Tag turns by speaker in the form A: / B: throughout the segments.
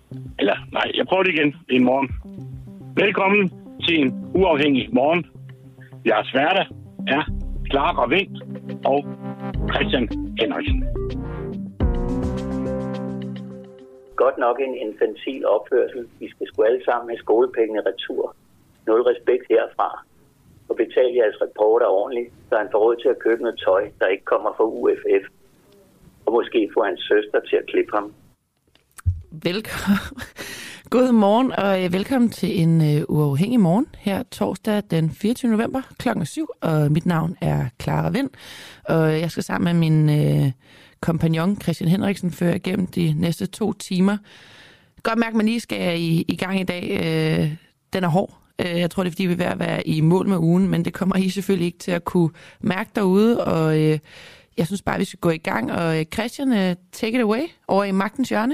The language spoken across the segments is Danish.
A: Jeg prøver det igen i morgen. Velkommen til en uafhængig morgen. Jeres værter er Clara Vind og Christian Henriksen.
B: Godt nok en infantil opførsel. Vi skal sgu alle sammen have skolepengene retur. Nul respekt herfra. Og betale jeres reporter ordentligt, så han får råd til at købe noget tøj, der ikke kommer fra UFF. Og måske få hans søster til at klippe ham.
C: Velkommen. God morgen og velkommen til en uafhængig morgen her torsdag den 24. november klokken 7. Og mit navn er Clara Vind, og jeg skal sammen med min kompagnon Christian Henriksen føre igennem de næste 2 timer. Godt mærke, at man lige skal i gang i dag. Den er hård. Jeg tror, det er, fordi vi er ved at være i mål med ugen, men det kommer I selvfølgelig ikke til at kunne mærke derude, og jeg synes bare, vi skal gå i gang. Og Christian, take it away over i Magtens Hjørne.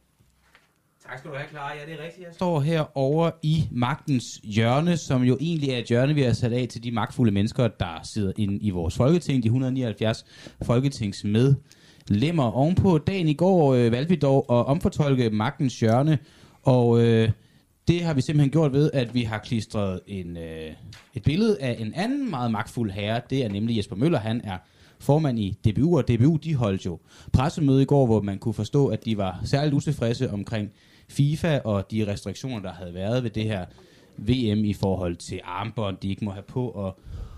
D: Tak skal du have, Clara. Ja, det er rigtigt. Jeg står herovre i Magtens Hjørne, som jo egentlig er et hjørne, vi har sat af til de magtfulde mennesker, der sidder inde i vores folketing, de 179 folketingsmedlemmer. Ovenpå dagen i går valgte vi dog at omfortolke Magtens Hjørne, og det har vi simpelthen gjort ved, at vi har klistret et billede af en anden meget magtfuld herre. Det er nemlig Jesper Møller. Han er formand i DBU, og DBU de holdt jo pressemøde i går, hvor man kunne forstå, at de var særligt utilfredse omkring FIFA og de restriktioner, der havde været ved det her VM i forhold til armbånd, de ikke må have på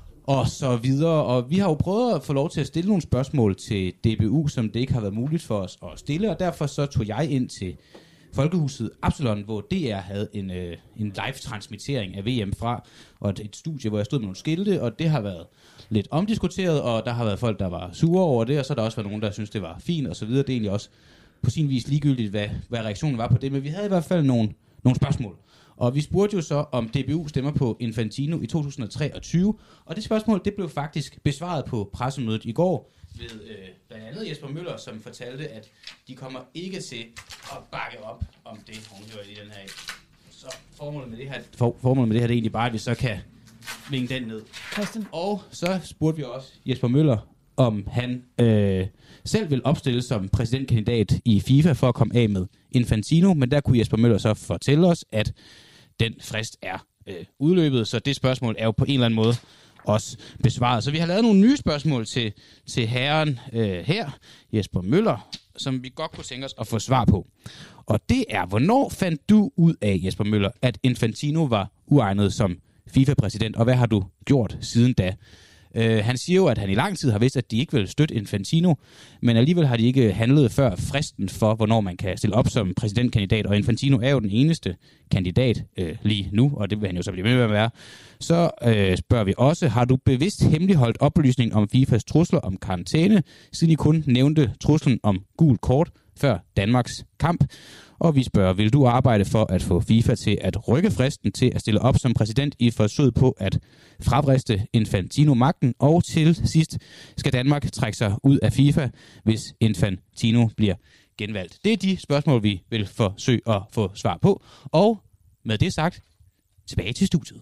D: og så videre. Og vi har jo prøvet at få lov til at stille nogle spørgsmål til DBU, som det ikke har været muligt for os at stille, og derfor så tog jeg ind til Folkehuset Absalon, hvor DR havde en live-transmittering af VM fra, og et studie, hvor jeg stod med nogle skilte, og det har været lidt omdiskuteret, og der har været folk, der var sure over det, og så har der også været nogen, der synes det var fint, og så videre. Det er egentlig også på sin vis ligegyldigt, hvad reaktionen var på det, men vi havde i hvert fald nogle spørgsmål. Og vi spurgte jo så, om DBU stemmer på Infantino i 2023, og det spørgsmål, det blev faktisk besvaret på pressemødet i går, ved blandt andet Jesper Møller, som fortalte, at de kommer ikke til at bakke op om det, hun hører i den her. Så formålet med det her, det er egentlig bare, at vi så kan vinge den ned.
C: Christian.
D: Og så spurgte vi også Jesper Møller, om han selv vil opstille som præsidentkandidat i FIFA for at komme af med Infantino, men der kunne Jesper Møller så fortælle os, at den frist er udløbet, så det spørgsmål er jo på en eller anden måde også besvaret. Så vi har lavet nogle nye spørgsmål til herren her, Jesper Møller, som vi godt kunne tænke os at få svar på. Og det er, hvornår fandt du ud af, Jesper Møller, at Infantino var uegnet som FIFA-præsident, og hvad har du gjort siden da? Han siger jo, at han i lang tid har vidst, at de ikke vil støtte Infantino, men alligevel har de ikke handlet før fristen for, hvornår man kan stille op som præsidentkandidat, og Infantino er jo den eneste kandidat lige nu, og det vil han jo så blive med at være. Så spørger vi også, har du bevidst hemmeligholdt oplysning om FIFAs trusler om karantæne, siden I kun nævnte truslen om gul kort før Danmarks kamp? Og vi spørger, vil du arbejde for at få FIFA til at rykke fristen til at stille op som præsident i forsøget på at fravriste Infantino magten? Og til sidst skal Danmark trække sig ud af FIFA, hvis Infantino bliver genvalgt. Det er de spørgsmål, vi vil forsøge at få svar på. Og med det sagt, tilbage til studiet.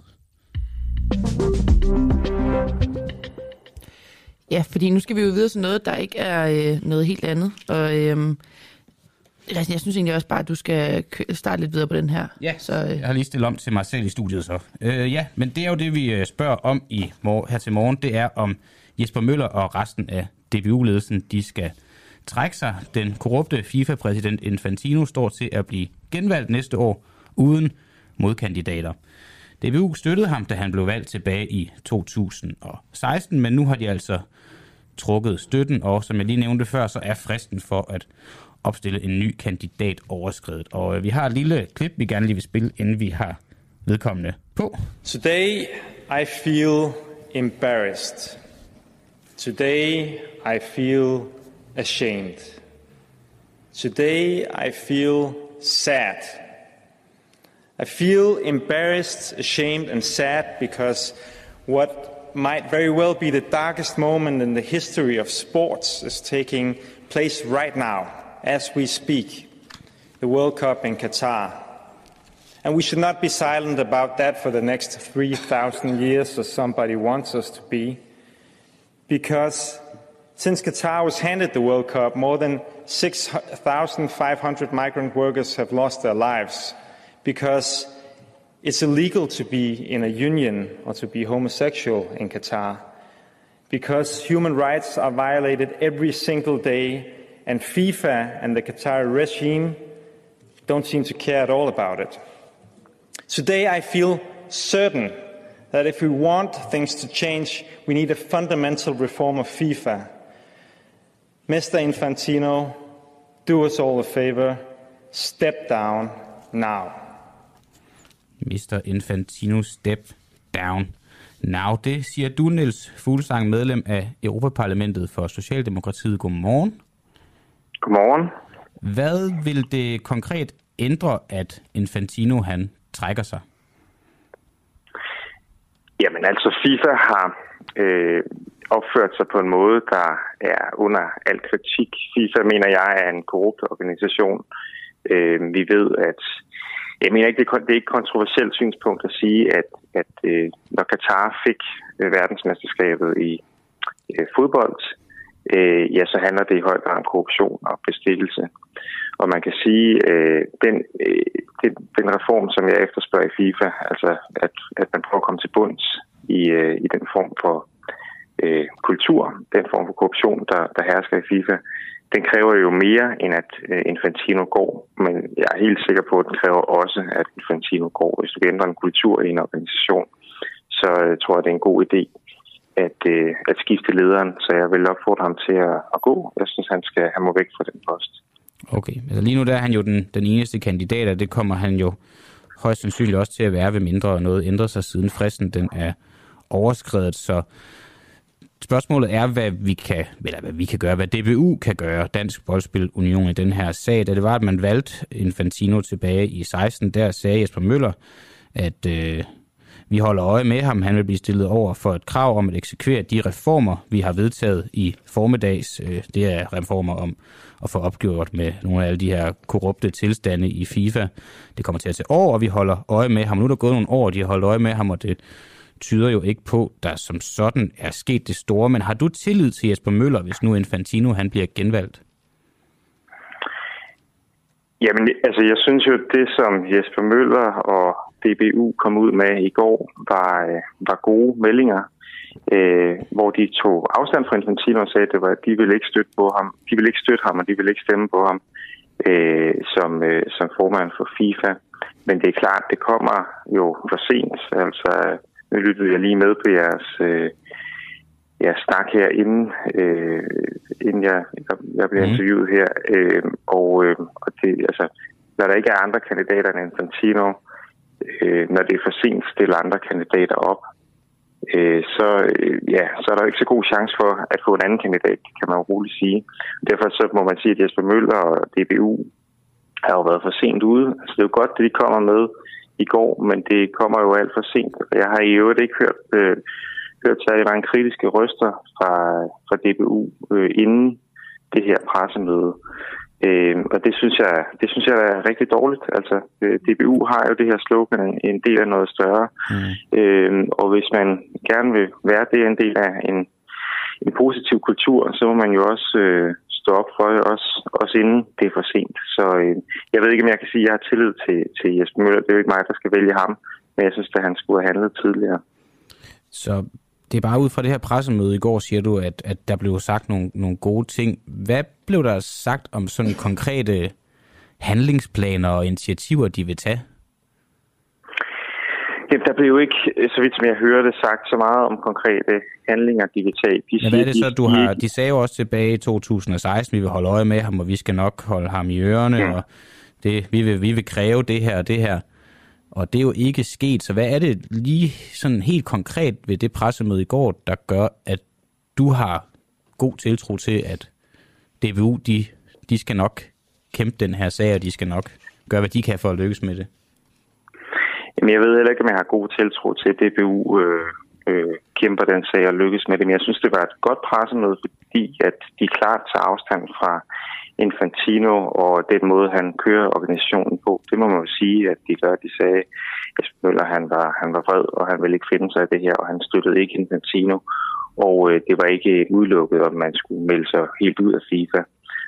C: Ja, fordi nu skal vi jo videre til noget, der ikke er noget helt andet. Og jeg synes egentlig også bare, at du skal starte lidt videre på den her.
D: Ja, så, jeg har lige stillet om til mig selv i studiet så. Ja, men det er jo det, vi spørger om her til morgen. Det er, om Jesper Møller og resten af DBU-ledelsen, de skal trække sig. Den korrupte FIFA-præsident Infantino står til at blive genvalgt næste år uden modkandidater. DBU støttede ham, da han blev valgt tilbage i 2016, men nu har de altså trukket støtten, og som jeg lige nævnte før, så er fristen for at opstille en ny kandidat overskredet. Og vi har et lille klip, vi gerne lige vil spille, inden vi har vedkommende på.
E: Today I feel embarrassed. Today I feel ashamed. Today I feel sad. I feel embarrassed, ashamed and sad because what might very well be the darkest moment in the history of sports is taking place right now as we speak. The World Cup in Qatar. And we should not be silent about that for the next 3,000 years as somebody wants us to be. Because since Qatar was handed the World Cup, more than 6,500 migrant workers have lost their lives because it's illegal to be in a union or to be homosexual in Qatar, because human rights are violated every single day, and FIFA and the Qatari regime don't seem to care at all about it. Today I feel certain that if we want things to change, we need a fundamental reform of FIFA. Mr. Infantino, do us all a favor. Step down now.
D: Mr. Infantino, step down now. Det siger du, Niels Fuglsang, medlem af Europaparlamentet for Socialdemokratiet. Godmorgen.
F: Godmorgen.
D: Hvad vil det konkret ændre, at Infantino han trækker sig?
F: Jamen altså, FIFA har opført sig på en måde, der er under al kritik. FIFA, mener jeg, er en korrupt organisation. Vi ved, at jeg mener ikke, det er ikke et kontroversielt synspunkt at sige, at når Qatar fik verdensmesterskabet i fodbold, ja, så handler det i høj grad om korruption og bestikkelse. Og man kan sige, den reform, som jeg efterspørger i FIFA, altså at man prøver at komme til bunds i den form for kultur, den form for korruption, der hersker i FIFA, den kræver jo mere, end at Infantino går. Men jeg er helt sikker på, at den kræver også, at Infantino går. Hvis du ændrer en kultur i en organisation, så tror jeg, det er en god idé at skifte lederen. Så jeg vil opfordre ham til at gå. Jeg synes, han må væk fra den post.
D: Okay, altså lige nu der er han jo den eneste kandidat, og det kommer han jo højst sandsynligt også til at være, ved mindre noget ændrer sig siden fristen den er overskredet. Så spørgsmålet er, hvad vi kan gøre, hvad DBU kan gøre, Dansk Boldspil Union, i den her sag. Da det var, at man valgte Infantino tilbage i 16, der sagde Jesper Møller, at vi holder øje med ham. Han vil blive stillet over for et krav om at eksekvere de reformer, vi har vedtaget i formiddags. Det er reformer om at få opgjort med nogle af alle de her korrupte tilstande i FIFA. Det kommer til at tage år, og vi holder øje med ham. Nu er der gået nogle år, de har holdt øje med ham, og det tyder jo ikke på, der som sådan er sket det store. Men har du tillid til Jesper Møller, hvis nu Infantino han bliver genvalgt?
F: Jamen, altså jeg synes jo, det som Jesper Møller og DBU kom ud med i går, var gode meldinger, hvor de tog afstand fra Infantino og sagde, at de ville ikke støtte på ham. De ville ikke støtte ham, og de ville ikke stemme på ham som formand for FIFA. Men det er klart, det kommer jo for sent. Altså, nu lyttede jeg lige med på jeres snak her, inden jeg blev interviewet her. Og det, altså, når der ikke er andre kandidater end Infantino, når det er for sent at stille andre kandidater op, så er der ikke så god chance for at få en anden kandidat, kan man jo roligt sige. Derfor så må man sige, at Jesper Møller og DBU har jo været for sent ude. Altså, det er jo godt, det de kommer med i går, men det kommer jo alt for sent. Jeg har i øvrigt ikke hørt særlig mange kritiske røster fra DBU inden det her pressemøde. Og det synes jeg er rigtig dårligt. Altså, DBU har jo det her slogan, en del af noget større. Og hvis man gerne vil være det en del af en positiv kultur, så må man jo også stå op for det, også inden det er for sent. Så jeg ved ikke, om jeg kan sige, at jeg har tillid til Jesper Møller. Det er jo ikke mig, der skal vælge ham, men jeg synes, at han skulle have handlet tidligere.
D: Så det er bare ud fra det her pressemøde i går, siger du, at der blev sagt nogle gode ting. Hvad blev der sagt om sådan konkrete handlingsplaner og initiativer, de vil tage?
F: Ja, der blev jo ikke, så vidt som jeg hører det, sagt så meget om konkrete handlinger, de vil tage.
D: Men hvad er det så, de sagde jo også tilbage i 2016, vi vil holde øje med ham, og vi skal nok holde ham i ørerne, og vi vil kræve det her og det her. Og det er jo ikke sket, så hvad er det lige sådan helt konkret ved det pressemøde i går, der gør, at du har god tiltro til, at DBU, de skal nok kæmpe den her sag, og de skal nok gøre, hvad de kan for at lykkes med det?
F: Jamen, jeg ved heller ikke, om jeg har god tiltro til, at DBU kæmper den sag og lykkes med det. Men jeg synes, det var et godt pressemøde, fordi at de klart tager afstand fra Infantino og den måde, han kører organisationen på. Det må man jo sige, at de gør. De sagde, at Jesper Møller, han var vred, og han ville ikke finde sig af det her, og han støttede ikke Infantino. Og det var ikke udelukket, om man skulle melde sig helt ud af FIFA.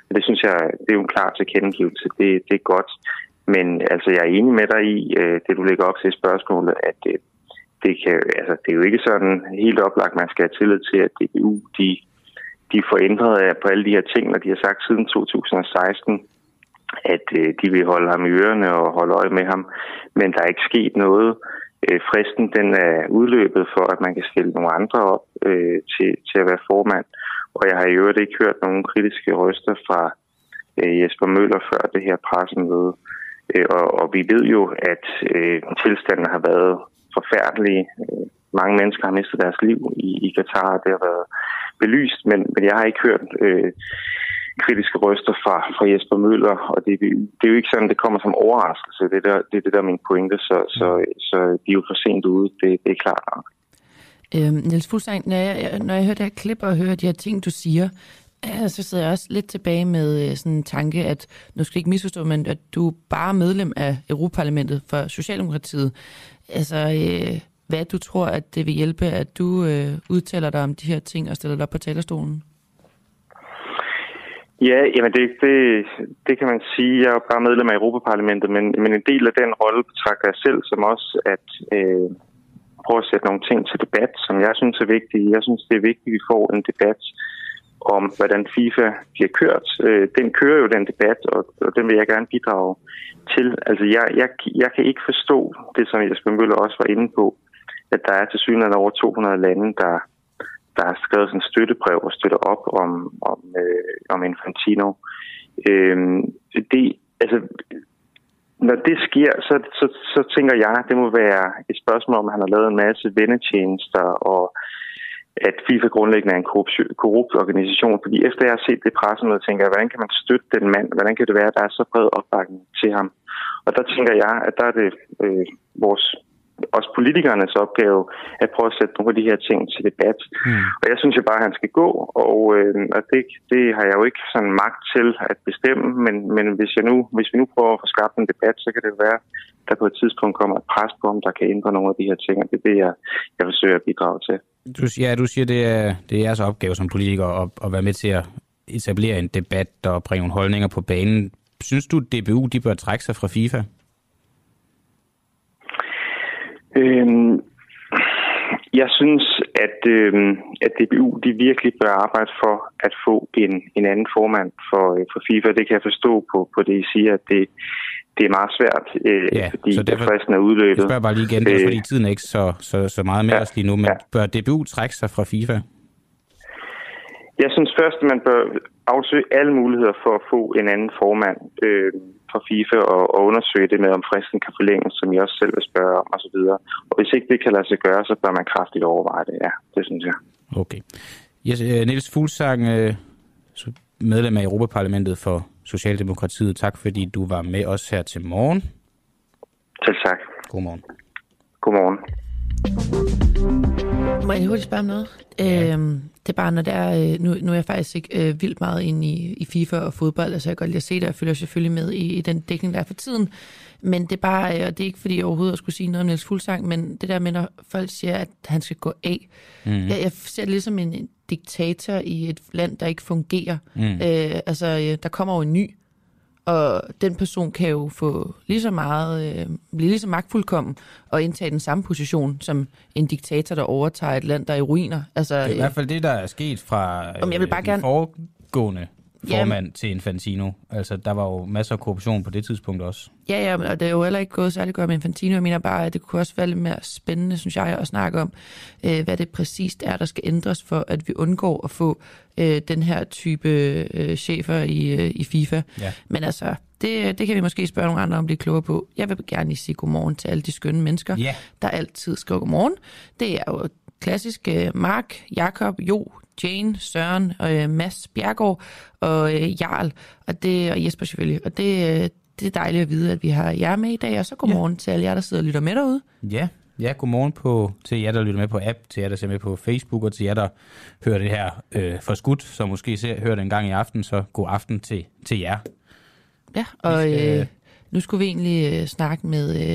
F: Det synes jeg, det er jo en klar tilkendegivelse. Det er godt. Men altså, jeg er enig med dig i, det du lægger op til i spørgsmålet, at det er jo ikke sådan helt oplagt, man skal have tillid til, at DBU, de får ændret på alle de her ting, når de har sagt siden 2016, at de vil holde ham i ørerne og holde øje med ham. Men der er ikke sket noget. Fristen, den er udløbet for, at man kan stille nogle andre op til at være formand. Og jeg har i øvrigt ikke hørt nogen kritiske røster fra Jesper Møller før det her pressemøde. Og vi ved jo, at tilstanden har været forfærdelige. Mange mennesker har mistet deres liv i Katar, det har været belyst, men jeg har ikke hørt kritiske røster fra Jesper Møller, og det er jo ikke sådan, det kommer som overraskelse. Det er det der er min pointe, så de er jo for sent ude, det er klart nok.
C: Niels Fuglsang, når jeg hører det her klip og hører de her ting, du siger, så sidder jeg også lidt tilbage med sådan en tanke, at nu skal jeg ikke misforstå, men at du er bare medlem af Europaparlamentet for Socialdemokratiet. Altså, hvad du tror, at det vil hjælpe, at du udtaler dig om de her ting og stiller dig op på talerstolen?
F: Ja, jamen det kan man sige. Jeg er bare medlem af Europaparlamentet, men en del af den rolle betragter jeg selv som også at prøve at sætte nogle ting til debat, som jeg synes er vigtige. Jeg synes, det er vigtigt, at vi får en debat om, hvordan FIFA bliver kørt. Den kører jo, den debat, og den vil jeg gerne bidrage til. Altså, jeg kan ikke forstå det, som Jesper Møller også var inde på, at der er til synligheden over 200 lande, der har skrevet sådan en støttebrev og støtter op om Infantino. Når det sker, så tænker jeg, at det må være et spørgsmål om, at han har lavet en masse vennetjenester, og at FIFA grundlæggende er en korrupt organisation. Fordi efter jeg har set det pressemøde, tænker jeg, hvordan kan man støtte den mand? Hvordan kan det være, at der er så bred opbakning til ham? Og der tænker jeg, at der er det også politikernes opgave at prøve at sætte nogle af de her ting til debat. Og jeg synes jo bare, at han skal gå, og det har jeg jo ikke sådan magt til at bestemme, men hvis vi nu prøver at få skabt en debat, så kan det være, at der på et tidspunkt kommer et pres på, om der kan ændre nogle af de her ting, og det er det, jeg forsøger at bidrage til. Du siger, det er jeres opgave som politiker at være med til at etablere en debat og bringe nogle holdninger på banen. Synes du, at DBU de bør trække sig fra FIFA? Jeg synes, at DBU de virkelig bør arbejde for at få en anden formand for FIFA. Det kan jeg forstå på det, I siger, at det er meget svært, fordi fristen er udløbet. Jeg spørger bare lige igen, det er, fordi tiden er ikke så meget med os lige nu, men bør DBU trække sig fra FIFA? Jeg synes først, at man bør afsøge alle muligheder for at få en anden formand for FIFA og undersøge det med, om fristen kan forlænges, som jeg også selv vil spørge om osv. Og hvis ikke det kan lade sig gøre, så bør man kraftigt overveje det. Ja, det synes jeg. Okay. Yes, Niels Fuglsang, medlem af Europaparlamentet for Socialdemokratiet. Tak fordi du var med os her til morgen. Selv tak. Godmorgen. Godmorgen.
C: Må jeg hurtigt spørge om noget? Ja. Det er bare, når det er... Nu er jeg faktisk ikke vildt meget inde i FIFA og fodbold, altså jeg kan godt lide at se det, og jeg følger selvfølgelig med i den dækning, der er for tiden. Men det er bare, og det er ikke fordi jeg overhovedet skulle sige noget om Niels Fuglsang, men det der med, når folk siger, at han skal gå af. Jeg ser det ligesom en diktator i et land, der ikke fungerer. Der kommer jo en ny, og den person kan jo få lige så meget, blive lige så magtfuldkommen og indtage den samme position som en diktator, der overtager et land, der er i ruiner. Altså, det er i hvert fald det, der er sket fra den foregående formand til Infantino. Altså, der var jo masser af korruption på det tidspunkt også. Ja, og det er jo heller ikke gået særlig godt med Infantino. Jeg mener bare, at det kunne også være lidt mere spændende, synes jeg, at snakke om, hvad det præcist er, der skal ændres for, at vi undgår at få den her type chefer i FIFA. Ja. Men altså, det kan vi måske spørge nogle andre om, blive klogere på. Jeg vil gerne lige sige godmorgen til alle de skønne mennesker, der altid skriver godmorgen. Det er jo klassisk Mark, Jakob, Jo, Jane, Søren, Mads Bjergård og Jarl, og Jesper selvfølgelig. Og det er dejligt at vide, at vi har jer med i dag, og så godmorgen til alle jer, der sidder og lytter med derude. Ja, godmorgen til jer, der lytter med på app, til jer, der ser med på Facebook, og til jer, der hører det her forskudt, så måske hører det en gang i aften, så god aften til jer. Ja, og nu skulle vi egentlig snakke med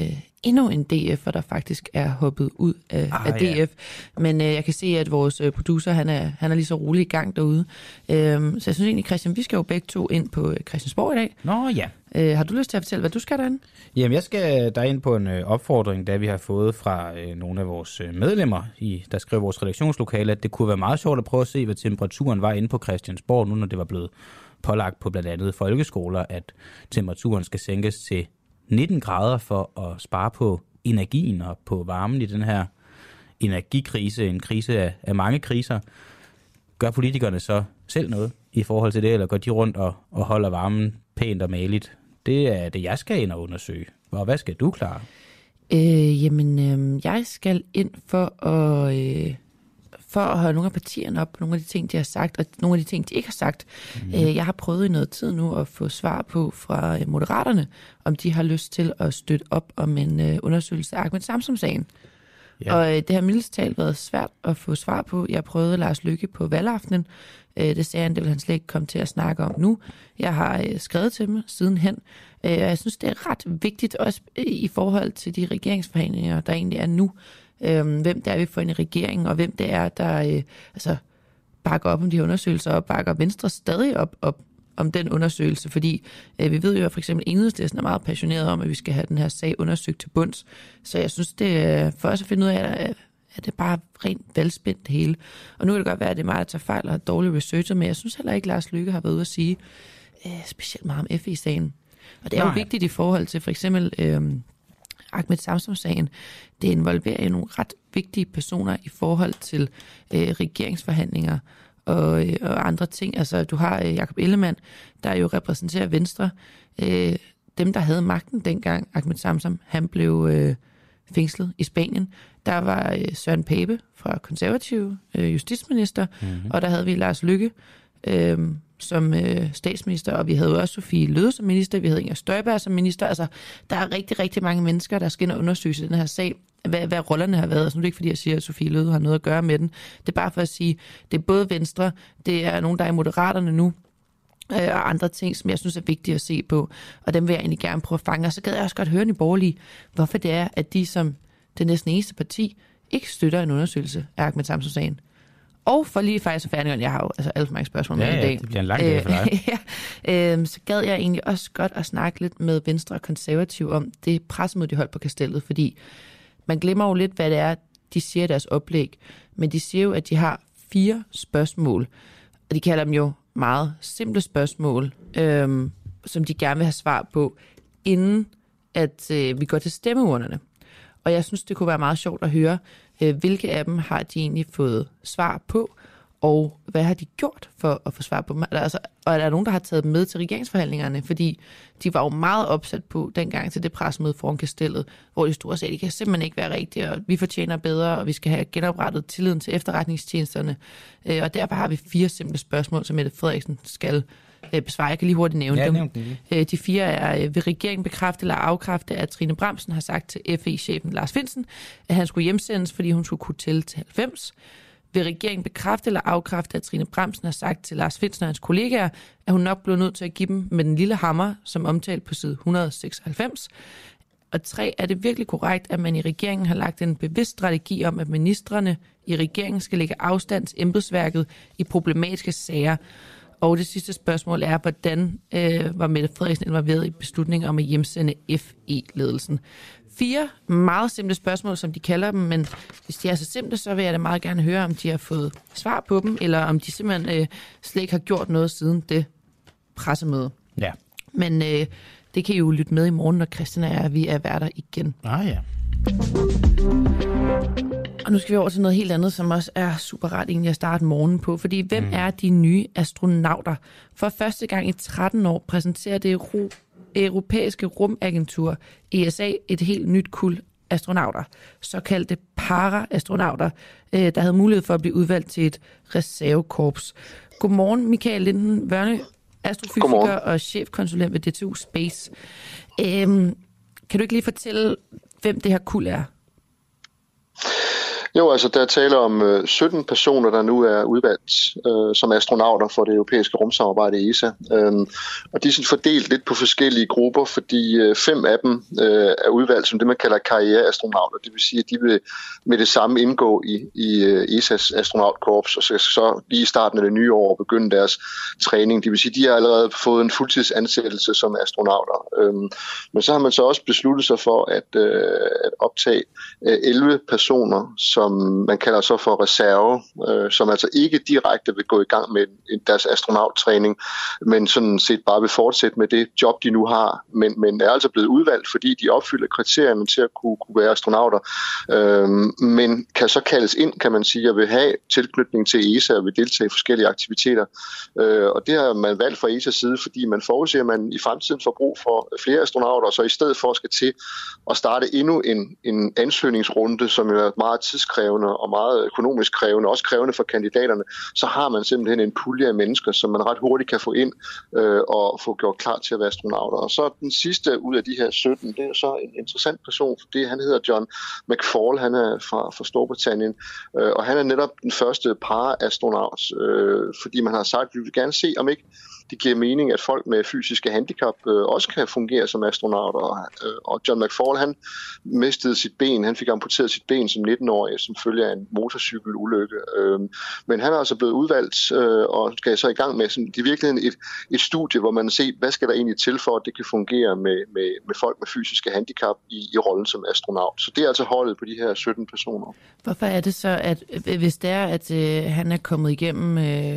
C: endnu en DF'er, der faktisk er hoppet ud af DF. Ja. Men jeg kan se, at vores producer, han er lige så rolig i gang derude. Så jeg synes egentlig, Christian, vi skal jo begge to ind på Christiansborg i dag.
D: Nå ja.
C: Har du lyst til at fortælle, hvad du skal derinde?
D: Jamen, jeg skal derind på en opfordring, da vi har fået fra nogle af vores medlemmer, der skrev vores redaktionslokale, at det kunne være meget sjovt at prøve at se, hvad temperaturen var inde på Christiansborg, nu når det var blevet pålagt på blandt andet folkeskoler, at temperaturen skal sænkes til 19 grader for at spare på energien og på varmen i den her energikrise, en krise af mange kriser. Gør politikerne så selv noget i forhold til det, eller går de rundt og holder varmen pænt og maligt? Det er det, jeg skal ind og undersøge. Og hvad skal du klare?
C: Jeg skal ind for at høre nogle af partierne op, nogle af de ting, de har sagt, og nogle af de ting, de ikke har sagt. Jeg har prøvet i noget tid nu at få svar på fra Moderaterne, om de har lyst til at støtte op om en undersøgelse af Ahmed Samsam-sagen. Ja. Og det har mildest talt været svært at få svar på. Jeg prøvede Lars Løkke på valgaftenen. Det sagde han, det vil han slet ikke komme til at snakke om nu. Jeg har skrevet til dem sidenhen. Og jeg synes, det er ret vigtigt, også i forhold til de regeringsforhandlinger, der egentlig er nu. Hvem det er, vi får ind i regeringen, og hvem det er, der bakker op om de undersøgelser, og bakker Venstre stadig op om den undersøgelse, fordi vi ved jo, at for eksempel Enhedslisten er meget passioneret om, at vi skal have den her sag undersøgt til bunds. Så jeg synes, det er for os at finde ud af, at det bare rent velspændt det hele. Og nu kan det godt være, at det er mig, der tager fejl og har dårlig researcher, men jeg synes heller ikke, at Lars Løkke har været ude at sige specielt meget om FE-sagen. Og det er jo vigtigt i forhold til for eksempel Ahmed Samsam-sagen. Det involverer jo nogle ret vigtige personer i forhold til regeringsforhandlinger og andre ting. Altså, du har Jakob Ellemann, der jo repræsenterer Venstre. Dem, der havde magten dengang, Ahmed Samsam, han blev fængslet i Spanien. Der var Søren Pape fra Konservative, justitsminister, og der havde vi Lars Løkke som statsminister, og vi havde jo også Sofie Løhde som minister, vi havde Inger Støjberg som minister. Altså, der er rigtig, rigtig mange mennesker, der skal ind og undersøge den her sag, hvad rollerne har været. Altså, nu er det ikke, fordi jeg siger, at Sofie Løhde har noget at gøre med den. Det er bare for at sige, det er både Venstre, det er nogen, der er i Moderaterne nu, og andre ting, som jeg synes er vigtige at se på, og dem vil jeg egentlig gerne prøve at fange. Og så gad jeg også godt høre i borgerlige, hvorfor det er, at de som det næsten eneste parti ikke støtter en undersøgelse af Ahmed Samsam-sagen. Og for lige faktisk at færdiggøre, jeg har jo altså alt for mange spørgsmål med i dag.
D: Det bliver en lang dag for dig.
C: Så gad jeg egentlig også godt at snakke lidt med Venstre og Konservative om det pressemøde, de holdt på Kastellet, fordi man glemmer jo lidt, hvad det er, de siger i deres oplæg. Men de siger jo, at de har 4 spørgsmål, og de kalder dem jo meget simple spørgsmål, som de gerne vil have svar på, inden at vi går til stemmeurnerne. Og jeg synes, det kunne være meget sjovt at høre, hvilke af dem har de egentlig fået svar på, og hvad har de gjort for at få svar på dem? Altså, og er der nogen, der har taget dem med til regeringsforhandlingerne? Fordi de var jo meget opsat på dengang til det pressemøde foran Kastellet, hvor de store sagde, at det kan simpelthen ikke være rigtigt, og vi fortjener bedre, og vi skal have genoprettet tilliden til efterretningstjenesterne. Og derfor har vi 4 simple spørgsmål, som Mette Frederiksen skal besvare. Jeg kan lige hurtigt nævne dem. De 4 er, vil regeringen bekræfte eller afkræfte, at Trine Bramsen har sagt til FE-chefen Lars Findsen, at han skulle hjemsendes, fordi hun skulle kunne tælle til 90. Vil regeringen bekræfte eller afkræfte, at Trine Bramsen har sagt til Lars Findsen og hans kollegaer, at hun nok blev nødt til at give dem med den lille hammer, som omtalt på side 196. Og 3, er det virkelig korrekt, at man i regeringen har lagt en bevidst strategi om, at ministrene i regeringen skal lægge afstand til embedsværket i problematiske sager? Og det sidste spørgsmål er, hvordan var Mette Frederiksen involveret i beslutningen om at hjemsende FE-ledelsen? 4 meget simple spørgsmål, som de kalder dem, men hvis de er så simple, så vil jeg da meget gerne høre, om de har fået svar på dem, eller om de simpelthen slet ikke har gjort noget siden det pressemøde.
D: Ja.
C: Men det kan I jo lytte med i morgen, når Christian og jeg, vi er værter igen.
D: Ja.
C: Og nu skal vi over til noget helt andet, som også er super rart egentlig at starte morgenen på. Fordi hvem er de nye astronauter? For første gang i 13 år præsenterer det europæiske rumagentur ESA et helt nyt kuld astronauter, såkaldte para-astronauter, der havde mulighed for at blive udvalgt til et reservekorps. Godmorgen, Michael Linden Wørne, astrofysiker og chefkonsulent ved DTU Space. Kan du ikke lige fortælle, hvem det her kuld er?
G: Jo, altså der taler om 17 personer, der nu er udvalgt som astronauter for det europæiske rumsamarbejde ESA. Og de er sådan fordelt lidt på forskellige grupper, fordi 5 af dem er udvalgt som det, man kalder karriereastronauter. Det vil sige, at de vil med det samme indgå i ESA's astronautkorps, og så lige i starten af det nye år begynde deres træning. Det vil sige, at de har allerede fået en fuldtidsansættelse som astronauter. Men så har man så også besluttet sig for at optage 11 personer, som man kalder så for reserve, som altså ikke direkte vil gå i gang med deres astronauttræning, men sådan set bare vil fortsætte med det job, de nu har, men er altså blevet udvalgt, fordi de opfylder kriterierne til at kunne være astronauter, men kan så kaldes ind, kan man sige, og vil have tilknytning til ESA og vil deltage i forskellige aktiviteter. Og det har man valgt fra ESA's side, fordi man forudser, at man i fremtiden får brug for flere astronauter, og så i stedet for skal til at starte endnu en ansøgningsrunde, som er meget tidskrævende og meget økonomisk krævende, også krævende for kandidaterne, så har man simpelthen en pulje af mennesker, som man ret hurtigt kan få ind og få gjort klar til at være astronauter. Og så den sidste ud af de her 17, det er så en interessant person, fordi han hedder John McFall, han er fra Storbritannien, og han er netop den første para-astronaut, fordi man har sagt, at vi vil gerne se, om ikke det giver mening, at folk med fysiske handicap også kan fungere som astronauter. Og John McFall, han mistede sit ben. Han fik amputeret sit ben som 19-årig, som følge af en motorcykelulykke. Men han er altså blevet udvalgt og skal så i gang med sådan, det er virkelig et studie, hvor man ser, hvad skal der egentlig til for, at det kan fungere med folk med fysiske handicap i rollen som astronaut. Så det er altså holdet på de her 17 personer.
C: Hvorfor er det så, at hvis det er, at han er kommet igennem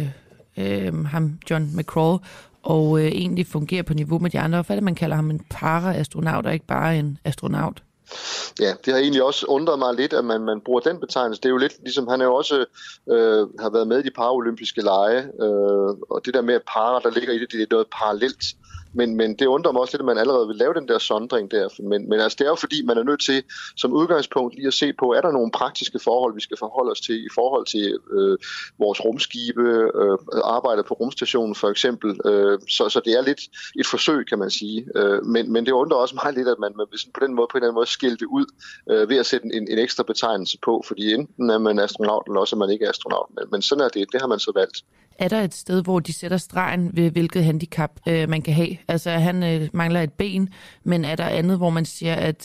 C: ham, John McCraw, og egentlig fungerer på niveau med de andre, hvorfor er det, man kalder ham en para-astronaut og ikke bare en astronaut?
G: Ja, det har egentlig også undret mig lidt, at man bruger den betegnelse. Det er jo lidt ligesom, han er jo også har været med i de paralympiske lege, og det der med para, der ligger i det er noget parallelt. Men det undrer mig også lidt, at man allerede vil lave den der sondring der. Men altså, det er jo fordi, man er nødt til som udgangspunkt lige at se på, er der nogle praktiske forhold, vi skal forholde os til i forhold til vores rumskibe, arbejdet på rumstationen for eksempel. Så det er lidt et forsøg, kan man sige. Men det undrer også meget lidt, at man på en eller anden måde skille det ud ved at sætte en ekstra betegnelse på, fordi enten er man astronaut, eller også er man ikke astronaut. Men sådan er det har man så valgt.
C: Er der et sted, hvor de sætter stregen ved, hvilket handicap man kan have? Altså, han mangler et ben, men er der andet, hvor man siger, at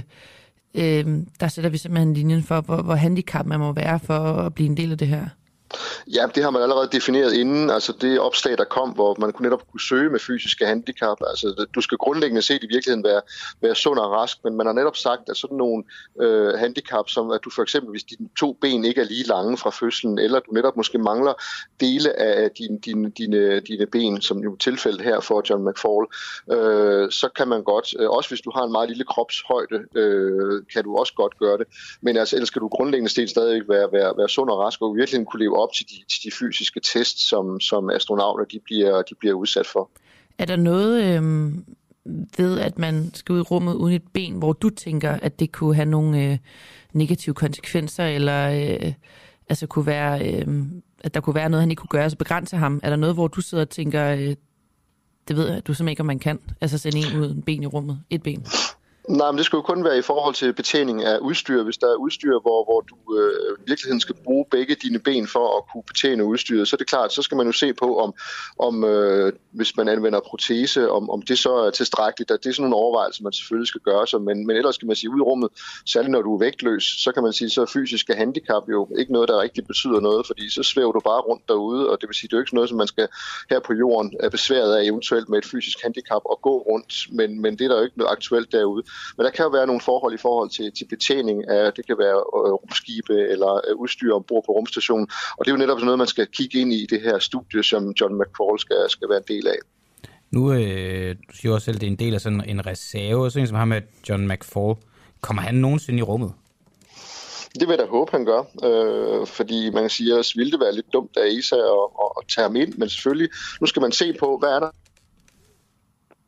C: der sætter vi simpelthen linjen for, hvor handicap man må være for at blive en del af det her?
G: Ja, det har man allerede defineret inden. Altså det opslag, der kom, hvor man netop kunne søge med fysiske handicap. Altså du skal grundlæggende set i virkeligheden være sund og rask, men man har netop sagt, at sådan nogle handicap, som at du for eksempel, hvis dine 2 ben ikke er lige lange fra fødslen, eller du netop måske mangler dele af dine ben, som jo tilfældet her for John McFall, så kan man godt, også hvis du har en meget lille kropshøjde, kan du også godt gøre det. Men altså, ellers skal du grundlæggende set stadig være sund og rask, og virkelig kunne leve op til de fysiske tests, som astronauter de bliver udsat for. Er der noget ved, at man skal ud i rummet uden et ben, hvor du tænker, at det kunne have nogle negative konsekvenser, eller altså kunne være, at der kunne være noget, han ikke kunne gøre, så begrænse ham? Er der noget, hvor du sidder og tænker, det ved jeg, du simpelthen ikke, om man kan, altså sende en uden ben i rummet, et ben? Nej, men det skal jo kun være i forhold til betjening af udstyr. Hvis der er udstyr, hvor du i virkeligheden skal bruge begge dine ben for at kunne betjene udstyret, så er det klart, så skal man jo se på, om hvis man anvender protese, om det så er tilstrækkeligt. Det er sådan nogle overvejelser, man selvfølgelig skal gøre sig. Men ellers skal man sige, ud i rummet, særligt når du er vægtløs, så kan man sige, så er fysiske handicap jo ikke noget, der rigtig betyder noget, fordi så svæver du bare rundt derude, og det vil sige, det er jo ikke noget, som man skal her på jorden er besværet af eventuelt med et fysisk handicap og gå rundt, men det er der jo ikke noget aktuelt derude. Men der kan jo være nogle forhold i forhold til betjening af, det kan være rumskibe eller udstyr ombord på rumstationen. Og det er jo netop sådan noget, man skal kigge ind i det her studie, som John McFall skal være en del af.
D: Nu du siger også selv, at det er en del af sådan en reserve, sådan som ham med John McFall. Kommer han nogensinde i rummet?
G: Det vil jeg da håbe, han gør, fordi man kan sige, at ville det være lidt dumt af ESA at tage ham ind, men selvfølgelig, nu skal man se på, hvad er der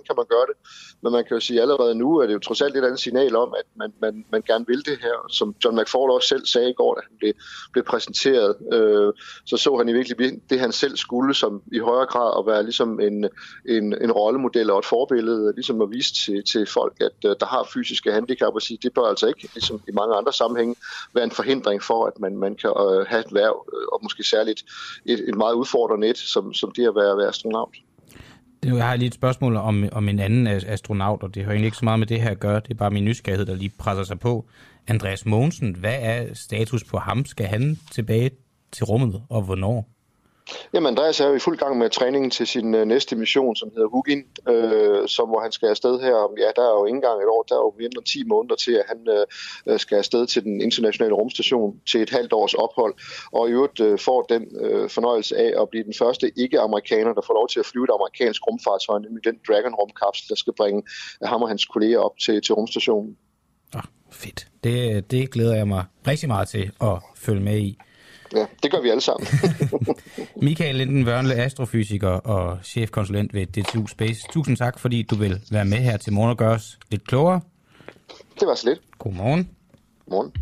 G: hvordan kan man gøre det? Men man kan jo sige, at allerede nu er det jo trods alt et andet signal om, at man gerne vil det her. Som John McFaul også selv sagde i går, da han blev præsenteret, så han i virkelig det, han selv skulle, som i højere grad at være ligesom en rollemodel og et forbillede, ligesom at vise til folk, at der har fysiske handicap, og sige, det bør altså ikke, ligesom i mange andre sammenhænge, være en forhindring for, at man kan have et værv, og måske særligt et meget udfordrende et, som det at være astronaut.
D: Jeg har lige et spørgsmål om en anden astronaut, og det har egentlig ikke så meget med det her at gøre. Det er bare min nysgerrighed, der lige presser sig på. Andreas Mogensen, hvad er status på ham? Skal han tilbage til rummet, og hvornår?
G: Jamen, Andreas er jo i fuld gang med træningen til sin næste mission, som hedder Hugin, hvor han skal afsted her. Ja, der er jo ikke engang et år, der er jo mindre end 10 måneder til, at han skal afsted til den internationale rumstation til et halvt års ophold, og i øvrigt får den fornøjelse af at blive den første ikke-amerikaner, der får lov til at flyve et amerikansk rumfartøj, nemlig den Dragon-rumkapsel, der skal bringe ham og hans kolleger op til rumstationen.
D: Fedt. Det glæder jeg mig rigtig meget til at følge med i.
G: Ja, det gør vi alle sammen.
D: Michael Linden Wørnle, astrofysiker og chefkonsulent ved DTU Space. Tusind tak, fordi du vil være med her til morgen og gøre os lidt klogere.
G: Det var så lidt.
D: Godmorgen.
G: Godmorgen.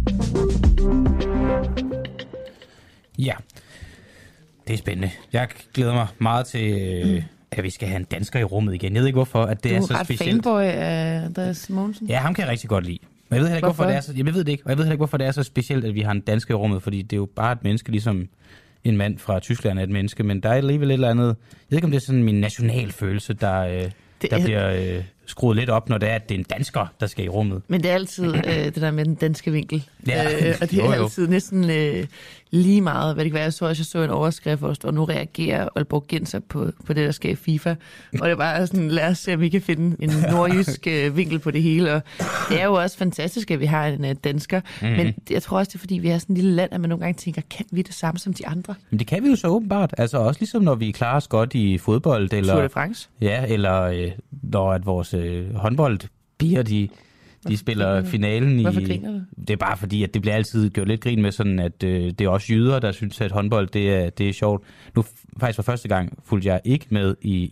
D: Ja, det er spændende. Jeg glæder mig meget til, at vi skal have en dansker i rummet igen. Jeg ved ikke, hvorfor at det er så specielt.
C: Du er ret fanboy af Andreas Mogensen.
D: Ja, ham kan jeg rigtig godt lide. Men jeg ved heller ikke, hvorfor det er så, jeg ved det ikke, og jeg ved heller ikke, hvorfor det er så specielt, at vi har en dansker i rummet, fordi det er jo bare et menneske, ligesom en mand fra Tyskland er et menneske, men der er alligevel et eller andet, jeg ved ikke, om det er sådan min nationalfølelse, der bliver skruet lidt op, når det er, at det er en dansker, der skal i rummet.
C: Men det er altid det der med den danske vinkel.
D: Ja.
C: Og det er altid næsten lige meget, hvad det kan være. Jeg så en overskrift, hvor der står, nu reagerer Aalborg Genser på det, der sker i FIFA. Og det var sådan, lad os se, om vi kan finde en nordjysk vinkel på det hele. Og det er jo også fantastisk, at vi har en dansker. Men jeg tror også, det er, fordi vi er sådan et lille land, at man nogle gange tænker, kan vi det samme som de andre?
D: Men det kan vi jo så åbenbart. Altså også ligesom, når vi klarer os godt i fodbold. Eller,
C: Tour de France.
D: Ja, eller når at vores håndboldpiger, de spiller finalen i...
C: Hvorfor griner du?
D: Det er bare fordi, at det bliver altid gjort lidt grin med sådan, at det er også jyder, der synes, at håndbold, det er sjovt. Nu faktisk for første gang fulgte jeg ikke med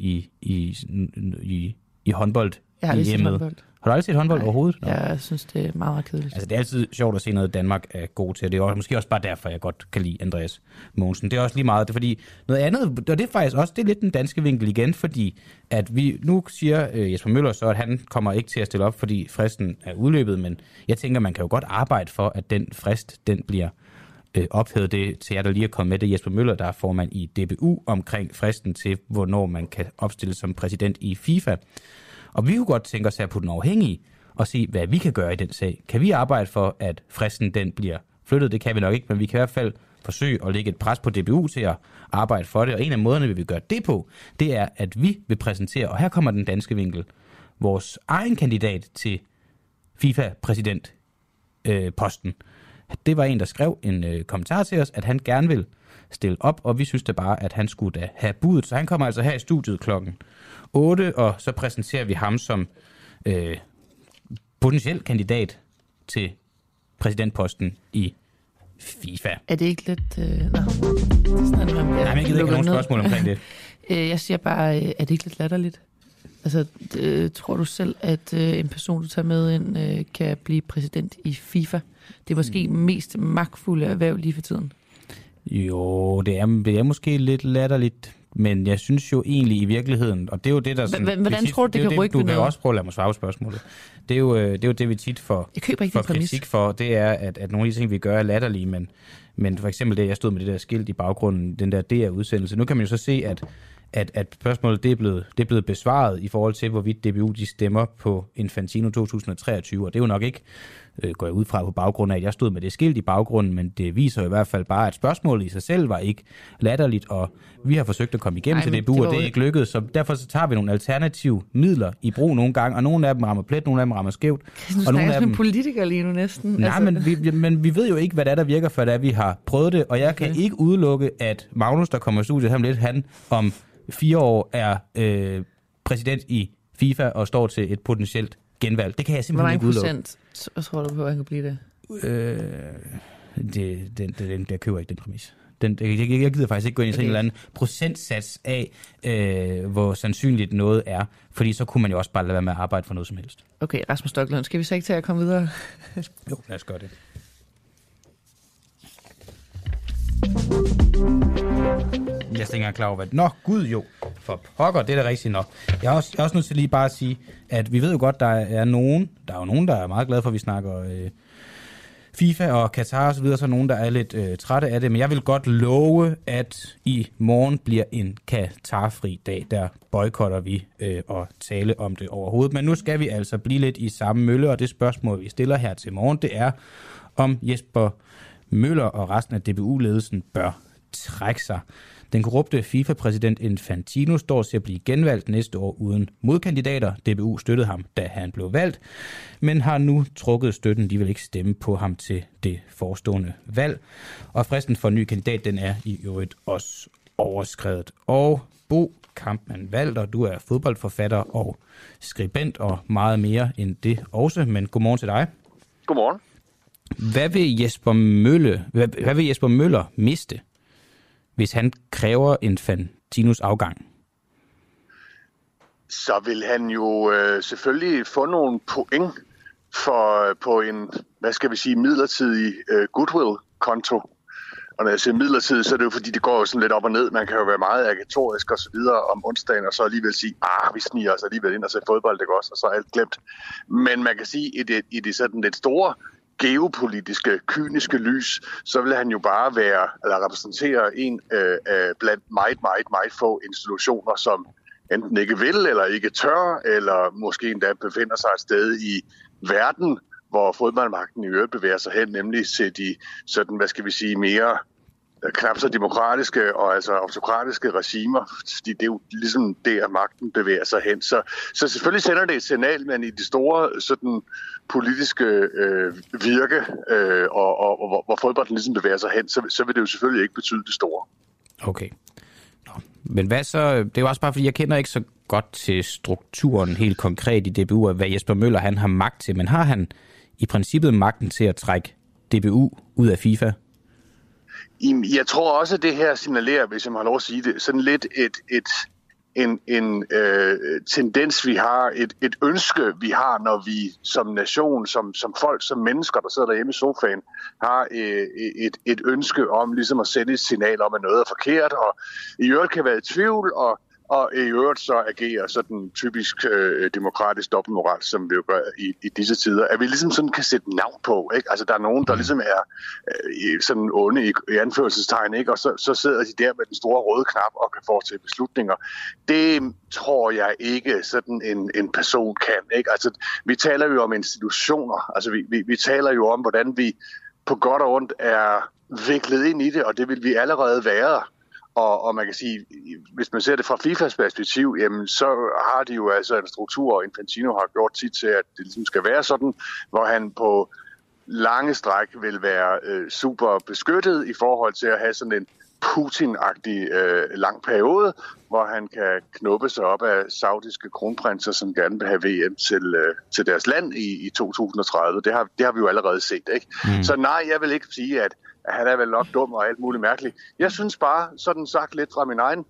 D: i håndbold.
C: Jeg har aldrig set håndbold.
D: Har du aldrig set håndbold overhovedet?
C: Nå. Jeg synes, det er meget kedeligt.
D: Altså, det er altid sjovt at se noget, Danmark er god til. Det er måske også bare derfor, jeg godt kan lide Andreas Mogensen. Det er også lige meget, det er fordi noget andet, og det er faktisk også, det er lidt den danske vinkel igen, fordi at vi, nu siger Jesper Møller så, at han kommer ikke til at stille op, fordi fristen er udløbet, men jeg tænker, man kan jo godt arbejde for, at den frist, den bliver ophævet. Det til jer, der lige er kommet med det. Jesper Møller, der er formand i DBU omkring fristen til, hvornår man kan opstille som præsident i FIFA. Og vi kunne godt tænke os her på den uafhængige og se, hvad vi kan gøre i den sag. Kan vi arbejde for, at fristen den bliver flyttet? Det kan vi nok ikke, men vi kan i hvert fald forsøge at lægge et pres på DBU til at arbejde for det. Og en af måderne, vi vil gøre det på, det er, at vi vil præsentere, og her kommer den danske vinkel, vores egen kandidat til FIFA-præsidentposten. Det var en, der skrev en kommentar til os, at han gerne vil stille op, og vi synes da bare, at han skulle da have budet. Så han kommer altså her i studiet klokken 8, og så præsenterer vi ham som potentiel kandidat til præsidentposten i FIFA.
C: Er det ikke lidt...
D: Nej, men jeg gider ikke nogen spørgsmål omkring det.
C: Jeg siger bare, er det ikke lidt latterligt? Altså, tror du selv, at en person, du tager med ind, kan blive præsident i FIFA? Det er måske mest magtfulde erhverv lige for tiden.
D: Jo, det er måske lidt latterligt, men jeg synes jo egentlig i virkeligheden, og det er jo det, der...
C: Hvordan tror du, det kan rykke
D: ved
C: noget?
D: Du kan jo også prøve at lade mig svare på spørgsmålet. Det er jo det, vi tit får kritik for, det er, at nogle af de ting, vi gør, er latterlige, men for eksempel det, jeg stod med det der skilt i baggrunden, den der DR-udsendelse. Nu kan man jo så se, at spørgsmålet det er blevet besvaret i forhold til, hvorvidt DBU de stemmer på Infantino 2023, og det er jo nok ikke, går jeg ud fra på baggrund af, at jeg stod med det skilt i baggrunden, men det viser jo i hvert fald bare, at spørgsmålet i sig selv var ikke latterligt, og vi har forsøgt at komme igennem til DBU, og det er ikke lykkedes, så derfor så tager vi nogle alternative midler i brug nogle gange, og nogle af dem rammer plet, nogle af dem rammer skævt.
C: Og nogle af dem politikere lige nu næsten.
D: Nej, men vi ved jo ikke, hvad der virker, før det vi har prøvet det, og jeg kan ikke udelukke, at Magnus, der kommer i studiet ham lidt, han om 4 år er præsident i FIFA og står til et potentielt genvalg. Det kan jeg simpelthen ikke udelukke.
C: Hvor mange procent tror du på, at han kan blive det?
D: Jeg køber ikke den præmis. Jeg gider faktisk ikke gå ind i sådan en eller anden procentsats af, hvor sandsynligt noget er. Fordi så kunne man jo også bare lade være med at arbejde for noget som helst.
C: Okay, Rasmus Stoklund, skal vi så ikke til at komme videre?
D: Jo, lad os gøre det. Jeg er ikke engang klar over, hvad... Nå, gud jo, for pokker, det er da rigtigt nok. Jeg er også nødt til lige bare at sige, at vi ved jo godt, der er nogen, der er meget glade for, at vi snakker FIFA og Katar og så videre, så er nogen, der er lidt trætte af det, men jeg vil godt love, at i morgen bliver en Katar-fri dag, der boykotter vi at tale om det overhovedet. Men nu skal vi altså blive lidt i samme mølle, og det spørgsmål, vi stiller her til morgen, det er, om Jesper Møller og resten af DBU-ledelsen bør trække sig. Den korrupte FIFA-præsident Infantino står til at blive genvalgt næste år uden modkandidater. DBU støttede ham, da han blev valgt, men har nu trukket støtten. De vil ikke stemme på ham til det forestående valg. Og fristen for en ny kandidat, den er i øvrigt også overskredet. Og Bo Kampmann Walter, du er fodboldforfatter og skribent og meget mere end det også. Men godmorgen til dig.
H: Godmorgen.
D: Hvad vil Jesper Møller miste, hvis han kræver Infantinos afgang?
H: Så vil han jo selvfølgelig få nogle point på en, hvad skal vi sige, midlertidig goodwill-konto. Og når jeg siger midlertidig, så er det jo fordi, det går jo sådan lidt op og ned. Man kan jo være meget agatorisk og så videre om onsdagen, og så alligevel sige, vi sniger os alligevel ind og ser fodbold, det går også, og så er alt glemt. Men man kan sige, i det sådan lidt store geopolitiske, kyniske lys, så vil han jo bare repræsentere en blandt meget få institutioner, som enten ikke vil, eller ikke tør, eller måske endda befinder sig et sted i verden, hvor fodboldmagten i øvrigt bevæger sig hen, nemlig til de sådan, hvad skal vi sige, mere knap så demokratiske og altså autokratiske regimer, fordi det er jo ligesom der, magten bevæger sig hen. Så selvfølgelig sender det et signal, men i det store sådan politiske virke, og hvor fodbolden ligesom bevæger sig hen, så vil det jo selvfølgelig ikke betyde det store.
D: Okay. Nå. Men hvad så? Det er jo også bare, fordi jeg kender ikke så godt til strukturen helt konkret i DBU, og hvad Jesper Møller han har magt til, men har han i princippet magten til at trække DBU ud af FIFA?
H: Jeg tror også, at det her signalerer, hvis jeg må have lov at sige det, sådan lidt en tendens, vi har, et ønske, vi har, når vi som nation, som folk, som mennesker, der sidder derhjemme i sofaen, har et ønske om ligesom at sende et signal om, at noget er forkert, og i øvrigt kan være i tvivl, og i øvrigt så agerer sådan typisk demokratisk dobbeltmoral, som vi jo gør i disse tider, at vi ligesom sådan kan sætte navn på, ikke? Altså der er nogen, der ligesom er sådan onde i anførselstegn, ikke? Og så sidder de der med den store røde knap og kan foretage beslutninger. Det tror jeg ikke sådan en person kan, ikke? Altså vi taler jo om institutioner, altså vi taler jo om, hvordan vi på godt og ondt er viklet ind i det, og det vil vi allerede være. Og man kan sige, hvis man ser det fra FIFAs perspektiv, jamen så har de jo altså en struktur, og Infantino har gjort tit til, at det ligesom skal være sådan, hvor han på lange stræk vil være super beskyttet i forhold til at have sådan en Putin-agtig lang periode, hvor han kan knuppe sig op af saudiske kronprinser, som gerne vil have VM til deres land i 2030. Det har vi jo allerede set, ikke? Så nej, jeg vil ikke sige, at han er vel nok dum og alt muligt mærkeligt. Jeg synes bare, sådan sagt lidt fra min egen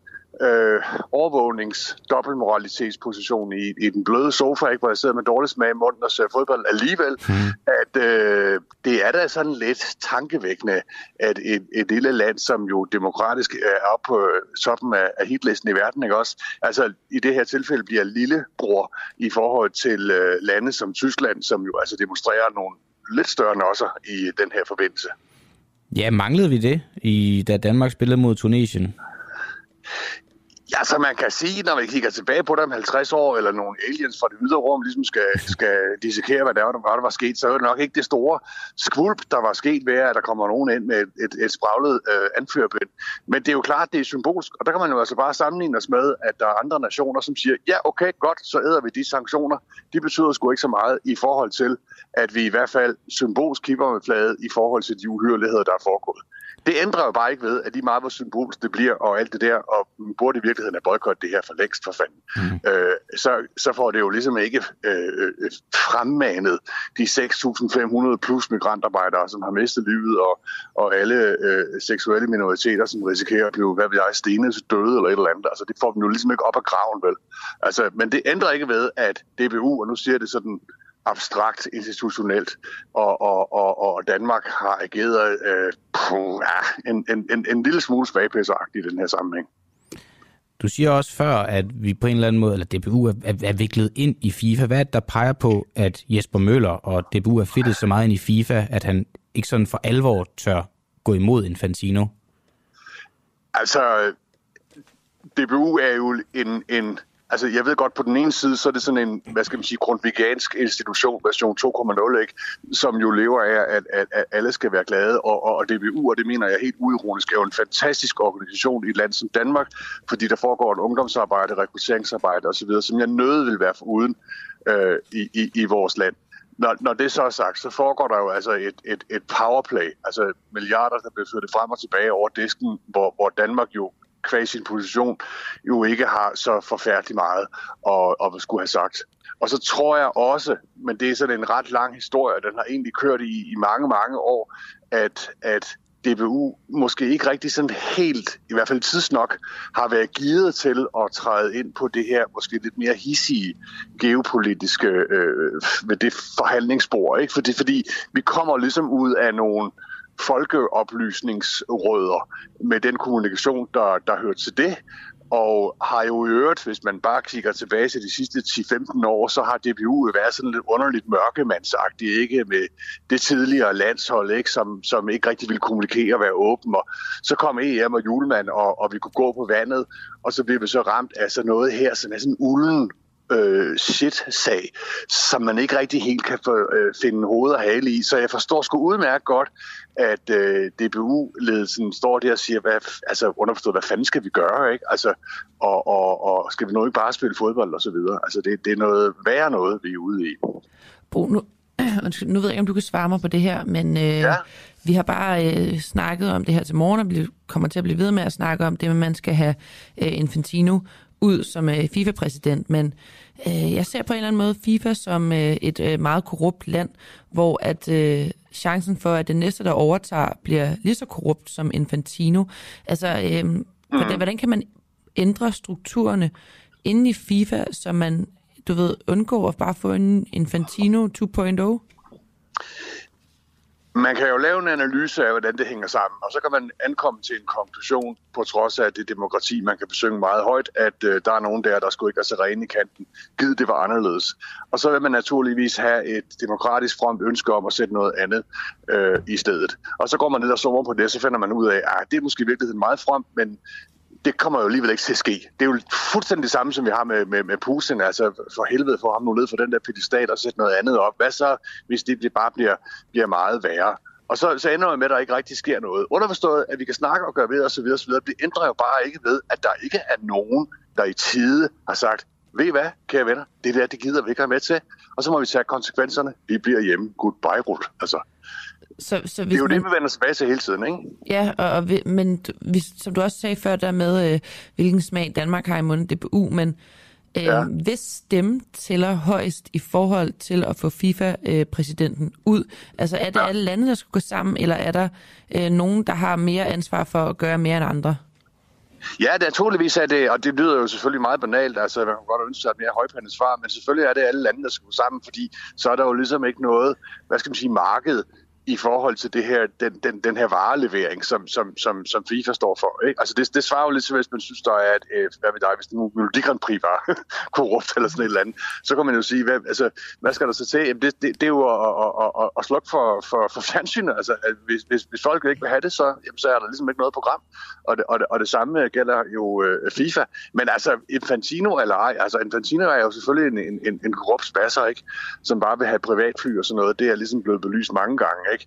H: overvågnings-dobbeltmoralitetsposition i den bløde sofa, ikke, hvor jeg sidder med dårlig smag i munden og ser fodbold alligevel, at det er da sådan lidt tankevækkende, at et lille land, som jo demokratisk er oppe på toppen af hitlisten i verden, ikke også? Altså i det her tilfælde bliver lillebror i forhold til lande som Tyskland, som jo altså demonstrerer nogle lidt større nosser i den her forbindelse.
D: Ja, manglede vi det, da Danmark spillede mod Tunesien?
H: Ja, så man kan sige, når vi kigger tilbage på dem 50 år, eller nogle aliens fra det ydre rum ligesom skal dissekere, hvad der var sket, så er det nok ikke det store skvulp, der var sket ved, at der kommer nogen ind med et spraglet anførbind. Men det er jo klart, det er symbolsk, og der kan man jo altså bare sammenligne os med, at der er andre nationer, som siger, ja, okay, godt, så æder vi de sanktioner. De betyder sgu ikke så meget i forhold til, at vi i hvert fald symbolsk kipper med flaget i forhold til de uhyrligheder, der er foregået. Det ændrer jo bare ikke ved, at lige meget hvor symbolsk det bliver, og alt det der, og burde i virkeligheden have boykottet det her for længst for fanden, så får det jo ligesom ikke fremmanet de 6.500 plus migrantarbejdere, som har mistet livet, og alle seksuelle minoriteter, som risikerer at blive, hvad ved jeg, stenet til døde eller et eller andet. Altså det får dem jo ligesom ikke op af graven, vel? Altså, men det ændrer ikke ved, at DBU, og nu siger det sådan abstrakt institutionelt, og Danmark har ageret en lille smule svagpæsagtigt i den her sammenhæng.
D: Du siger også før, at vi på en eller anden måde, eller DBU er viklet ind i FIFA. Hvad er det, der peger på, at Jesper Møller og DBU er fedtet så meget ind i FIFA, at han ikke sådan for alvor tør gå imod Infantino?
H: Altså, DBU er jo altså, jeg ved godt, på den ene side, så er det sådan en, hvad skal man sige, grundvigansk institution, version 2.0, ikke? Som jo lever af, at alle skal være glade, og DBU, og det mener jeg helt uironisk, er jo en fantastisk organisation i et land som Danmark, fordi der foregår et ungdomsarbejde, rekrutteringsarbejde osv., som jeg nødig vil være foruden i vores land. Når det så er sagt, så foregår der jo altså et powerplay, altså milliarder, der bliver flyttet frem og tilbage over disken, hvor Danmark jo kvæg sin position jo ikke har så forfærdeligt meget at skulle have sagt. Og så tror jeg også, men det er sådan en ret lang historie, den har egentlig kørt i mange, mange år, at DBU måske ikke rigtig sådan helt, i hvert fald tidsnok, har været gearet til at træde ind på det her måske lidt mere hissige geopolitiske ved det forhandlingsspor, ikke? Fordi vi kommer ligesom ud af nogle folkeoplysningsrødder med den kommunikation, der hører til det, og har jo i øvrigt, hvis man bare kigger tilbage til de sidste 10-15 år, så har DBU været sådan lidt underligt mørkemandsagtigt, ikke, med det tidligere landshold, ikke, som ikke rigtig ville kommunikere og være åben, og så kom EM og julemand, og vi kunne gå på vandet, og så blev vi så ramt af sådan noget her, som er sådan ulden shit-sag, som man ikke rigtig helt kan finde hoved og hale i. Så jeg forstår sgu udmærket godt, at DBU-ledelsen står der og siger, underforstået, hvad fanden skal vi gøre, ikke? Altså, og skal vi nu ikke bare spille fodbold og så videre? Altså, det er noget værre noget, vi er ude i.
C: Bo, nu ved jeg ikke, om du kan svare mig på det her, men vi har bare snakket om det her til morgen, og vi kommer til at blive ved med at snakke om det, at man skal have Infantino ud som FIFA-præsident, men jeg ser på en eller anden måde FIFA som et meget korrupt land, hvor at chancen for, at det næste, der overtager, bliver lige så korrupt som Infantino. Altså, hvordan kan man ændre strukturerne inde i FIFA, så man, undgår at bare få en Infantino 2.0?
H: Man kan jo lave en analyse af, hvordan det hænger sammen, og så kan man ankomme til en konklusion, på trods af det demokrati, man kan besynge meget højt, at der er nogen der skulle ikke være så rene i kanten. Gid det var anderledes. Og så vil man naturligvis have et demokratisk fromt ønske om at sætte noget andet i stedet. Og så går man ned og zoomer på det, så finder man ud af, at det er måske i virkeligheden meget fromt, men det kommer jo alligevel ikke til at ske. Det er jo fuldstændig det samme, som vi har med Putin. Altså for helvede, få ham nu ned for den der pedestal og sætte noget andet op. Hvad så, hvis det bare bliver meget værre? Og så ender det med, at der ikke rigtig sker noget. Underforstået, at vi kan snakke og gøre ved osv. Det ændrer jo bare ikke ved, at der ikke er nogen, der i tide har sagt, ved I hvad, kære venner, det gider vi ikke have med til. Og så må vi tage konsekvenserne. Vi bliver hjemme. Goodbye, Ruth. Altså. Så det er jo det, vi vender tilbage til hele tiden, ikke?
C: Ja, men som du også sagde før, der med, hvilken smag Danmark har i munden, DBU, men hvis stemme tæller højst i forhold til at få FIFA-præsidenten ud, altså er det alle lande, der skal gå sammen, eller er der nogen, der har mere ansvar for at gøre mere end andre?
H: Ja, naturligvis er det, og det lyder jo selvfølgelig meget banalt, altså man kan godt ønske sig et mere højpandet svar, men selvfølgelig er det alle lande, der skal gå sammen, fordi så er der jo ligesom ikke noget, marked i forhold til det her, den her varelevering, som FIFA står for. Ikke? Altså det svarer jo lidt til, hvis man synes, der er hvis den Melodi Grand Prix var korrupt eller sådan et eller andet, så kan man jo sige, hvad skal der så til? Jamen, det er jo at slukke for fjernsynet. Altså, hvis folk ikke vil have det, så er der ligesom ikke noget program. Og det samme gælder jo FIFA. Men altså, Infantino eller ej, altså Infantino er jo selvfølgelig en korrupt spasser, ikke? Som bare vil have privatfly og sådan noget. Det er ligesom blevet belyst mange gange, ikke?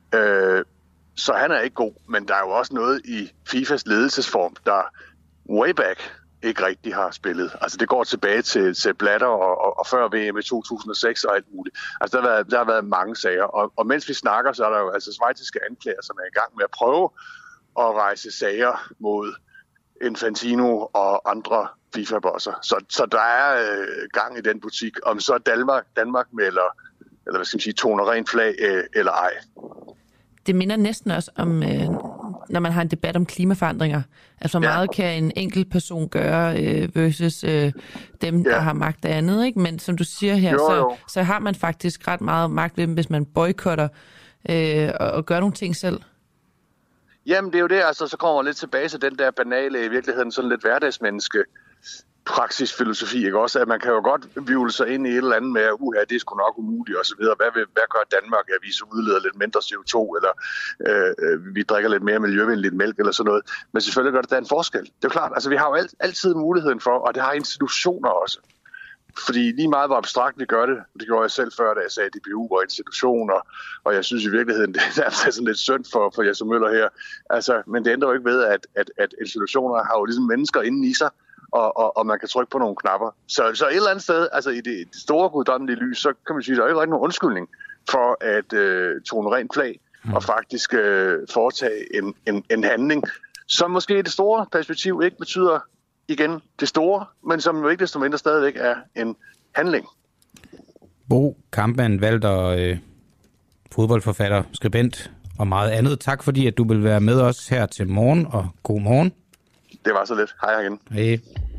H: Så han er ikke god, men der er jo også noget i FIFAs ledelsesform, der way back ikke rigtig har spillet. Altså det går tilbage til Blatter og før VM i 2006 og alt muligt. Altså der har været mange sager, og mens vi snakker, så er der jo altså schweiziske anklager, som er i gang med at prøve at rejse sager mod Infantino og andre FIFA-bosser. Så der er gang i den butik. Om så Danmark melder, eller hvad skal man sige, toner rent flag eller ej.
C: Det minder næsten også om, når man har en debat om klimaforandringer. Altså, hvor meget kan en enkelt person gøre versus dem, der har magt af andet, ikke? Men som du siger her, så har man faktisk ret meget magt ved dem, hvis man boykotter og gør nogle ting selv.
H: Jamen, det er jo det, altså, så kommer man lidt tilbage til den der banale, i virkeligheden sådan lidt hverdagsmenneske praksisfilosofi, ikke også? At man kan jo godt vivle sig ind i et eller andet med, at det er sgu nok umuligt, og så videre. Hvad gør Danmark, at vi så udleder lidt mindre CO2, eller vi drikker lidt mere miljøvenligt mælk, eller sådan noget. Men selvfølgelig gør det da en forskel. Det er jo klart, altså vi har jo altid muligheden for, og det har institutioner også. Fordi lige meget hvor abstrakt vi gør det, det gjorde jeg selv før, da jeg sagde DBU og institutioner, og jeg synes i virkeligheden, det er sådan lidt synd for Jesper Møller her. Altså, men det ændrer jo ikke ved, at institutioner har jo ligesom mennesker inde i sig, og man kan trykke på nogle knapper. Så et eller andet sted, altså i det store guddommelige lys, så kan man sige, at der er jo ikke nogen undskyldning for at tone rent flag og faktisk foretage en handling, som måske i det store perspektiv ikke betyder igen det store, men som jo ikke desto mindre stadigvæk er en handling.
D: Bo Kampmann, Walter, fodboldforfatter, skribent og meget andet. Tak fordi, at du vil være med os her til morgen, og god morgen.
H: Det var så lidt. Hej igen.
D: Hej.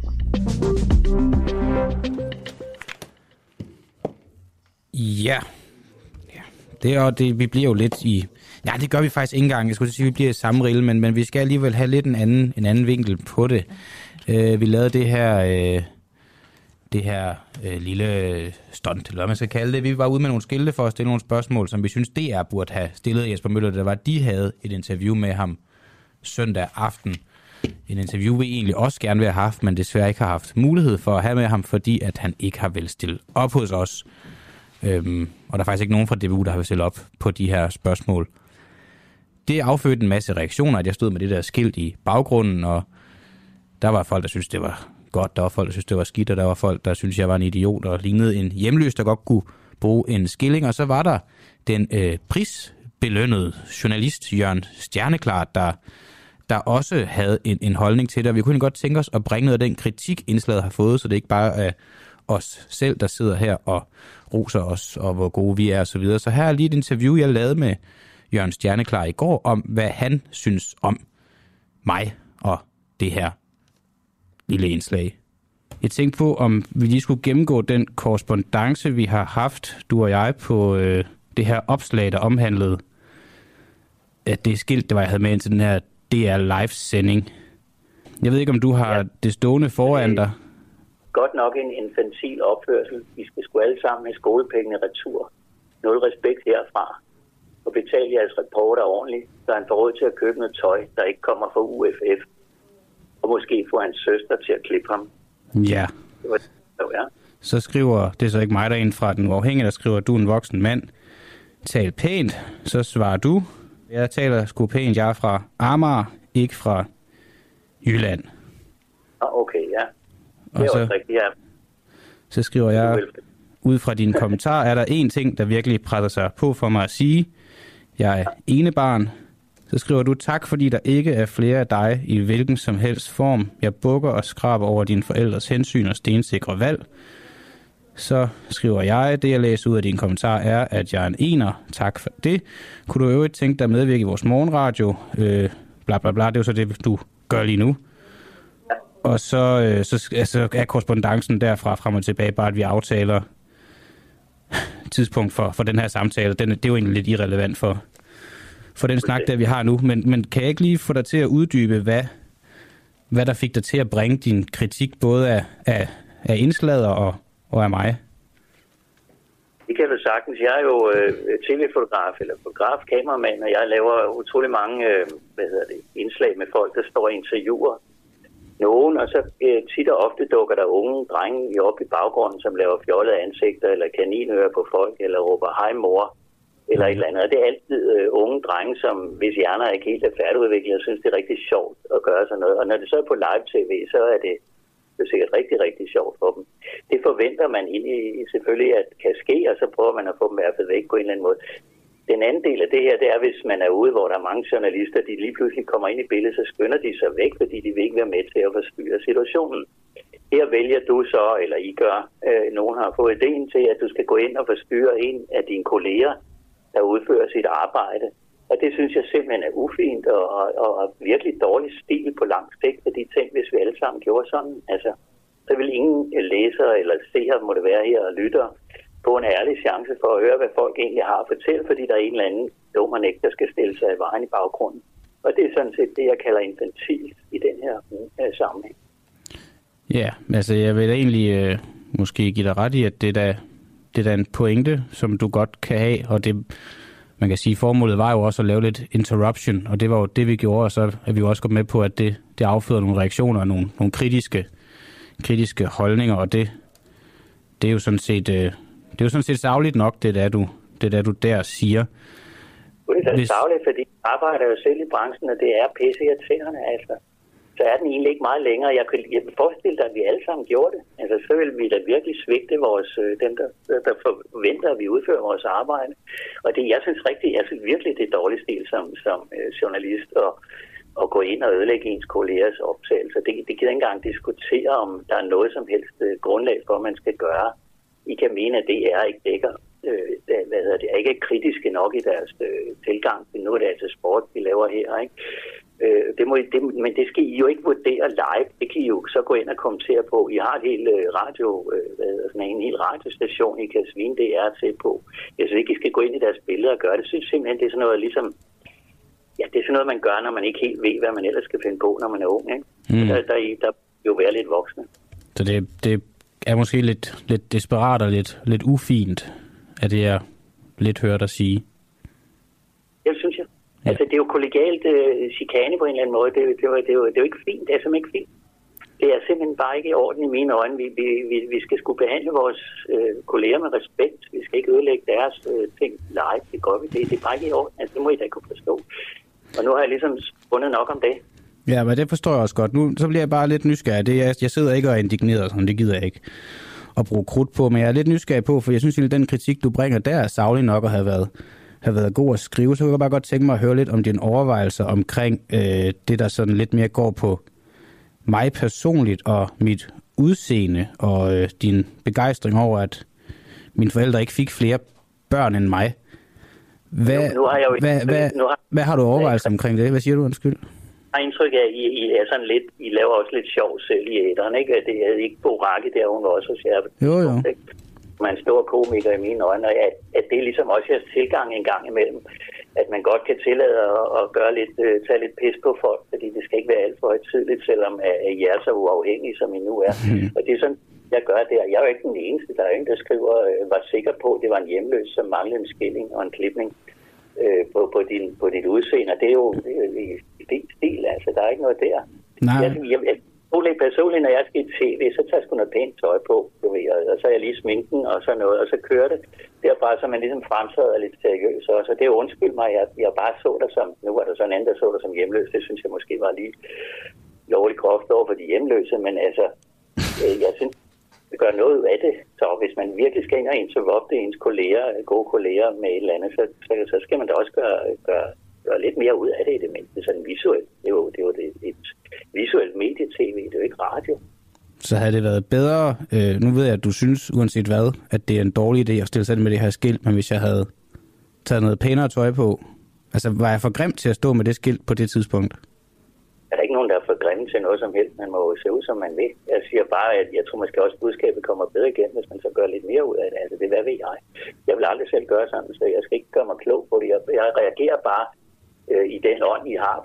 D: Ja. Det, vi bliver jo lidt i... Ja, det gør vi faktisk ikke engang. Jeg skulle sige, at vi bliver i samme rille, men vi skal alligevel have lidt en anden vinkel på det. Vi lavede det her lille stunt, eller hvad man skal kalde det. Vi var ude med nogle skilte for at stille nogle spørgsmål, som vi synes DR burde have stillet Jesper Møller. Det var, de havde et interview med ham søndag aften. En interview, vi egentlig også gerne vil have haft, men desværre ikke har haft mulighed for at have med ham, fordi at han ikke har vel stillet op hos os. Og der er faktisk ikke nogen fra DBU, der har stillet op på de her spørgsmål. Det affødte en masse reaktioner, at jeg stod med det der skilt i baggrunden, og der var folk, der syntes, det var godt, der var folk, der syntes, det var skidt, og der var folk, der syntes, jeg var en idiot, og lignede en hjemløs, der godt kunne bruge en skilling. Og så var der den prisbelønnede journalist, Jørgen Stjerneklart, der også havde en holdning til det, og vi kunne godt tænke os at bringe noget af den kritik, indslaget har fået, så det ikke bare er os selv, der sidder her og roser os, og hvor gode vi er, og så videre. Så her er lige et interview, jeg lavede med Jørgen Stjerneklart i går, om hvad han synes om mig og det her lille indslag. Jeg tænkte på, om vi lige skulle gennemgå den korrespondance, vi har haft, du og jeg, på det her opslag, der omhandlede, at det skilt, jeg havde med ind til den her DR live-sending. Jeg ved ikke, om du har det stående foran dig.
B: Godt nok en infantil opførsel. Vi skal sgu alle sammen med skolepengene retur. Nul respekt herfra. Og betale jeres reporter ordentligt, så han får råd til at købe noget tøj, der ikke kommer fra UFF. Og måske få hans søster til at klippe ham.
D: Ja.
B: Det var det,
D: Så skriver, det er så ikke mig derinde fra Den Uafhængige, der skriver, du er en voksen mand. Tal pænt. Så svarer du. Jeg taler sgu pænt. Jeg er fra Amager, ikke fra Jylland.
B: Okay, ja. Det er også rigtigt, ja.
D: Så skriver jeg, ud fra dine kommentarer, er der en ting, der virkelig presser sig på for mig at sige. Jeg er enebarn. Så skriver du, tak fordi der ikke er flere af dig i hvilken som helst form. Jeg bukker og skraber over dine forældres hensyn og stensikre valg. Så skriver jeg, det jeg læser ud af dine kommentarer er, at jeg er en ener. Tak for det. Kunne du øvrigt tænke dig at medvirke i vores morgenradio? Bla bla bla, det er jo så det, du gør lige nu. Og så er korrespondancen derfra frem og tilbage bare, at vi aftaler tidspunkt for den her samtale. Det er jo egentlig lidt irrelevant for den snak, der vi har nu. Men kan jeg ikke lige få dig til at uddybe, hvad der fik dig til at bringe din kritik både af indslaget og af mig?
B: Det kan du sagtens. Jeg er jo tv-fotograf eller fotograf-kameramand, og jeg laver utrolig mange indslag med folk, der står og interviewer nogen, og så tit og ofte dukker der unge drenge op i baggrunden, som laver fjollede ansigter, eller kaninører på folk, eller råber hej mor, eller et eller andet. Og det er altid unge drenge, som hvis hjerner ikke helt er færdigudviklet, og synes, det er rigtig sjovt at gøre sådan noget. Og når det så er på live-tv, så er det sikkert rigtig, rigtig sjovt for dem. Det forventer man selvfølgelig, at kan ske, og så prøver man at få dem værfet væk på en eller anden måde. Den anden del af det her, det er, hvis man er ude, hvor der er mange journalister, de lige pludselig kommer ind i billedet, så skynder de sig væk, fordi de vil ikke være med til at forstyrre situationen. Her vælger du så, eller I gør, nogen har fået ideen til, at du skal gå ind og forstyrre en af dine kolleger, der udfører sit arbejde. Og det synes jeg simpelthen er ufint og virkelig dårlig stil på lang sigt, fordi tænk, hvis vi alle sammen gjorde sådan, altså, så vil ingen læser eller seere, må det være her, og lytter, få en ærlig chance for at høre, hvad folk egentlig har at fortælle, fordi der er en eller anden dummer ikke, der skal stille sig i vejen i baggrunden. Og det er sådan set det, jeg kalder infantil i den her sammenhæng.
D: Ja, altså jeg vil egentlig måske give dig ret i, at det er en pointe, som du godt kan have, og det, man kan sige, formålet var jo også at lave lidt interruption, og det var jo det, vi gjorde, og så er vi jo også gået med på, at det afføder nogle reaktioner og nogle kritiske holdninger, og det er jo sådan set sagligt nok, det der du der siger.
B: Det er sagligt, fordi jeg arbejder jo selv i branchen, og det er pisseirriterende, altså. Så er den egentlig ikke meget længere. Jeg kan forestille dig, at vi alle sammen gjorde det. Altså, så vil vi da virkelig svigte dem, der forventer, at vi udfører vores arbejde. Og det, jeg synes virkelig, det er dårlig stil som journalist at gå ind og ødelægge ens kollegers optagelser. Det kan ikke engang diskutere, om der er noget som helst grundlag for, at man skal gøre. I kan mene, at det ikke dækker. Er ikke kritiske nok i deres tilgang til noget, det er altså sport, vi laver her, ikke? Men det skal I jo ikke vurdere live. Det kan I jo så gå ind og kommentere på. I har en hel radiostation, I kan svine DR til på. Jeg synes ikke, I skal gå ind i deres billeder og gøre det. Jeg synes simpelthen, det er sådan noget ligesom... Ja, det er sådan noget, man gør, når man ikke helt ved, hvad man ellers skal finde på, når man er ung, ikke? Der jo være lidt voksne.
D: Så det er måske lidt desperat og lidt ufint, at det er lidt hørt at sige.
B: Det synes jeg. Ja. Altså, det er jo kollegialt chikane på en eller anden måde. Det er jo ikke fint. Det er simpelthen ikke fint. Det er simpelthen bare ikke i orden i mine øjne. Vi skal skulle behandle vores kolleger med respekt. Vi skal ikke ødelægge deres ting live. Det gør vi. Det er bare ikke i orden. Altså, det må I da kunne forstå. Og nu har jeg ligesom fundet nok om det.
D: Ja, men det forstår jeg også godt. Nu så bliver jeg bare lidt nysgerrig. Jeg sidder ikke og er indigneret, sådan det gider jeg ikke at bruge krudt på. Men jeg er lidt nysgerrig på, for jeg synes, at den kritik, du bringer, der er saglig nok at have været god at skrive, så kunne jeg bare godt tænke mig at høre lidt om dine overvejelser omkring det, der sådan lidt mere går på mig personligt og mit udseende og din begejstring over, at mine forældre ikke fik flere børn end mig. Hvad har du overvejelser omkring det? Hvad siger du, undskyld?
B: Jeg har indtryk af, at I er sådan lidt, I laver også lidt sjov selv i æderen, ikke? Det er ikke Bo Rakke der, hun var også hos jer.
D: Jo.
B: Man er en stor komiker i mine øjne, og at det er ligesom også jeres tilgang en gang imellem, at man godt kan tillade at gøre lidt, tage lidt pis på folk, fordi det skal ikke være alt for højtideligt, selvom I er så uafhængige, som I nu er. Og det er sådan, jeg gør det. Jeg er jo ikke den eneste, der er ingen, der skriver, var sikker på, at det var en hjemløs, som manglede en skilling og en klipning på dit udseende. Det er jo i din stil, altså. Der er ikke noget der.
D: Nej.
B: Personligt, når jeg skal i tv, så tager jeg sgu noget pænt tøj på, og så er jeg lige sminken og sådan noget, og så kører det derfra, så man ligesom fremtræder lidt seriøs også. Og det er undskyld mig, jeg bare så dig som, nu var der så en anden, der så dig som hjemløs, det synes jeg måske var lige lovligt groft over for de hjemløse, men altså, jeg synes, det gør noget af det. Så hvis man virkelig skal ind og interrupte ens kolleger, gode kolleger med et eller andet, så skal man da også gøre lidt mere ud af det i det mindste, sådan visuelt. Det er jo et visuelt medie-tv, det er jo ikke radio.
D: Så havde det været bedre, nu ved jeg, at du synes, uanset hvad, at det er en dårlig idé at stille sig med det her skilt, men hvis jeg havde taget noget pænere tøj på, altså var jeg for grim til at stå med det skilt på det tidspunkt?
B: Er der ikke nogen, der er for grimme til noget som helst? Man må jo se ud, som man vil. Jeg siger bare, at jeg tror måske også, at budskabet kommer bedre igen, hvis man så gør lidt mere ud af det. Altså, det hvad ved jeg? Jeg vil aldrig selv gøre sådan, så jeg skal ikke gøre mig klog på det. Jeg reagerer bare i den ånd, I har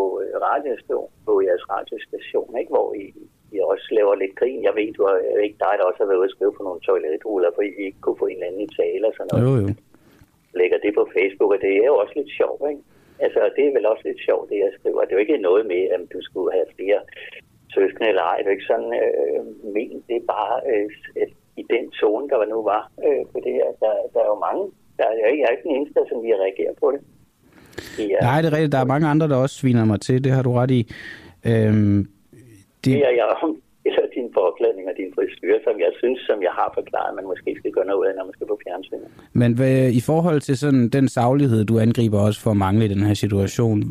B: på jeres radiostation, ikke? Hvor I også laver lidt grin. Jeg ved, du er ikke dig, der også har været ude at skrive på nogle toiletruller, for I ikke kunne få en eller anden i tale og sådan noget.
D: Jo.
B: Lægger det på Facebook, og det er jo også lidt sjovt, ikke? Altså, det er vel også lidt sjovt, det jeg skriver. Det er jo ikke noget med, at du skulle have flere søskende eller ej. Det er jo ikke sådan ment. Det er bare i den tone, der nu var på det her. Der er jo mange. Jeg er ikke den eneste, som vi reagerer på det.
D: Nej, det er rigtigt. Der er mange andre, der også sviner mig til. Det har du ret i.
B: Det er jeg eller din forklædning og din frisyr, som jeg har forklaret, man måske skal gøre noget af, når man skal på fjernsynet.
D: Men i forhold til sådan den saglighed, du angriber også for at mangle i den her situation,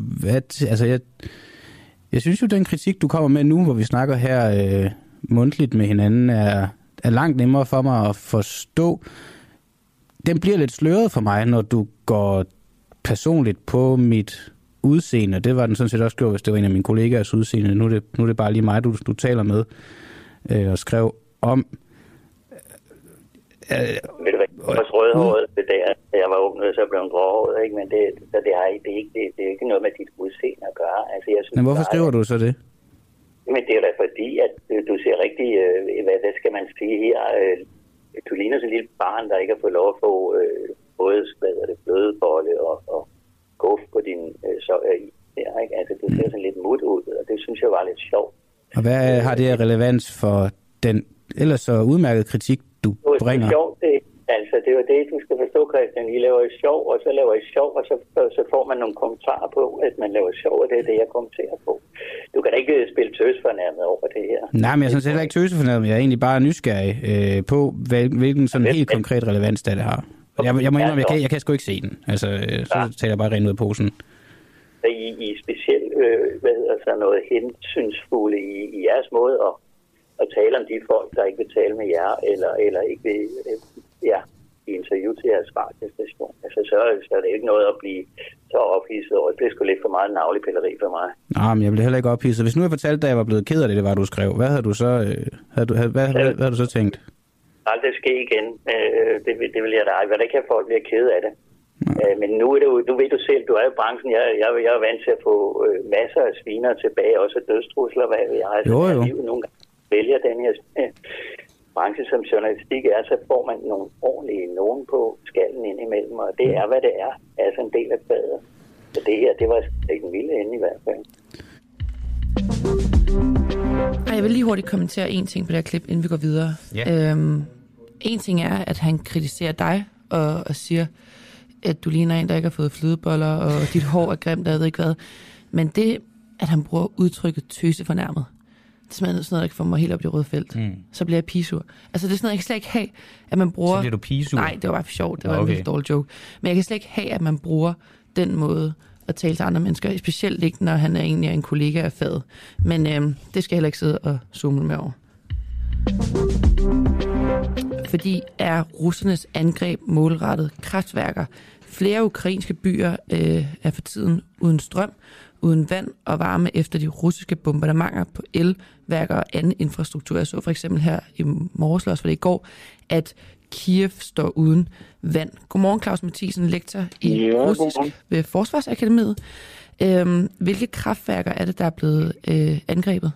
D: jeg synes jo, den kritik, du kommer med nu, hvor vi snakker her mundtligt med hinanden, er langt nemmere for mig at forstå. Den bliver lidt sløret for mig, når du går personligt på mit udseende. Det var den sådan set også gjort, hvis det var en af mine kollegaers udseende. Nu er det bare lige mig, du taler med og skrev om.
B: Ved du hvad, også rødhåret, da jeg var ung, så blev en gråhåret, ikke? Men det er ikke noget med dit udseende at gøre. Altså, jeg synes,
D: men hvorfor skriver du så det?
B: Men det er da fordi, at du ser rigtig, hvad skal man sige her, du ligner sådan en lille barn, der ikke har fået lov at få både blødebolle og guf på din sokker i. Ikke? Altså, du ser sådan lidt mut ud, og det synes jeg var lidt sjovt.
D: Og hvad har det relevans for den ellers så udmærkede kritik, du bringer?
B: Det er sjovt, det er jo det, du skal forstå, Christian. I laver et sjov, og så laver I sjov, og så får man nogle kommentarer på, at man laver sjov, og det er det, jeg kommenterer på. Du kan da ikke spille tøsefornærmet over det her.
D: Nej, men jeg synes heller ikke tøsefornærmet. Jeg er egentlig bare nysgerrig på, hvilken sådan helt konkret relevans det har. Jeg må indrømme, jeg kan sgu ikke se den. Altså, så tager jeg bare rent ud af posen.
B: I specielt, noget hensynsfulde i jeres måde at tale om de folk, der ikke vil tale med jer, eller ikke vil i interview til jeres radiostation. Altså, så er det ikke noget at blive så ophidset over. Det er sgu lidt for meget navlepilleri for mig.
D: Nej, men jeg blev heller ikke ophidset. Hvis nu jeg fortalte, da jeg var blevet ked af det var, du skrev, hvad havde du så, hvad havde du så tænkt?
B: Aldrig ske igen. Det vil jeg da. Hvad der kan folk blive ked af det. Men nu ved du selv, du er i branchen. Jeg er vant til at få masser af sviner tilbage, også dødstrusler, hvad jeg har.
D: Jo.
B: Nogle gange vælger den her branche som journalistik er, så får man nogle ordentlige nogen på skallen ind imellem, og det er, hvad det er. Altså en del af fadet. Så det her, det var ikke en vilde ende i hvert fald.
C: Jeg vil lige hurtigt kommentere en ting på det her klip, inden vi går videre. Yeah. En ting er, at han kritiserer dig og siger, at du ligner en, der ikke har fået flødeboller, og dit hår er grimt, og jeg ved ikke hvad. Men det, at han bruger udtrykket tøsefornærmet, det er sådan noget, der ikke får mig helt op i det røde felt. Så bliver jeg pigesur. Altså, det er sådan noget, jeg kan slet ikke have, at man bruger...
D: Så bliver du pigesur?
C: Nej, det var bare for sjovt. Det var en virkelig dårlig joke. Men jeg kan slet ikke have, at man bruger den måde at tale til andre mennesker. Specielt ikke, når han er egentlig en kollega af faget. Men det skal jeg heller ikke sidde og zoome med over. Fordi er russernes angreb målrettet kraftværker. Flere ukrainske byer er for tiden uden strøm, uden vand og varme efter de russiske bombardementer på elværker og anden infrastruktur. Jeg så for eksempel her i morges, var det i går, at Kiev står uden vand. Godmorgen, Claus Mathisen, lektor i russisk ved Forsvarsakademiet. Hvilke kraftværker er det, der er blevet angrebet?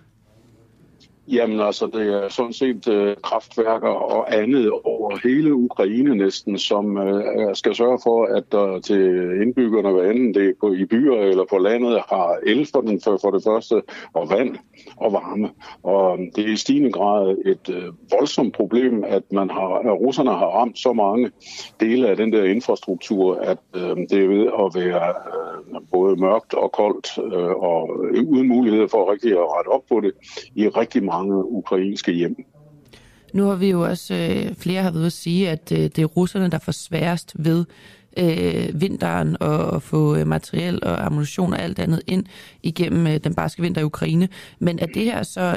I: Jamen altså, det er sådan set kraftværker og andet over hele Ukraine næsten, som skal sørge for, at der til indbyggerne, hvad enten det er i byer eller på landet, har el for det første, og vand og varme. Og det er i stigende grad et voldsomt problem, at russerne har ramt så mange dele af den der infrastruktur, at det er ved at være både mørkt og koldt og uden mulighed for rigtig at rette op på det i rigtig mange ukrainske hjem.
C: Nu har vi jo også, flere har ved at sige, at det er russerne, der får sværest ved vinteren og få materiel og ammunition og alt andet ind igennem den barske vinter i Ukraine. Men er det her så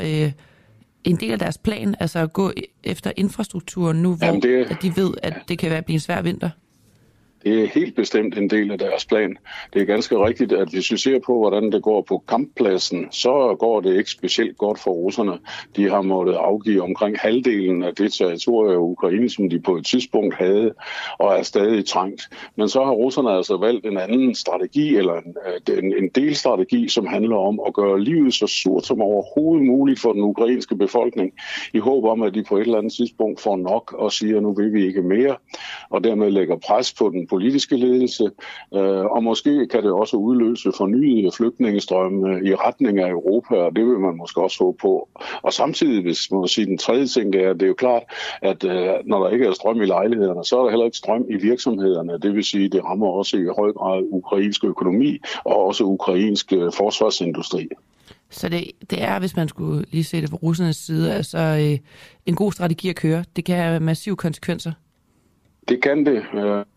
C: en del af deres plan, altså at gå efter infrastrukturen nu, hvor at de ved, at det kan blive en svær vinter?
I: Det er helt bestemt en del af deres plan. Det er ganske rigtigt, at hvis vi ser på, hvordan det går på kamppladsen, så går det ikke specielt godt for russerne. De har måttet afgive omkring halvdelen af det territorium af Ukraine, som de på et tidspunkt havde, og er stadig trængt. Men så har russerne altså valgt en anden strategi, eller en delstrategi, som handler om at gøre livet så surt som overhovedet muligt for den ukrainske befolkning, i håb om, at de på et eller andet tidspunkt får nok og siger, nu vil vi ikke mere, og dermed lægger pres på den politiske ledelse, og måske kan det også udløse fornyede flygtningestrømme i retning af Europa, og det vil man måske også håbe på. Og samtidig, hvis man må sige den tredje ting, det er jo klart, at når der ikke er strøm i lejlighederne, så er der heller ikke strøm i virksomhederne. Det vil sige, det rammer også i høj grad ukrainsk økonomi og også ukrainsk forsvarsindustri.
C: Så det er, hvis man skulle lige se det fra russernes side, altså en god strategi at køre. Det kan have massive konsekvenser.
I: Det kan det.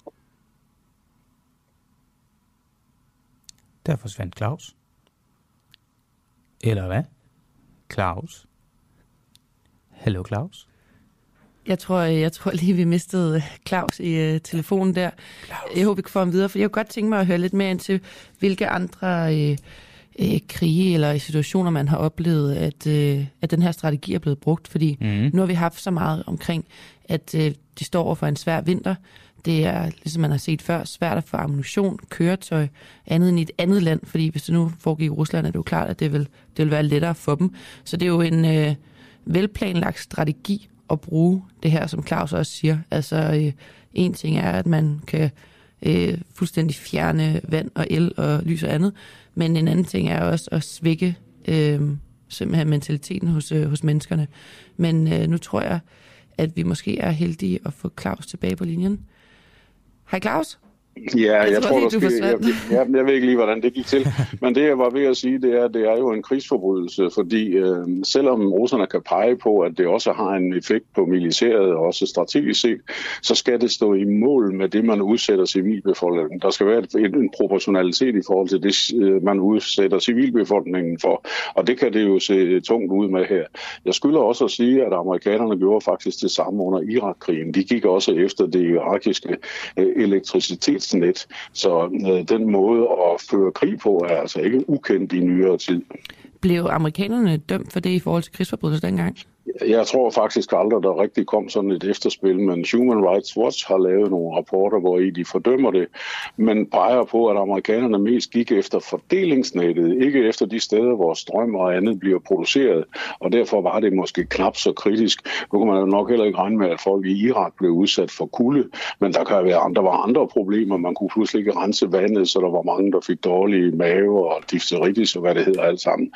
D: Der forsvandt Claus. Eller hvad? Claus? Hallo Claus?
C: Jeg tror lige, vi mistede Claus i telefonen der. Claus. Jeg håber, vi kan få ham videre, for jeg kunne godt tænke mig at høre lidt mere ind til, hvilke andre krige eller situationer, man har oplevet, at den her strategi er blevet brugt. Fordi nu har vi haft så meget omkring, at de står over for en svær vinter. Det er, ligesom man har set før, svært at få ammunition, køretøj, andet end i et andet land. Fordi hvis det nu foregik i Rusland, er det jo klart, at det vil være lettere for dem. Så det er jo en velplanlagt strategi at bruge det her, som Claus også siger. Altså, en ting er, at man kan fuldstændig fjerne vand og el og lys og andet, men en anden ting er også at svække simpelthen mentaliteten hos menneskerne. Men nu tror jeg, at vi måske er heldige at få Claus tilbage på linjen. Hej Claus.
I: Ja, jeg tror, jeg ved ikke lige, hvordan det gik til. Men det, jeg var ved at sige, det er jo en krigsforbrydelse, fordi selvom russerne kan pege på, at det også har en effekt på militæret, og også strategisk set, så skal det stå i mål med det, man udsætter civilbefolkningen. Der skal være en proportionalitet i forhold til det, man udsætter civilbefolkningen for. Og det kan det jo se tungt ud med her. Jeg skylder også at sige, at amerikanerne gjorde faktisk det samme under Irak-krigen. De gik også efter det irakiske elektricitetsnet. Så den måde at føre krig på er altså ikke ukendt i nyere tid.
C: Blev amerikanerne dømt for det i forhold til krigsforbrydelser dengang?
I: Jeg tror faktisk aldrig, der rigtig kom sådan et efterspil, men Human Rights Watch har lavet nogle rapporter, hvor de fordømmer det, men peger på, at amerikanerne mest gik efter fordelingsnettet, ikke efter de steder, hvor strøm og andet bliver produceret, og derfor var det måske knap så kritisk. Nu kan man jo nok heller ikke regne med, at folk i Irak blev udsat for kulde, men der kan være andre problemer. Man kunne pludselig ikke rense vandet, så der var mange, der fik dårlige mave og diphteritis og hvad det hedder alt sammen.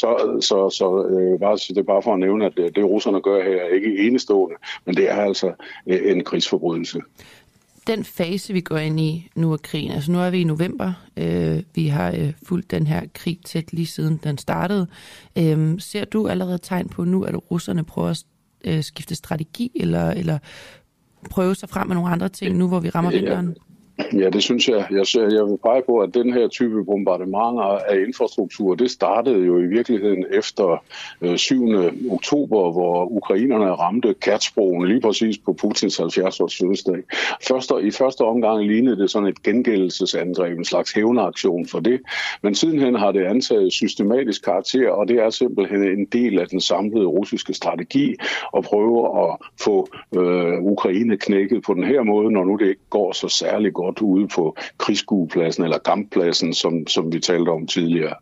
I: Så det er bare for at nævne, at det russerne gør her er ikke enestående, men det er altså en krigsforbrydelse.
C: Den fase, vi går ind i nu af krigen, altså nu er vi i november, vi har fulgt den her krig tæt lige siden den startede. Ser du allerede tegn på nu, at russerne prøver at skifte strategi, eller prøve sig frem med nogle andre ting nu, hvor vi rammer vinteren?
I: Ja, det synes jeg. Jeg vil pege på, at den her type bombardementer af infrastruktur, det startede jo i virkeligheden efter 7. oktober, hvor ukrainerne ramte Kertsbroen lige præcis på Putins 70-års fødselsdag. I første omgang lignede det sådan et gengældelsesangreb, en slags hævneaktion for det, men sidenhen har det antaget systematisk karakter, og det er simpelthen en del af den samlede russiske strategi at prøve at få Ukraine knækket på den her måde, når nu det ikke går så særlig godt ude på krigsskuepladsen eller kamppladsen, som vi talte om tidligere.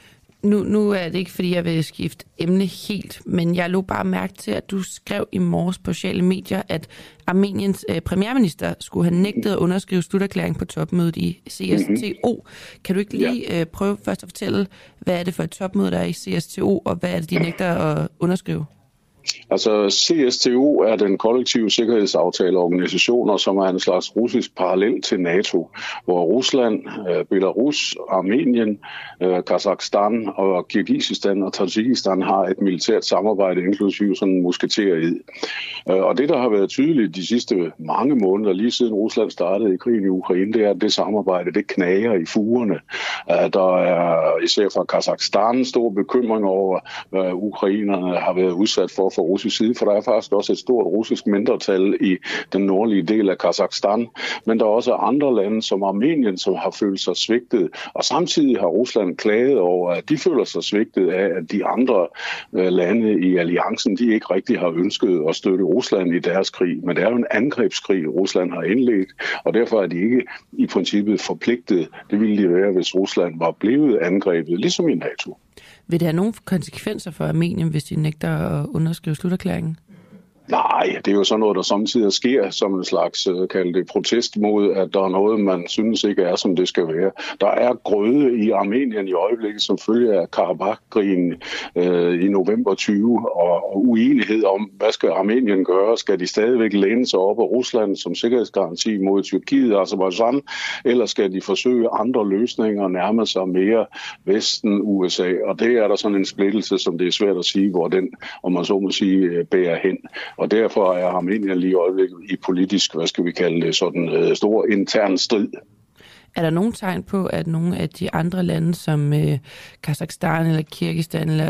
C: Nu er det ikke, fordi jeg vil skifte emne helt, men jeg lå bare mærke til, at du skrev i morges på sociale medier, at Armeniens premierminister skulle have nægtet at underskrive sluterklæring på topmødet i CSTO. Kan du ikke lige prøve først at fortælle, hvad er det for et topmøde, der er i CSTO, og hvad er det, de nægter at underskrive?
I: Altså CSTO er den kollektive sikkerhedsaftaleorganisationer, som er en slags russisk parallel til NATO, hvor Rusland, Belarus, Armenien, Kazakhstan og Kirgisistan og Tadsjikistan har et militært samarbejde, inklusive sådan en musketered. Og det, der har været tydeligt de sidste mange måneder, lige siden Rusland startede i krigen i Ukraine, det er, at det samarbejde, det knager i fugerne. Der er især fra Kazakhstan stor bekymring over, hvad ukrainerne har været udsat for russisk side, for der er faktisk også et stort russisk mindretal i den nordlige del af Kazakhstan, men der er også andre lande som Armenien, som har følt sig svigtet, og samtidig har Rusland klaget over, at de føler sig svigtet af, at de andre lande i alliancen, de ikke rigtig har ønsket at støtte Rusland i deres krig, men det er jo en angrebskrig, Rusland har indledt, og derfor er de ikke i princippet forpligtet. Det ville de være, hvis Rusland var blevet angrebet, ligesom i NATO.
C: Vil det have nogle konsekvenser for Armenien, hvis de nægter at underskrive sluterklæringen?
I: Nej, det er jo sådan noget, der samtidig sker som en slags kaldet protest mod, at der er noget, man synes ikke er, som det skal være. Der er grøde i Armenien i øjeblikket, som følge af Karabakh-krigen i november 20, og uenighed om, hvad skal Armenien gøre? Skal de stadigvæk læne sig op af Rusland som sikkerhedsgaranti mod Tyrkiet og Aserbajdsjan, eller skal de forsøge andre løsninger og nærme sig mere Vesten, USA? Og det er der sådan en splittelse, som det er svært at sige, hvor den, om man så må sige, bærer hen. Og derfor er Armenien lige i øjeblikket i politisk, hvad skal vi kalde det, sådan stor intern strid.
C: Er der nogen tegn på, at nogle af de andre lande, som Kazakhstan eller Kyrgyzstan eller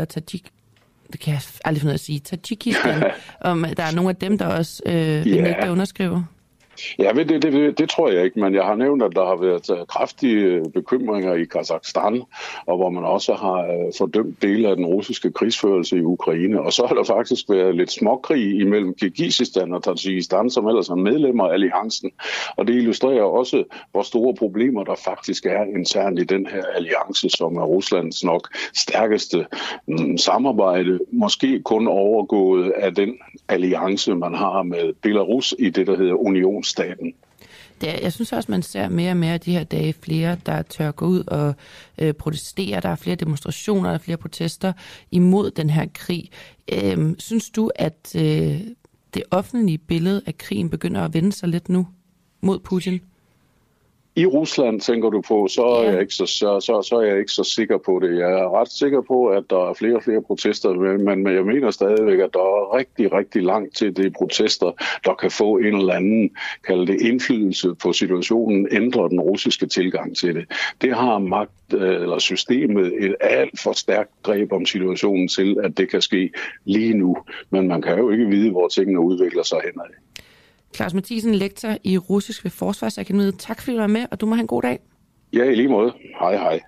C: Tajikistan, om der er nogle af dem, der også vil nægte at underskrive?
I: Ja, det tror jeg ikke, men jeg har nævnt, at der har været kraftige bekymringer i Kazakhstan, og hvor man også har fordømt dele af den russiske krigsførelse i Ukraine. Og så har der faktisk været lidt småkrig imellem Kirgisistan og Tajikistan, som ellers er medlemmer af alliancen. Og det illustrerer også, hvor store problemer der faktisk er internt i den her alliance, som er Ruslands nok stærkeste samarbejde. Måske kun overgået af den alliance, man har med Belarus i det, der hedder Unionsstaten.
C: Jeg synes også, man ser mere og mere de her dage flere, der tør gå ud og protestere. Der er flere demonstrationer, der er flere protester imod den her krig. Synes du, at det offentlige billede af krigen begynder at vende sig lidt nu mod Putin?
I: I Rusland, tænker du på, så er jeg ikke så sikker på det. Jeg er ret sikker på, at der er flere og flere protester, men jeg mener stadigvæk, at der er rigtig, rigtig langt til de protester, der kan få en eller anden, kalde det indflydelse på situationen, ændre den russiske tilgang til det. Det har magt eller systemet et alt for stærkt greb om situationen til, at det kan ske lige nu. Men man kan jo ikke vide, hvor tingene udvikler sig henad.
C: Claus Mathisen, lektor i russisk ved Forsvarsakademiet. Tak fordi du var med, og du må have en god dag.
I: Ja, i lige måde. Hej, hej.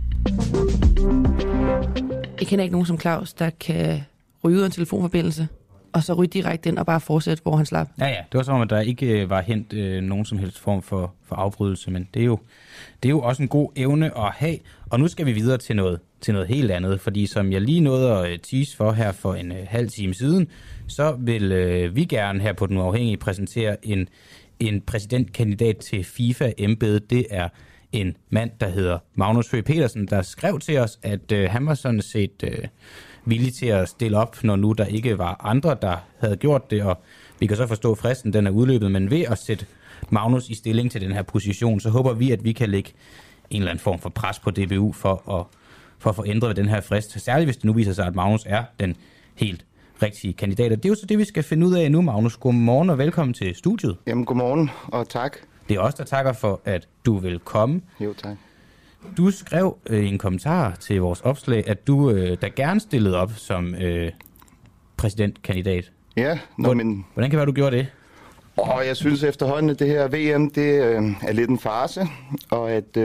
C: Jeg kender ikke nogen som Claus, der kan ryge ud af en telefonforbindelse, og så ryge direkte ind og bare fortsætte, hvor han slap.
D: Ja, det var som om, at der ikke var hent nogen som helst form for afbrydelse, men det er jo også en god evne at have. Og nu skal vi videre til noget helt andet, fordi som jeg lige nåede at tease for her for en halv time siden, så vil vi gerne her på Den Uafhængige præsentere en præsidentkandidat til FIFA-embedet. Det er en mand, der hedder Magnus Høgh Petersen, der skrev til os, at han var sådan set villig til at stille op, når nu der ikke var andre, der havde gjort det, og vi kan så forstå, at fristen den er udløbet, men ved at sætte Magnus i stilling til den her position, så håber vi, at vi kan lægge en eller anden form for pres på DBU for at få ændret den her frist. Særligt hvis det nu viser sig, at Magnus er den helt rigtige kandidat. Og det er jo så det, vi skal finde ud af nu, Magnus. Godmorgen og velkommen til studiet.
J: Jamen, godmorgen og tak.
D: Det er os, der takker for, at du vil komme.
J: Jo, tak.
D: Du skrev i en kommentar til vores opslag, at du da gerne stillede op som præsidentkandidat.
J: Ja,
D: hvordan kan det være, du gjorde det?
J: Jeg synes efterhånden, at det her VM, det er lidt en farce, og at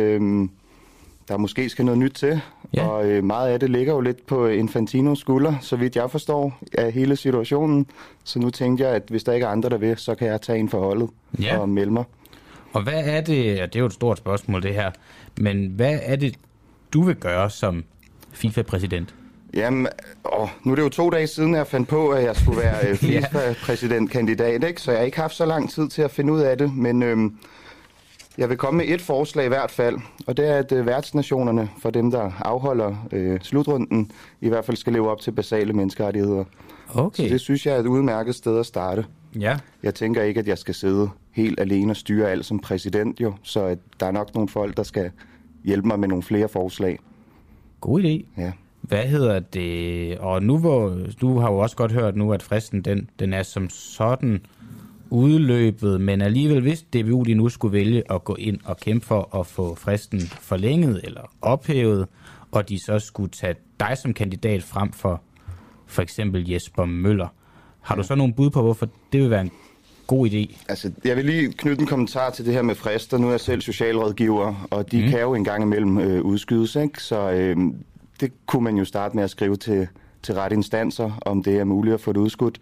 J: der måske skal noget nyt til. Ja. Og meget af det ligger jo lidt på Infantinos skulder, så vidt jeg forstår af hele situationen. Så nu tænkte jeg, at hvis der ikke er andre, der vil, så kan jeg tage en for holdet og melde mig.
D: Og hvad er det, og det er jo et stort spørgsmål det her, men hvad er det, du vil gøre som FIFA-præsident?
J: Jamen, nu er det jo 2 dage siden, jeg fandt på, at jeg skulle være FIFA-præsidentkandidat, ikke? Så jeg har ikke haft så lang tid til at finde ud af det, men jeg vil komme med et forslag i hvert fald, og det er, at værtsnationerne for dem, der afholder slutrunden, i hvert fald skal leve op til basale menneskerettigheder.
D: Okay.
J: Så det synes jeg er et udmærket sted at starte.
D: Ja.
J: Jeg tænker ikke, at jeg skal sidde helt alene og styre alt som præsident, jo, så at der er nok nogle folk, der skal hjælpe mig med nogle flere forslag.
D: God idé.
J: Ja.
D: Hvad hedder det? Og nu du har jo også godt hørt nu, at fristen den er som sådan udløbet, men alligevel hvis DBU de nu skulle vælge at gå ind og kæmpe for at få fristen forlænget eller ophævet, og de så skulle tage dig som kandidat frem for eksempel Jesper Møller. Har du så nogle bud på, hvorfor det vil være en god idé?
J: Altså, jeg vil lige knytte en kommentar til det her med frister. Nu er jeg selv socialrådgiver, og de kan jo en gang imellem udskydes, ikke? Så det kunne man jo starte med at skrive til rette instanser, om det er muligt at få det udskudt.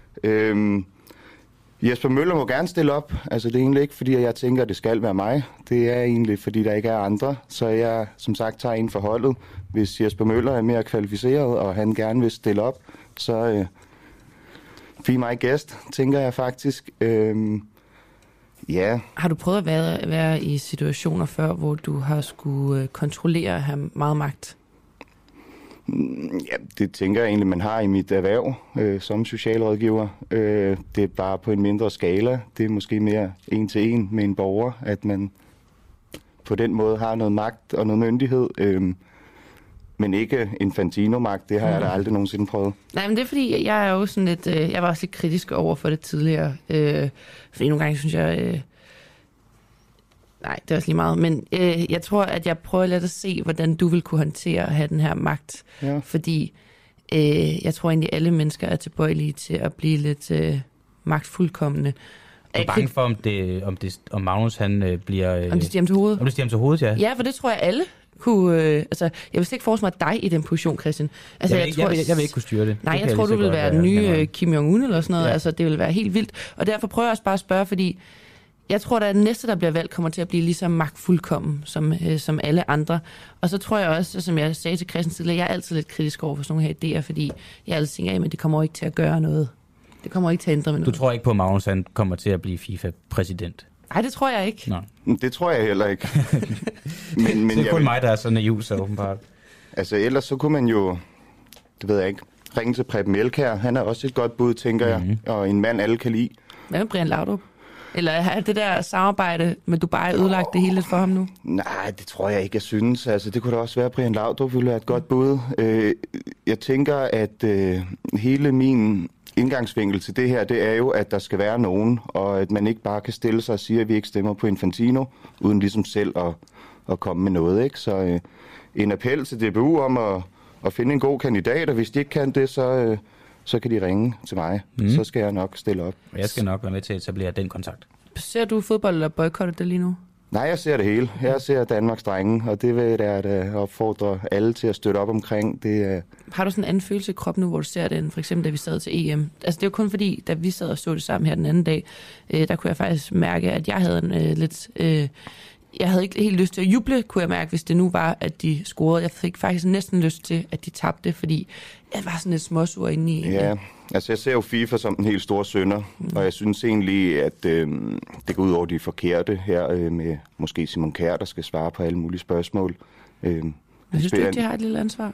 J: Jesper Møller må gerne stille op. Altså, det er egentlig ikke, fordi jeg tænker, at det skal være mig. Det er egentlig, fordi der ikke er andre. Så jeg, som sagt, tager en for holdet. Hvis Jesper Møller er mere kvalificeret, og han gerne vil stille op, så be my guest, tænker jeg faktisk. Ja.
C: Har du prøvet at være i situationer før, hvor du har skulle kontrollere og have meget magt?
J: Ja, det tænker jeg egentlig, man har i mit erhverv som socialrådgiver. Det er bare på en mindre skala. Det er måske mere en til en med en borger, at man på den måde har noget magt og noget myndighed. Men ikke Infantino-magt, det har jeg da aldrig nogensinde prøvet. Nej,
C: men det er fordi, jeg er jo sådan lidt... jeg var også lidt kritisk over for det tidligere. Fordi nogle gange synes jeg... nej, det er også lige meget. Men jeg tror, at jeg prøver lidt at se, hvordan du vil kunne håndtere at have den her magt. Ja. Fordi jeg tror egentlig, alle mennesker er tilbøjelige til at blive lidt magtfuldkommende.
D: Du er bange for, om Magnus han bliver...
C: om det stiger ham til hovedet?
D: Om det stiger ham til hovedet, ja.
C: Ja, for det tror jeg alle kunne... jeg vil slet ikke forestille mig dig i den position, Christian. Altså,
D: jeg vil ikke kunne styre det.
C: Nej, jeg tror, du vil være den nye Kim Jong-un eller sådan noget. Ja. Altså, det vil være helt vildt. Og derfor prøver jeg også bare at spørge, fordi jeg tror, at den næste, der bliver valgt, kommer til at blive lige så magtfuldkommen som alle andre. Og så tror jeg også, som jeg sagde til Christian tidligere, jeg er altid lidt kritisk over for sådan nogle her idéer, fordi jeg altid tænker, at det kommer ikke til at gøre noget. Det kommer ikke til at ændre med noget.
D: Du tror ikke på, at Magnus han kommer til at blive FIFA-præsident?
C: Nej, det tror jeg ikke.
D: Nej.
J: Det tror jeg heller ikke.
D: men det er kun mig, der er så naiv, så åbenbart.
J: Altså ellers så kunne man jo, det ved jeg ikke, ringe til Preben Elkjær. Han er også et godt bud, tænker jeg, og en mand alle kan lide.
C: Hvad med Brian Laudrup? Eller er det der samarbejde med Dubai ødelagt det hele lidt for ham nu?
J: Nej, det tror jeg ikke, jeg synes. Altså, det kunne da også være, at Brian Laudrup ville være et godt bud. Jeg tænker, at hele min indgangsvinkel til det her, det er jo, at der skal være nogen, og at man ikke bare kan stille sig og sige, at vi ikke stemmer på Infantino, uden ligesom selv at komme med noget, ikke? Så en appel til DBU om at finde en god kandidat, og hvis de ikke kan det, så kan de ringe til mig. Så skal jeg nok stille op.
D: Jeg skal nok være med til at etablere den kontakt.
C: Ser du fodbold eller boykotter det lige nu?
J: Nej, jeg ser det hele. Jeg ser Danmarks drenge, og det vil jeg da opfordre alle til at støtte op omkring.
C: Har du sådan en anden følelse i kroppen nu, hvor du ser det, for eksempel da vi sad til EM? Altså det er jo kun fordi, da vi sad og så det sammen her den anden dag, der kunne jeg faktisk mærke, at jeg havde en lidt... jeg havde ikke helt lyst til at juble, kunne jeg mærke, hvis det nu var, at de scorede. Jeg fik faktisk næsten lyst til, at de tabte, fordi jeg var sådan lidt småsur inde i...
J: Ja, altså jeg ser jo FIFA som den helt store synder, og jeg synes egentlig, at det går ud over de forkerte her med måske Simon Kjær, der skal svare på alle mulige spørgsmål.
C: Men synes du ikke, de har et lille ansvar?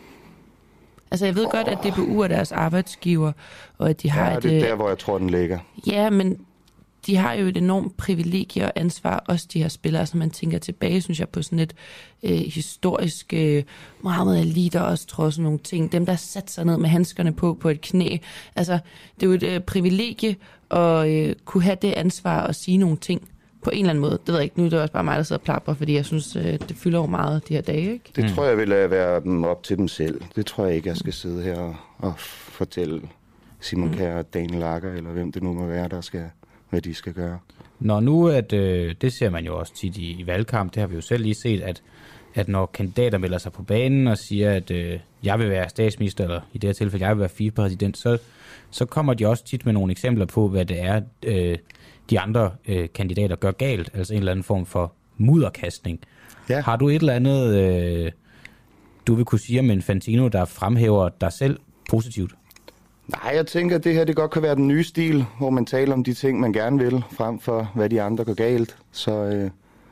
C: Altså jeg ved godt, at DBU er deres arbejdsgiver, og at de har
J: et... Ja, det er der, hvor jeg tror, den ligger.
C: Ja, men... De har jo et enormt privilegie og ansvar, også de her spillere, så man tænker tilbage, synes jeg, på sådan et historisk Muhammed Ali, der også tror sådan nogle ting. Dem, der satte sig ned med handskerne på et knæ. Altså, det er jo et privilegie at kunne have det ansvar og sige nogle ting på en eller anden måde. Det ved jeg ikke. Nu er det også bare mig, der sidder og plapper, fordi jeg synes, det fylder over meget de her dage, ikke?
J: Det tror jeg vil være dem op til dem selv. Det tror jeg ikke, jeg skal sidde her og fortælle Simon Kjær, Daniel Lager, eller hvem det nu må være, der skal... hvad de skal gøre.
D: Når nu, at det ser man jo også tit i valgkamp, det har vi jo selv lige set, at når kandidater melder sig på banen og siger, at jeg vil være statsminister, eller i det her tilfælde, jeg vil være FIFA-præsident, så kommer de også tit med nogle eksempler på, hvad det er, de andre kandidater gør galt, altså en eller anden form for mudderkastning. Ja. Har du et eller andet, du vil kunne sige om Infantino, der fremhæver dig selv positivt?
J: Nej, jeg tænker, at det her det godt kan være den nye stil, hvor man taler om de ting, man gerne vil, frem for hvad de andre gør galt. Så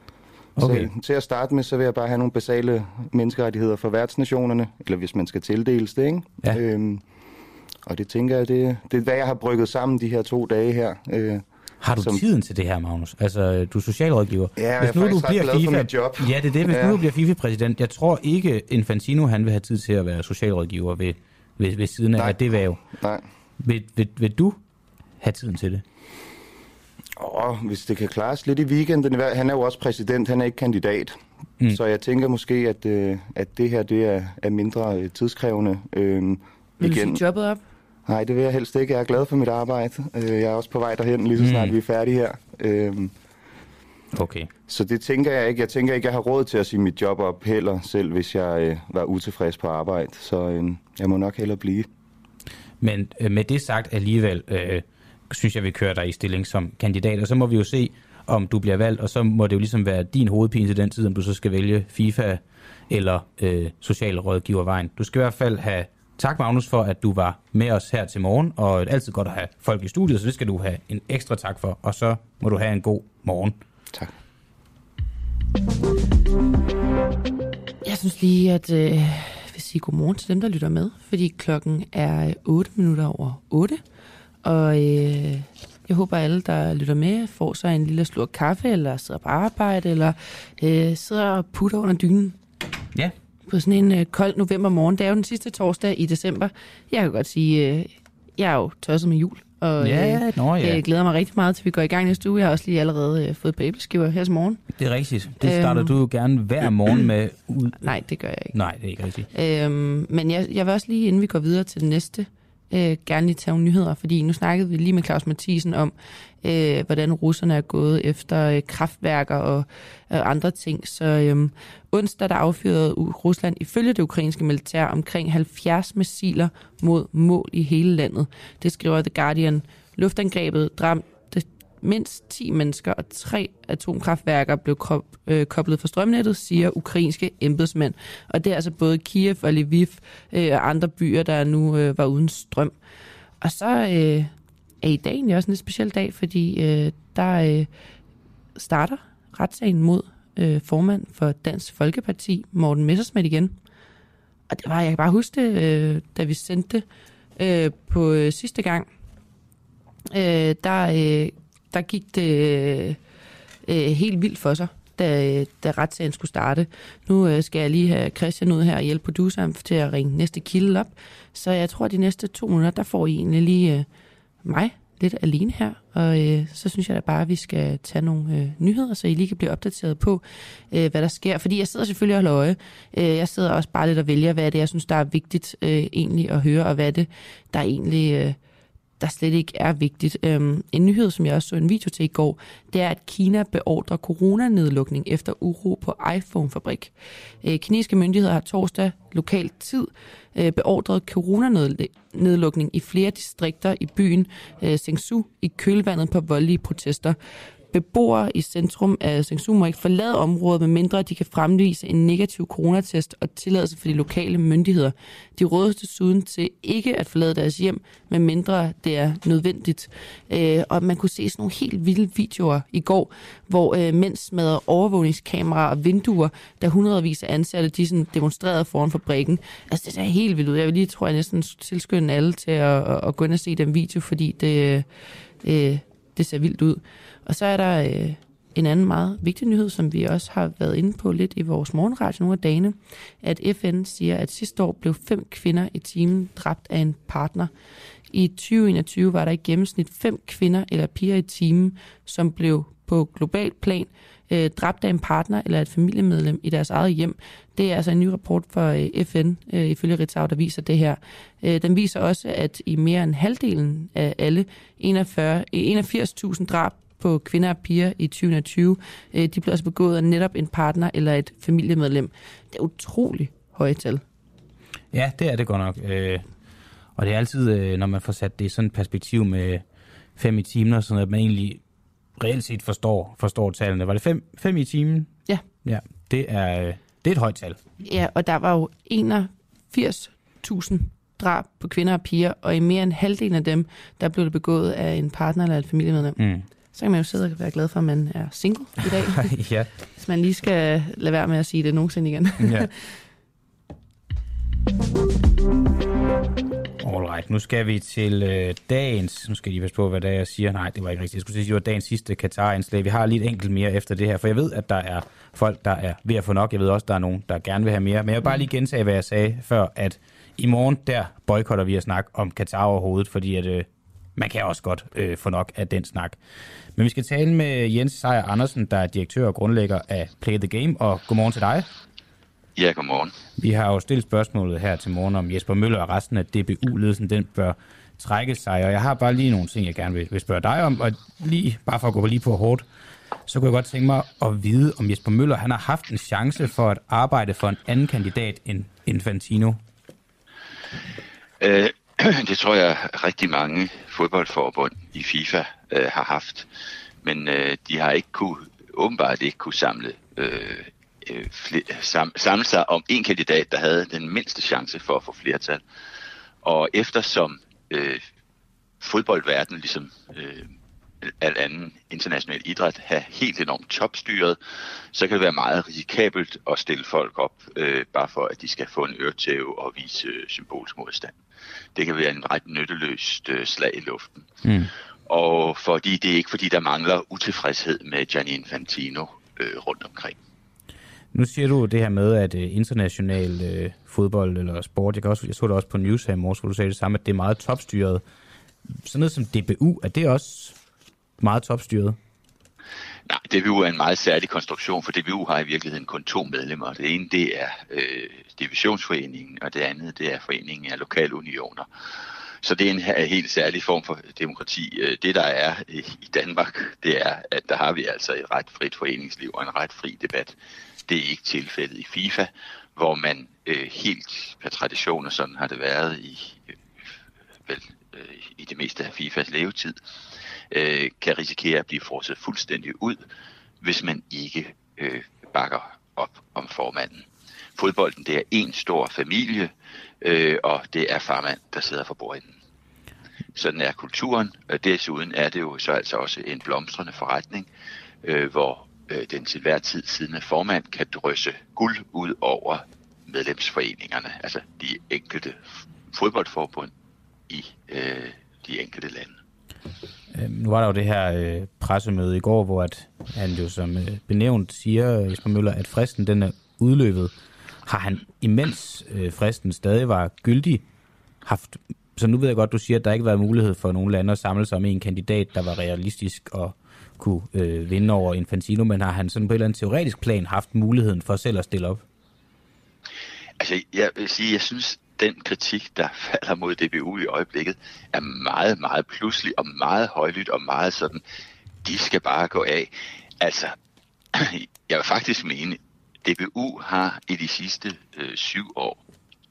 J: til at starte med, så vil jeg bare have nogle basale menneskerettigheder for værtsnationerne, eller hvis man skal tildeles det, ikke? Ja. Og det tænker jeg, det er hvad jeg har brygget sammen de her 2 dage her.
D: Har du tiden til det her, Magnus? Altså, du er socialrådgiver.
J: Ja, hvis jeg er faktisk ret glad for mit job.
D: Ja, det er det. Hvis nu du bliver FIFA-præsident, jeg tror ikke, Infantino han vil have tid til at være socialrådgiver ved siden af det værv.
J: Nej.
D: Vil du have tiden til det?
J: Hvis det kan klares lidt i weekenden. Han er jo også præsident, han er ikke kandidat. Så jeg tænker måske, at det her det er mindre tidskrævende.
C: Vil du sige jobbet op?
J: Nej, det vil jeg helst ikke. Jeg er glad for mit arbejde. Jeg er også på vej derhen, lige så snart vi er færdige her.
D: Okay.
J: Så det tænker jeg ikke. Jeg tænker ikke, jeg har råd til at sige mit job op heller, selv hvis jeg var utilfreds på arbejde. Så jeg må nok hellere blive.
D: Men med det sagt alligevel, synes jeg, vi kører dig i stilling som kandidat. Og så må vi jo se, om du bliver valgt, og så må det jo ligesom være din hovedpine til den tid, om du så skal vælge FIFA eller socialrådgivervejen. Du skal i hvert fald have Tak, Magnus, for at du var med os her til morgen, og det er altid godt at have folk i studiet, så det skal du have en ekstra tak for, og så må du have en god morgen.
J: Tak.
C: Jeg synes lige, at jeg vil sige godmorgen til dem, der lytter med, fordi klokken er 8:08, og jeg håber, at alle, der lytter med, får sig en lille slurk kaffe, eller sidder på arbejde, eller sidder og putter under dynen.
D: Ja.
C: På sådan en kold novembermorgen. Det er jo den sidste torsdag i december. Jeg kan godt sige, jeg er jo tosset med jul, og jeg glæder mig rigtig meget til, vi går i gang næste uge. Jeg har også lige allerede fået på æbleskiver her til morgen.
D: Det er rigtigt. Det starter du jo gerne hver morgen med ud.
C: Nej, det gør jeg ikke.
D: Nej, det er ikke rigtigt.
C: Men jeg vil også lige, inden vi går videre til det næste, gerne lige tage nogle nyheder, fordi nu snakkede vi lige med Claus Mathisen om, hvordan russerne er gået efter kraftværker og andre ting. Så onsdag der affyrede Rusland ifølge det ukrainske militær omkring 70 missiler mod mål i hele landet. Det skriver The Guardian. Luftangrebet dræbte mindst 10 mennesker, og 3 atomkraftværker blev koblet fra strømnettet, siger ukrainske embedsmænd. Og det er altså både Kiev og Lviv og andre byer, der nu var uden strøm. Og så er i dag egentlig også en speciel dag, fordi der starter retssagen mod formand for Dansk Folkeparti, Morten Messerschmidt igen. Og det var, jeg kan bare huske det, da vi sendte det på sidste gang, der gik det helt vildt for sig, da retssagen skulle starte. Nu skal jeg lige have Christian ud her og hjælpe produceren til at ringe næste kilde op. Så jeg tror, at de næste 2 minutter, der får I egentlig lige mig lidt alene her. Og så synes jeg da bare, at vi skal tage nogle nyheder, så I lige kan blive opdateret på, hvad der sker. Fordi jeg sidder selvfølgelig og holder øje. Jeg sidder også bare lidt og vælger, hvad det er, jeg synes, der er vigtigt egentlig at høre, og hvad det der egentlig der slet ikke er vigtigt. En nyhed, som jeg også så en video til i går, det er, at Kina beordrer coronanedlukning efter uro på iPhone-fabrik. Kinesiske myndigheder har torsdag lokal tid beordret coronanedlukning i flere distrikter i byen Zhengzhou i kølvandet på voldelige protester. Beboere i centrum af Zhengzhou må ikke forlade området, medmindre de kan fremvise en negativ coronatest og tilladelse for de lokale myndigheder. De rådes desuden til ikke at forlade deres hjem, medmindre det er nødvendigt. Og man kunne se sådan nogle helt vilde videoer i går, hvor mænd smadrede overvågningskameraer og vinduer, da hundredvis af ansatte de sådan demonstrerede foran fabrikken. Altså det er helt vildt ud. Jeg vil lige, tror jeg, næsten tilskynde alle til at gå ind og se den video, fordi det ser vildt ud. Og så er der en anden meget vigtig nyhed, som vi også har været inde på lidt i vores morgenradio nogle af dagene, at FN siger, at sidste år blev 5 kvinder i timen dræbt af en partner. I 2021 var der i gennemsnit 5 kvinder eller piger i timen, som blev på globalt plan dræbt af en partner eller et familiemedlem i deres eget hjem. Det er altså en ny rapport fra FN, ifølge Ritzau, der viser det her. Den viser også, at i mere end halvdelen af alle 81.000 drab på kvinder og piger i 2020, de blev altså begået af netop en partner eller et familiemedlem. Det er utrolig høje tal.
D: Ja, det er det godt nok. Og det er altid, når man får sat det i sådan et perspektiv med 5 i timen, og sådan, at man egentlig reelt set forstår tallene. Var det 5 i timen?
C: Ja.
D: Ja, det er et højt tal.
C: Ja, og der var jo 81.000 drab på kvinder og piger, og i mere end halvdelen af dem, der blev det begået af en partner eller et familiemedlem. Mm. Så kan man jo sidde og være glad for, at man er single i dag.
D: Ja.
C: Hvis man lige skal lade være med at sige det nogensinde igen.
D: Ja. Alright, nu skal vi til dagens... Nu skal I lige passe på, hvad det er, jeg siger. Nej, det var ikke rigtigt. Jeg skulle sige, at det var dagens sidste Katar-indslag. Vi har lige et enkelt mere efter det her, for jeg ved, at der er folk, der er ved at få nok. Jeg ved også, at der er nogen, der gerne vil have mere. Men jeg vil bare lige gentage, hvad jeg sagde før, at i morgen, der boykotter vi at snakke om Katar overhovedet, fordi at, man kan også godt få nok af den snak. Men vi skal tale med Jens Sejer Andersen, der er direktør og grundlægger af Play the Game, og godmorgen til dig.
K: Ja, godmorgen. Vi
D: har jo stillet spørgsmålet her til morgen om Jesper Møller og resten af DBU-ledelsen, den bør trække sig. Og jeg har bare lige nogle ting, jeg gerne vil spørge dig om. Og lige, bare for at gå lige på hårdt, så kunne jeg godt tænke mig at vide, om Jesper Møller han har haft en chance for at arbejde for en anden kandidat end Infantino.
K: Det tror jeg rigtig mange fodboldforbund i FIFA har haft. Men de har åbenbart ikke kunne samle sig om en kandidat, der havde den mindste chance for at få flertal. Og eftersom fodboldverdenen, ligesom al anden international idræt, er helt enormt topstyret, så kan det være meget risikabelt at stille folk op, bare for at de skal få en øretæve og vise symbolsk modstand. Det kan være en ret nytteløst slag i luften. Og fordi det er ikke fordi, der mangler utilfredshed med Gianni Infantino rundt omkring.
D: Nu siger du det her med, at international fodbold eller sport, jeg så det også på News her i morges, hvor du sagde det samme, at det er meget topstyret. Sådan noget som DBU, er det også meget topstyret?
K: Nej, DBU er en meget særlig konstruktion, for DBU har i virkeligheden kun 2 medlemmer. Det ene, det er divisionsforeningen, og det andet, det er foreningen af lokale unioner. Så det er en helt særlig form for demokrati. Det, der er i Danmark, det er, at der har vi altså et ret frit foreningsliv og en ret fri debat. Det er ikke tilfældet i FIFA, hvor man helt per tradition, og sådan har det været i det meste af FIFAs levetid, kan risikere at blive fortsat fuldstændig ud, hvis man ikke bakker op om formanden. Fodbolden, det er en stor familie, og det er farmand, der sidder for bordenden. Sådan er kulturen, og desuden er det jo så altså også en blomstrende forretning, hvor den til hver tid siddende formand kan drysse guld ud over medlemsforeningerne, altså de enkelte fodboldforbund i de enkelte lande.
D: Nu var der jo det her pressemøde i går, hvor at han jo som benævnt siger, Jesper Møller, at fristen den er udløbet. Har han, imens fristen stadig var gyldig, haft... Så nu ved jeg godt, du siger, at der ikke var mulighed for nogle lande at samle sig om en kandidat, der var realistisk og kunne vinde over Infantino, men har han sådan på et eller andet teoretisk plan haft muligheden for selv at stille op?
K: Altså, jeg vil sige, jeg synes, den kritik, der falder mod DBU i øjeblikket, er meget, meget pludselig og meget højlydt og meget sådan, de skal bare gå af. Altså, jeg vil faktisk mene, DBU har i de sidste 7 år,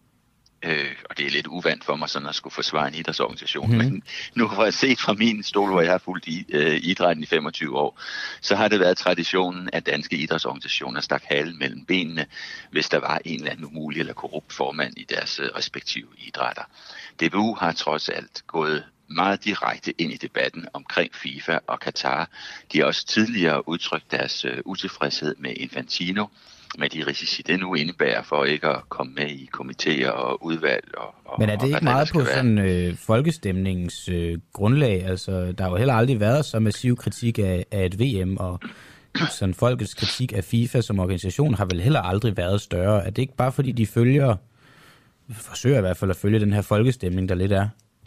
K: og det er lidt uvandt for mig sådan at skulle forsvare en idrætsorganisation, men nu har jeg set fra min stol, hvor jeg har fulgt idrætten i 25 år, så har det været traditionen, at danske idrætsorganisationer stak halen mellem benene, hvis der var en eller anden umulig eller korrupt formand i deres respektive idrætter. DBU har trods alt gået meget direkte ind i debatten omkring FIFA og Katar. De har også tidligere udtrykt deres utilfredshed med Infantino, med de risici, det nu indebærer for ikke at komme med i komitéer og udvalg.
D: Men er det ikke meget på sådan folkestemningens grundlag? Altså, der har jo heller aldrig været så massiv kritik af et VM, og sådan folkets kritik af FIFA som organisation har vel heller aldrig været større. Er det ikke bare fordi, de forsøger i hvert fald at følge den her folkestemning, der lidt er?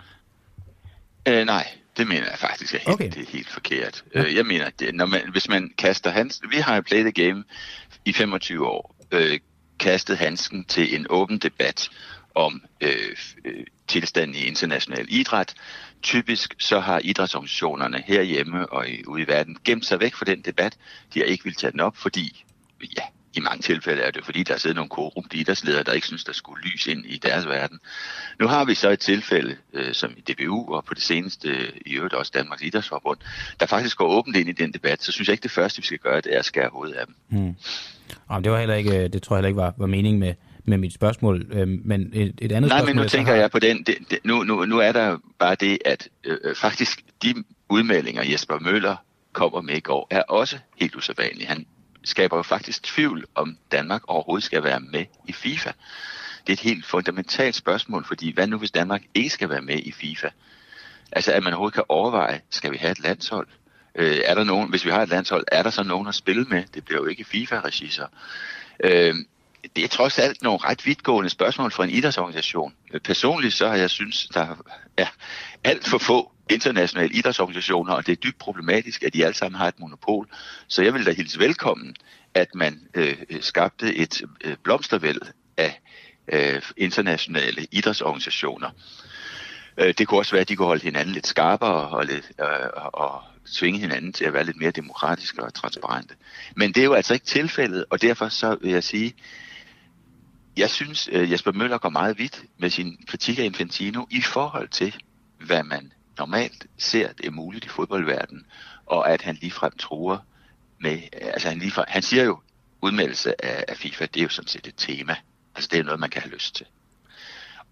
K: Nej, det mener jeg faktisk er det er helt forkert. Jeg mener, at hvis man kaster vi har played the game i 25 år, kastet handsken til en åben debat om tilstanden i international idræt. Typisk så har idrætsorganisationerne herhjemme og ude i verden gemt sig væk fra den debat. De har ikke ville tage den op, fordi i mange tilfælde er det fordi, der sidder nogle korrupte idrætsledere, der ikke synes, der skulle lys ind i deres verden. Nu har vi så et tilfælde, som i DBU og på det seneste i øvrigt også Danmarks Idrætsforbund, der faktisk går åbent ind i den debat, så synes jeg ikke, det første, vi skal gøre, det er at skære hovedet af dem.
D: Det var heller ikke, det tror jeg heller ikke var meningen med mit spørgsmål, men et andet spørgsmål...
K: Men nu tænker jeg på den, nu er der bare det, at faktisk de udmeldinger, Jesper Møller kommer med i går, er også helt usædvanlige. Han skaber jo faktisk tvivl, om Danmark overhovedet skal være med i FIFA. Det er et helt fundamentalt spørgsmål, fordi hvad nu, hvis Danmark ikke skal være med i FIFA? Altså, at man overhovedet kan overveje, skal vi have et landshold? Er der nogen, hvis vi har et landshold, er der så nogen at spille med? Det bliver jo ikke FIFA-regi så. Det er trods alt nogle ret vidtgående spørgsmål fra en idrætsorganisation. Personligt så har jeg synes, der er alt for få internationale idrætsorganisationer, og det er dybt problematisk, at de alle sammen har et monopol. Så jeg vil da hilse velkommen, at man skabte et blomstervæld af internationale idrætsorganisationer. Det kunne også være, at de kunne holde hinanden lidt skarpere og tvinge hinanden til at være lidt mere demokratiske og transparente. Men det er jo altså ikke tilfældet, og derfor så vil jeg sige, jeg synes, Jesper Møller går meget vidt med sin kritik af Infantino i forhold til, hvad man normalt ser, det er muligt i fodboldverdenen, og at han ligefrem truer med, altså han siger jo, udmeldelse af FIFA, det er jo sådan set et tema. Altså det er noget, man kan have lyst til.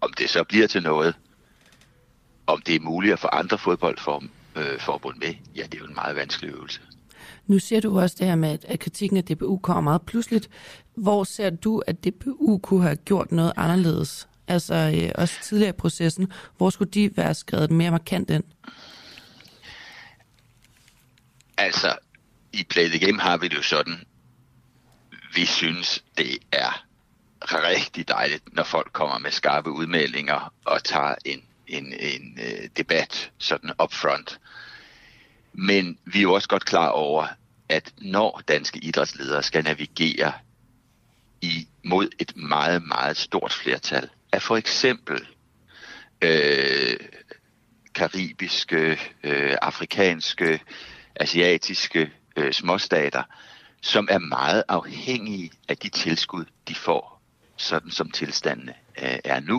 K: Om det så bliver til noget, om det er muligt at få andre fodboldforbund med, ja, det er jo en meget vanskelig øvelse.
C: Nu ser du også det her med, at kritikken af DBU kommer meget pludseligt. Hvor ser du, at DBU kunne have gjort noget anderledes? Altså også tidligere i processen. Hvor skulle de være skrevet mere markant ind?
K: Altså, i Play the Game har vi det jo sådan, vi synes, det er rigtig dejligt, når folk kommer med skarpe udmeldinger og tager en debat sådan upfront. Men vi er jo også godt klar over, at når danske idrætsledere skal navigere mod et meget, meget stort flertal af for eksempel karibiske, afrikanske, asiatiske småstater, som er meget afhængige af de tilskud, de får, sådan som tilstandene er nu,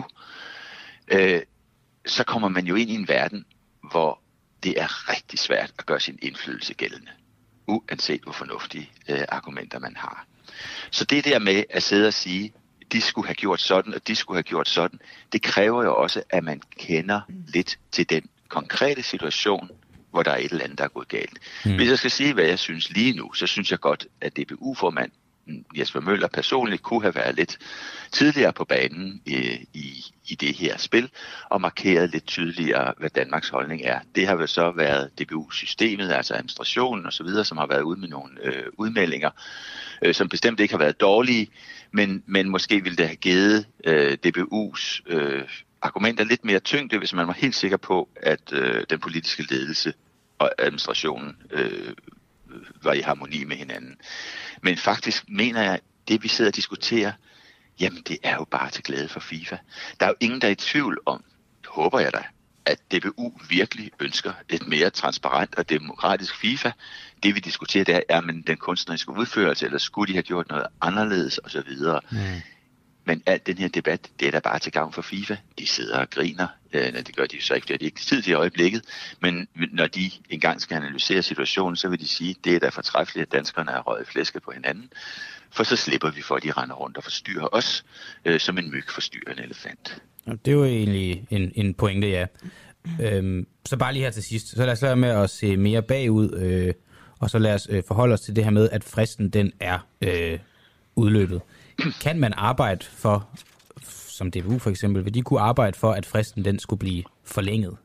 K: så kommer man jo ind i en verden, hvor det er rigtig svært at gøre sin indflydelse gældende, uanset hvor fornuftige argumenter man har. Så det der med at sidde og sige, de skulle have gjort sådan, og de skulle have gjort sådan, det kræver jo også, at man kender lidt til den konkrete situation, hvor der er et eller andet, der er gået galt. Hvis jeg skal sige, hvad jeg synes lige nu, så synes jeg godt, at DBU-formand Jesper Møller personligt kunne have været lidt tidligere på banen i det her spil, og markeret lidt tydeligere, hvad Danmarks holdning er. Det har vel så været DBU-systemet, altså administrationen osv., som har været ude med nogle udmeldinger, som bestemt ikke har været dårlige, men måske ville det have givet DBU's argumenter lidt mere tyngde, hvis man var helt sikker på, at den politiske ledelse og administrationen var i harmoni med hinanden. Men faktisk mener jeg, at det vi sidder og diskuterer, jamen det er jo bare til glæde for FIFA. Der er jo ingen, der er i tvivl om, håber jeg da, at DBU virkelig ønsker et mere transparent og demokratisk FIFA. Det vi diskuterer, det er men den kunstneriske udførelse, eller skulle de have gjort noget anderledes osv. Men alt den her debat, det er da bare til gavn for FIFA. De sidder og griner. Det gør de så ikke, fordi de ikke har tid til i øjeblikket. Men når de engang skal analysere situationen, så vil de sige, at det er da fortræffeligt, at danskerne er røget flæsket på hinanden. For så slipper vi for, at de render rundt og forstyrrer os, som en myg forstyrrer en elefant.
D: Det er jo egentlig en pointe, ja. Så bare lige her til sidst. Så lad os lade med at se mere bagud, og så lad os forholde os til det her med, at fristen den er udløbet. Kan man arbejde for, som DBU for eksempel, vil de kunne arbejde for, at fristen den skulle blive forlænget?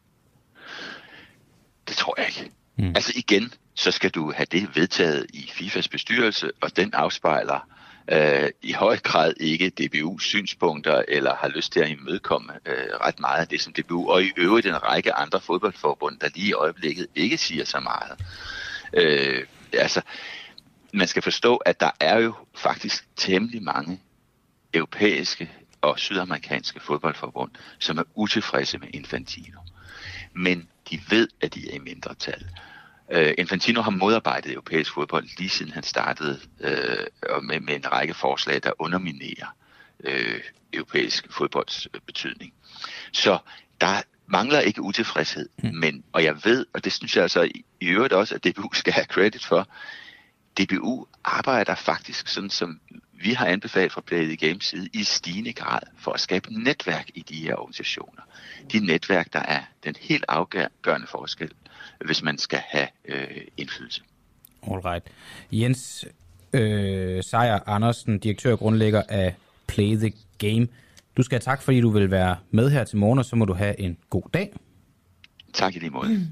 K: Det tror jeg ikke. Altså igen, så skal du have det vedtaget i FIFAs bestyrelse, og den afspejler i høj grad ikke DBU's synspunkter, eller har lyst til at imødekomme ret meget af det, som DBU, og i øvrigt en række andre fodboldforbund, der lige i øjeblikket ikke siger så meget. Man skal forstå, at der er jo faktisk temmelig mange europæiske og sydamerikanske fodboldforbund, som er utilfredse med Infantino. Men de ved, at de er i mindretal. Infantino har modarbejdet europæisk fodbold lige siden han startede med en række forslag, der underminerer europæisk fodbolds betydning. Så der mangler ikke utilfredshed, og jeg ved, og det synes jeg altså i øvrigt også, at DBU skal have credit for, DBU arbejder faktisk sådan, som vi har anbefalet fra Play the Game side, i stigende grad for at skabe netværk i de her organisationer. De netværk, der er den helt afgørende forskel, hvis man skal have indflydelse.
D: Alright. Jens Sejer Andersen, direktør og grundlægger af Play the Game. Du skal have tak, fordi du vil være med her til morgen, og så må du have en god dag.
K: Tak i lige måde.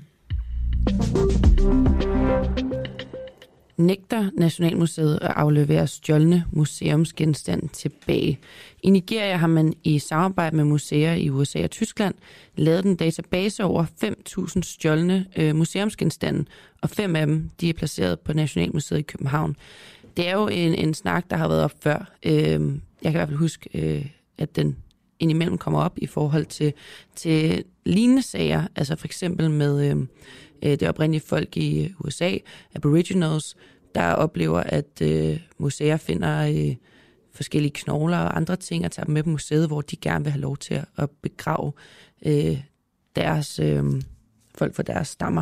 C: Nægter Nationalmuseet at aflevere stjålne museumsgenstande tilbage. I Nigeria har man i samarbejde med museer i USA og Tyskland lavet en database over 5.000 stjålne museumsgenstande, og 5 af dem de er placeret på Nationalmuseet i København. Det er jo en snak, der har været op før. Jeg kan i hvert fald huske, at den indimellem kommer op i forhold til lignende sager, altså for eksempel med det oprindelige folk i USA, Aboriginals, der oplever, at museer finder forskellige knogler og andre ting og tager dem med på museet, hvor de gerne vil have lov til at begrave deres folk fra deres stammer.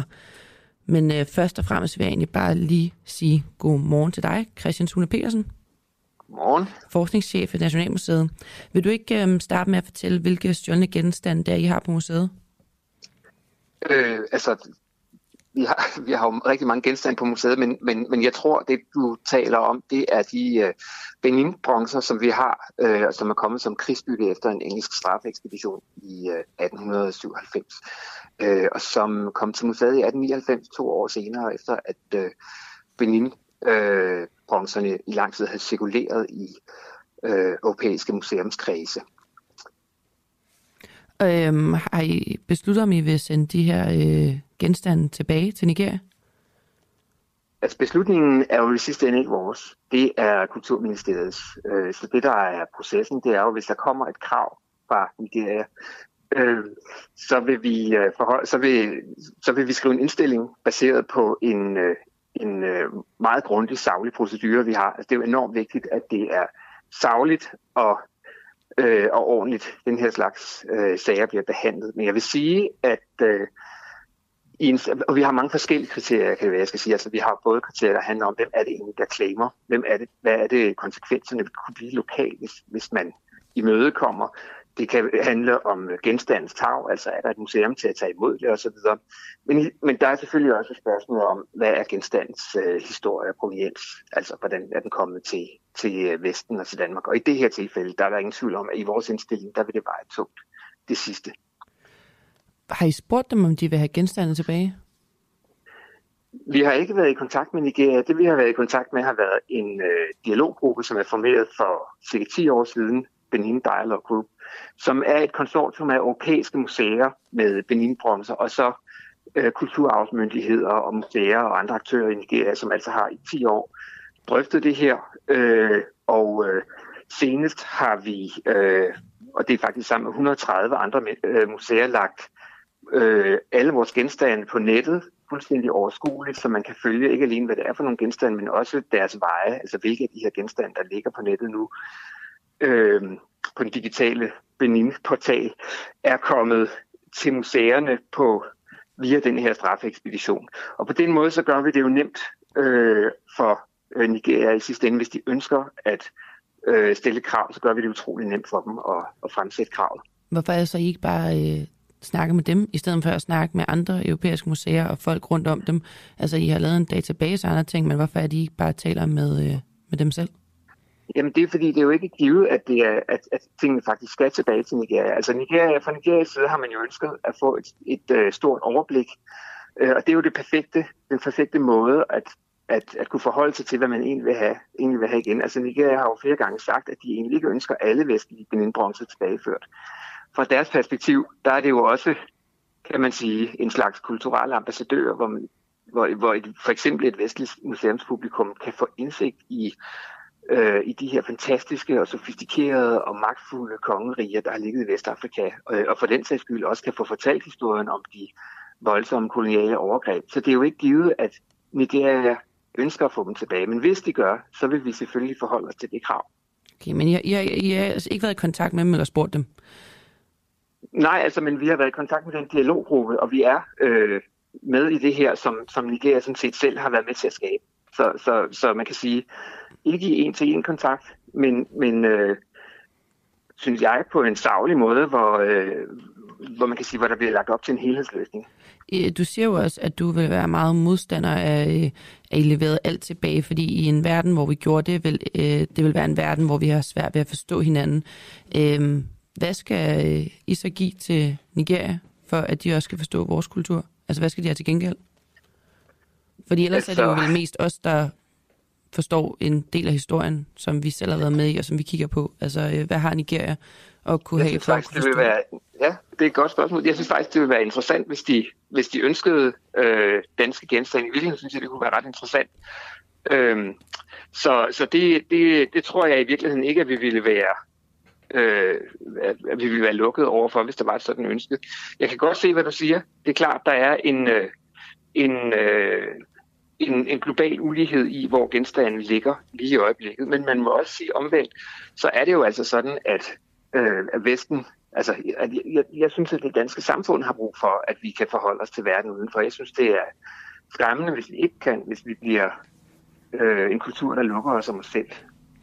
C: Men først og fremmest vil jeg egentlig bare lige sige god morgen til dig, Christian Sune Petersen.
L: Godmorgen.
C: Forskningschef ved Nationalmuseet. Vil du ikke starte med at fortælle, hvilke stjålne genstande der I har på museet?
L: Vi har jo rigtig mange genstande på museet, men jeg tror, det du taler om, det er de Benin-bronzer, som vi har, som er kommet som krigsbytte efter en engelsk straffeekspedition i 1897, og som kom til museet i 1899, 2 år senere, efter at Benin-bronzerne i lang tid havde cirkuleret i europæiske museumskredse.
C: Har I besluttet, om I vil sende de her genstande tilbage til Nigeria?
L: Altså beslutningen er jo i sidste ende ikke vores. Det er Kulturministeriets. Så det, der er processen, det er jo, hvis der kommer et krav fra Nigeria, så vil vi skrive en indstilling baseret på en meget grundig, saglig procedure, vi har. Altså, det er jo enormt vigtigt, at det er sagligt og ordentligt, den her slags sager bliver behandlet. Men jeg vil sige, at og vi har mange forskellige kriterier, kan jeg sige. Altså, vi har både kriterier, der handler om, hvem er det egentlig, der claimer? Hvad er det konsekvenserne vil kunne blive lokalt, hvis man imødekommer? Det kan handle om genstandens tarv, altså er der et museum til at tage imod det osv. Men der er selvfølgelig også et spørgsmål om, hvad er genstandens historie og proveniens? Altså hvordan er den kommet til Vesten og til Danmark? Og i det her tilfælde, der er der ingen tvivl om, at i vores indstilling, der vil det veje tungt det sidste.
C: Har I spurgt dem, om de vil have genstande tilbage?
L: Vi har ikke været i kontakt med Nigeria. Det vi har været i kontakt med har været en dialoggruppe, som er formeret for cirka 10 år siden, Benin Dialogue Group, som er et konsortium af europæiske museer med Benin-bronzer, og så kulturarvsmyndigheder og museer og andre aktører i Nigeria, som altså har i 10 år drøftet det her. Senest har vi, og det er faktisk sammen med 130 andre museer, lagt alle vores genstande på nettet, fuldstændig overskueligt, så man kan følge ikke alene, hvad det er for nogle genstande, men også deres veje, altså hvilke af de her genstande, der ligger på nettet nu, på den digitale Benin-portal, er kommet til museerne via den her straffeekspedition. Og på den måde, så gør vi det jo nemt for Nigeria i sidste ende. Hvis de ønsker at stille krav, så gør vi det utroligt nemt for dem at fremsætte kravet.
C: Hvorfor er det så, I ikke bare snakke med dem, i stedet for at snakke med andre europæiske museer og folk rundt om dem? Altså, I har lavet en database og andre ting, men hvorfor er de ikke bare taler med dem selv?
L: Jamen, det er fordi, det er jo ikke givet, at at tingene faktisk skal tilbage til Nigeria. Altså, fra Nigerias side har man jo ønsket at få et stort overblik, og det er jo den perfekte måde at kunne forholde sig til, hvad man egentlig vil have igen. Altså, Nigeria har jo flere gange sagt, at de egentlig ikke ønsker alle vestlige Benin-bronzer tilbageført. Fra deres perspektiv, der er det jo også, kan man sige, en slags kulturel ambassadør, hvor for eksempel et vestligt museumspublikum kan få indsigt i de her fantastiske og sofistikerede og magtfulde kongeriger, der har ligget i Vestafrika, og for den sags skyld også kan få fortalt historien om de voldsomme koloniale overgreb. Så det er jo ikke givet, at Nigeria ønsker at få dem tilbage, men hvis de gør, så vil vi selvfølgelig forholde os til det krav.
C: Okay, men I har altså ikke været i kontakt med dem eller spurgt dem?
L: Nej, altså, men vi har været i kontakt med den dialoggruppe, og vi er med i det her, som Nigeria sådan set selv har været med til at skabe. Så man kan sige, ikke i en-til-en kontakt, men synes jeg på en saglig måde, hvor man kan sige, hvor der bliver lagt op til en helhedsløsning.
C: Du siger jo også, at du vil være meget modstander af, at I leverede alt tilbage, fordi i en verden, hvor vi gjorde det, det vil være en verden, hvor vi har svært ved at forstå hinanden. Hvad skal I så give til Nigeria, for at de også skal forstå vores kultur? Altså, hvad skal de have til gengæld? Fordi ellers er det jo vel mest os, der forstår en del af historien, som vi selv har været med i, og som vi kigger på. Altså, hvad har Nigeria at kunne have for at kunne forstå?
L: Ja, det er et godt spørgsmål. Jeg synes faktisk, det vil være interessant, hvis de ønskede danske genstande. I virkeligheden synes jeg, det kunne være ret interessant. Så det tror jeg i virkeligheden ikke, at vi ville være lukket overfor, hvis der var et sådan ønske. Jeg kan godt se, hvad du siger. Det er klart, der er en global ulighed i, hvor genstanden ligger lige i øjeblikket. Men man må også sige omvendt, så er det jo altså sådan, at Vesten, altså jeg synes, at det danske samfund har brug for, at vi kan forholde os til verden udenfor. Jeg synes, det er skræmmende, hvis vi ikke kan, hvis vi bliver en kultur, der lukker os om os selv.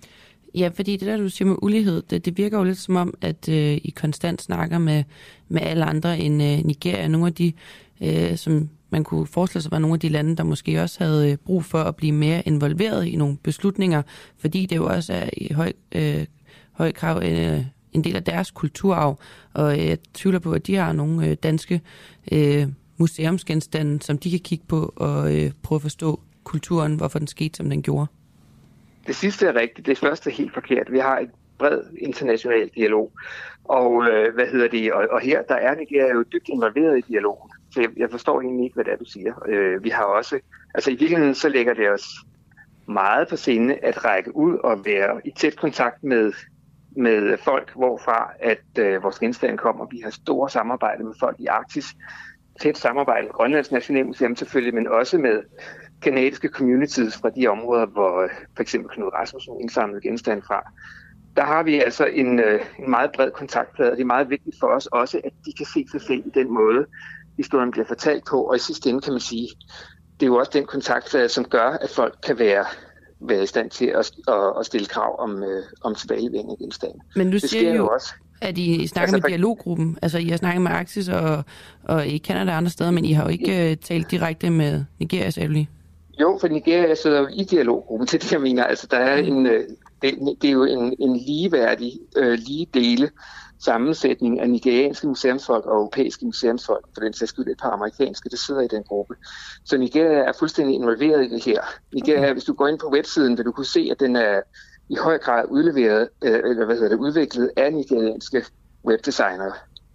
C: Ja, fordi det der, du siger med ulighed, det virker jo lidt som om, at I konstant snakker med alle andre end Nigeria. Nogle af de, som man kunne forestille sig, var nogle af de lande, der måske også havde brug for at blive mere involveret i nogle beslutninger, fordi det jo også er i høj krav en del af deres kulturarv. Og jeg tvivler på, at de har nogle danske museumsgenstande, som de kan kigge på og prøve at forstå kulturen, hvorfor den skete, som den gjorde.
L: Det sidste er rigtigt, det første er helt forkert. Vi har et bred international dialog, og og her der er Nigeria jo dybt involveret i dialogen. Så jeg forstår egentlig ikke, hvad det er, du siger. Vi har også, altså i virkeligheden så lægger det os meget på sinde at række ud og være i tæt kontakt med folk, hvorfra at vores genstande kommer. Vi har store samarbejde med folk i Arktis, tæt samarbejde med Grønlands Nationalmuseum selvfølgelig, men også med kanadiske communities fra de områder, hvor for eksempel Knud Rasmussen indsamlede genstande fra. Der har vi altså en meget bred kontaktflade, og det er meget vigtigt for os også, at de kan se sig selv i den måde, historien bliver fortalt på, og i sidste ende kan man sige, det er jo også den kontaktflade, som gør, at folk kan være i stand til at stille krav om tilbagelevering af genstande.
C: Men du siger jo også, at I snakker med dialoggruppen, altså I har snakket med Arktis og I Canada og andre steder, men I har jo ikke talt direkte med Nigeria, sagde du lige?
L: Jo, for Nigeria sidder jo i dialoggruppen til det, jeg mener. Altså der er det er jo en ligeværdig, lige dele sammensætning af nigerianske museumsfolk og europæiske museumsfolk, for den sags skyld et par amerikanske, der sidder i den gruppe. Så Nigeria er fuldstændig involveret i det her. Nigeria, hvis du går ind på websiden, vil du kunne se, at den er i høj grad udviklet af nigerianske webdesignere.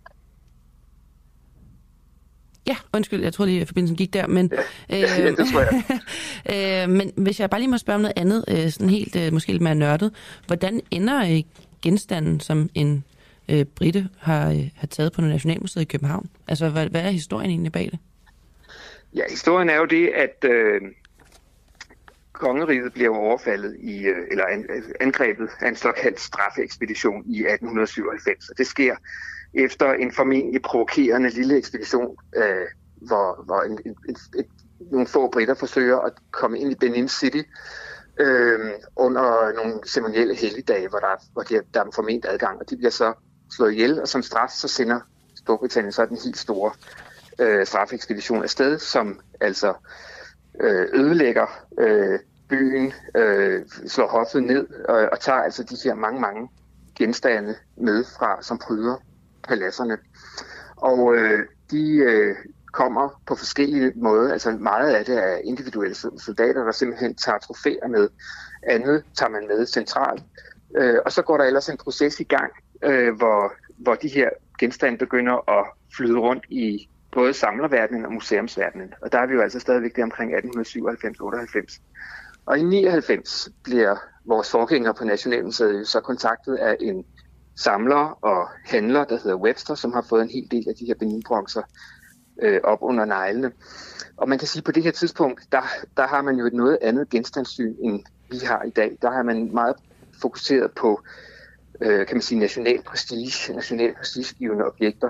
C: Ja, undskyld, jeg troede lige, at forbindelsen gik der, men,
L: ja, det tror jeg.
C: Men hvis jeg bare lige må spørge om noget andet, sådan helt måske lidt mere nørdet, hvordan ender genstanden, som en brite har taget på Nationalmuseet i København? Altså, hvad er historien egentlig bag det?
L: Ja, historien er jo det, at kongeriget bliver overfaldet eller angrebet af en såkaldt straffeekspedition i 1897, og det sker efter en formentlig provokerende lille ekspedition, hvor nogle få briter forsøger at komme ind i Benin City under nogle ceremonielle helligdage, hvor der er formentlig adgang, og de bliver så slået ihjel, og som straf så sender Storbritannien så den helt store straffeekspedition afsted, som altså ødelægger byen, slår hoffet ned og tager altså de her mange genstande med fra, som pryder paladserne. Og de kommer på forskellige måder. Altså meget af det er individuelle soldater, der simpelthen tager trofæer med. Andet tager man med centralt. Og så går der ellers en proces i gang, hvor de her genstande begynder at flyde rundt i både samlerverdenen og museumsverdenen. Og der er vi jo altså stadigvæk der omkring 1897-98. Og i 99 bliver vores forgængere på Nationalmuseet så kontaktet af en samler og handler, der hedder Webster, som har fået en hel del af de her Benin-bronzer op under neglene. Og man kan sige, at på det her tidspunkt, der har man jo et noget andet genstandssyn, end vi har i dag. Der har man meget fokuseret på, kan man sige, national prestigegivende objekter.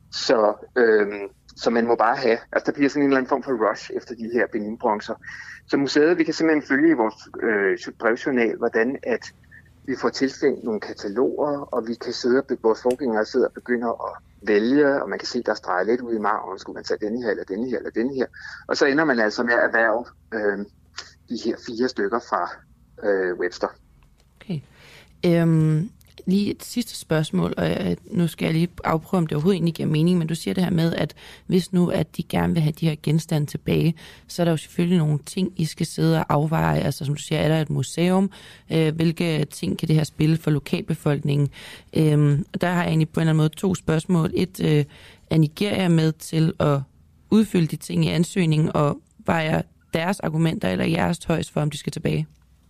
L: Så man må bare have, altså der bliver sådan en eller anden form for rush efter de her Benin-bronzer. Så museet, vi kan simpelthen følge i vores brevjournal, hvordan at vi får tilsendt nogle kataloger, og vi kan vores forgængere sidder og begynder at vælge, og man kan se, der streger lidt ud i marven, skulle man tage denne her, eller denne her, eller denne her. Og så ender man altså med at erhverve de her 4 stykker fra Webster.
C: Okay. Lige et sidste spørgsmål, og nu skal jeg lige afprøve, om det overhovedet egentlig giver mening, men du siger det her med, at hvis nu, at de gerne vil have de her genstande tilbage, så er der jo selvfølgelig nogle ting, I skal sidde og afveje. Altså som du siger, er der et museum? Hvilke ting kan det her spille for lokalbefolkningen? Og der har jeg egentlig på en eller anden måde 2 spørgsmål. Et, er Nigeria med til at udfylde de ting i ansøgningen, og vejer deres argumenter eller jeres højst for, om de skal tilbage?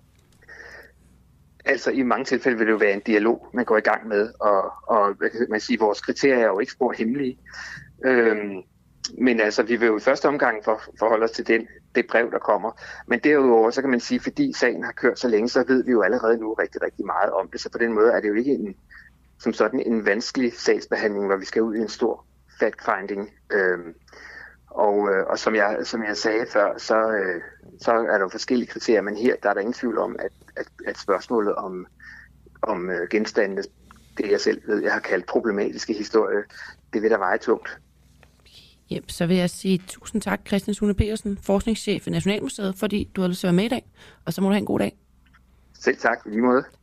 L: Altså i mange tilfælde vil det jo være en dialog, man går i gang med, og man siger, vores kriterier er jo ikke spor hemmelige. Men altså, vi vil jo i første omgang forholde os til det brev, der kommer. Men derudover, så kan man sige, fordi sagen har kørt så længe, så ved vi jo allerede nu rigtig, rigtig meget om det. Så på den måde er det jo ikke som sådan en vanskelig sagsbehandling, hvor vi skal ud i en stor fact-finding. Og som jeg sagde før, så er der forskellige kriterier, men her der er der ingen tvivl om, at spørgsmålet om genstandene, det jeg selv ved, jeg har kaldt problematiske historie, det vil der veje tungt.
C: Yep, så vil jeg sige tusind tak, Christian Sune Petersen, forskningschef i Nationalmuseet, fordi du har lyst til at være med i dag, og så må du have en god dag.
L: Selv tak, i lige måde.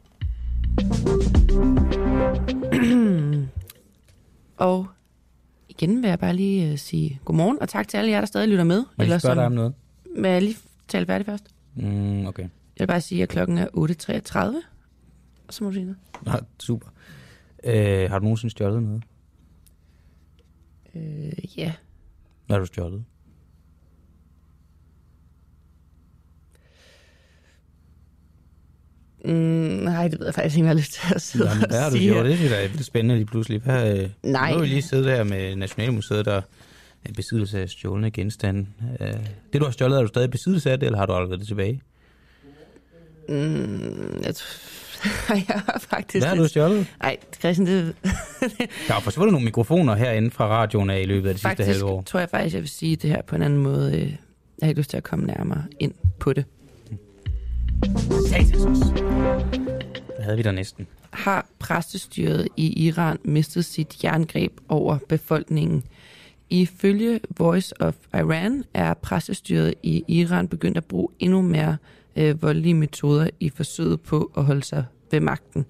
C: Og igen vil jeg bare lige sige godmorgen, og tak til alle jer, der stadig lytter med.
D: Må jeg spørge dig om noget?
C: Må jeg lige tale færdigt først?
D: Okay.
C: Jeg vil bare sige, at klokken er 8.33, og så må du sige noget.
D: Nå, super. Har du nogensinde stjålet noget?
C: Ja.
D: Hvad har du stjålet?
C: Nej, det ved jeg faktisk ikke, hvad jeg har lyst til at sidde
D: Jamen, hvad har du gjort? Det synes jeg er vildt spændende lige pludselig.
C: Nej.
D: Nu har vi lige siddet her med Nationalmuseet, der er besiddelse af stjålne genstande. Det, du har stjålet, er du stadig besiddelse af det, eller har du aldrig det tilbage?
C: Jeg har faktisk...
D: Hvad har du stjålet?
C: Nej, Christian, det...
D: Der er forsvundet nogle mikrofoner herinde fra radioen af i løbet af det sidste halve år.
C: Faktisk tror jeg faktisk, jeg vil sige det her på en anden måde. Jeg har ikke lyst til at komme nærmere ind på det.
D: Hvad havde vi der næsten?
C: Har præstestyret i Iran mistet sit jerngreb over befolkningen? Ifølge Voice of Iran er præstestyret i Iran begyndt at bruge endnu mere voldelige metoder i forsøget på at holde sig ved magten.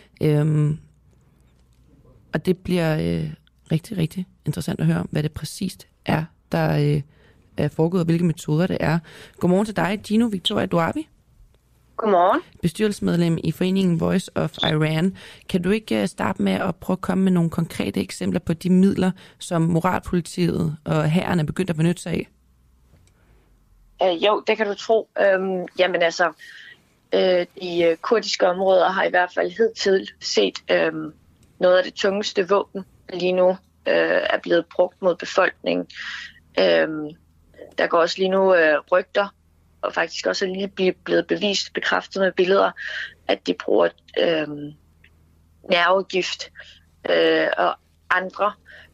C: Og det bliver rigtig, rigtig interessant at høre om, hvad det præcist er, der er foregået, og hvilke metoder det er. Godmorgen til dig, Gino Victoria Duabi.
M: Godmorgen.
C: Bestyrelsesmedlem i foreningen Voice of Iran. Kan du ikke starte med at prøve at komme med nogle konkrete eksempler på de midler, som moralpolitiet og hæren er begyndt at benytte sig af?
M: Jo, det kan du tro. Jamen altså, de kurdiske områder har i hvert fald hidtil set noget af det tungeste våben lige nu er blevet brugt mod befolkningen. Der går også lige nu rygter, og faktisk også er lige blevet bevist, bekræftet med billeder, at de bruger nervegift og andre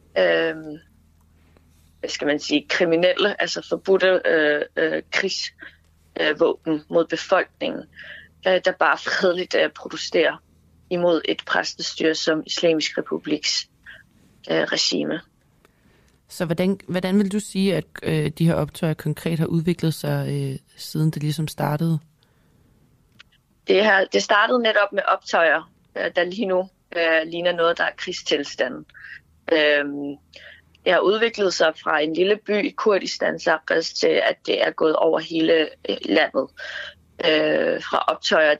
M: hvad skal man sige, kriminelle, altså forbudte krigsvåben mod befolkningen, der bare fredeligt protesterer imod et præstestyre som Islamisk Republiks regime.
C: Så hvordan vil du sige, at de her optøjer konkret har udviklet sig, siden det ligesom startede?
M: Det startede netop med optøjer, der lige nu ligner noget, der er krigstilstanden. Det har udviklet sig fra en lille by i Kurdistan til, at det er gået over hele landet. Fra optøjer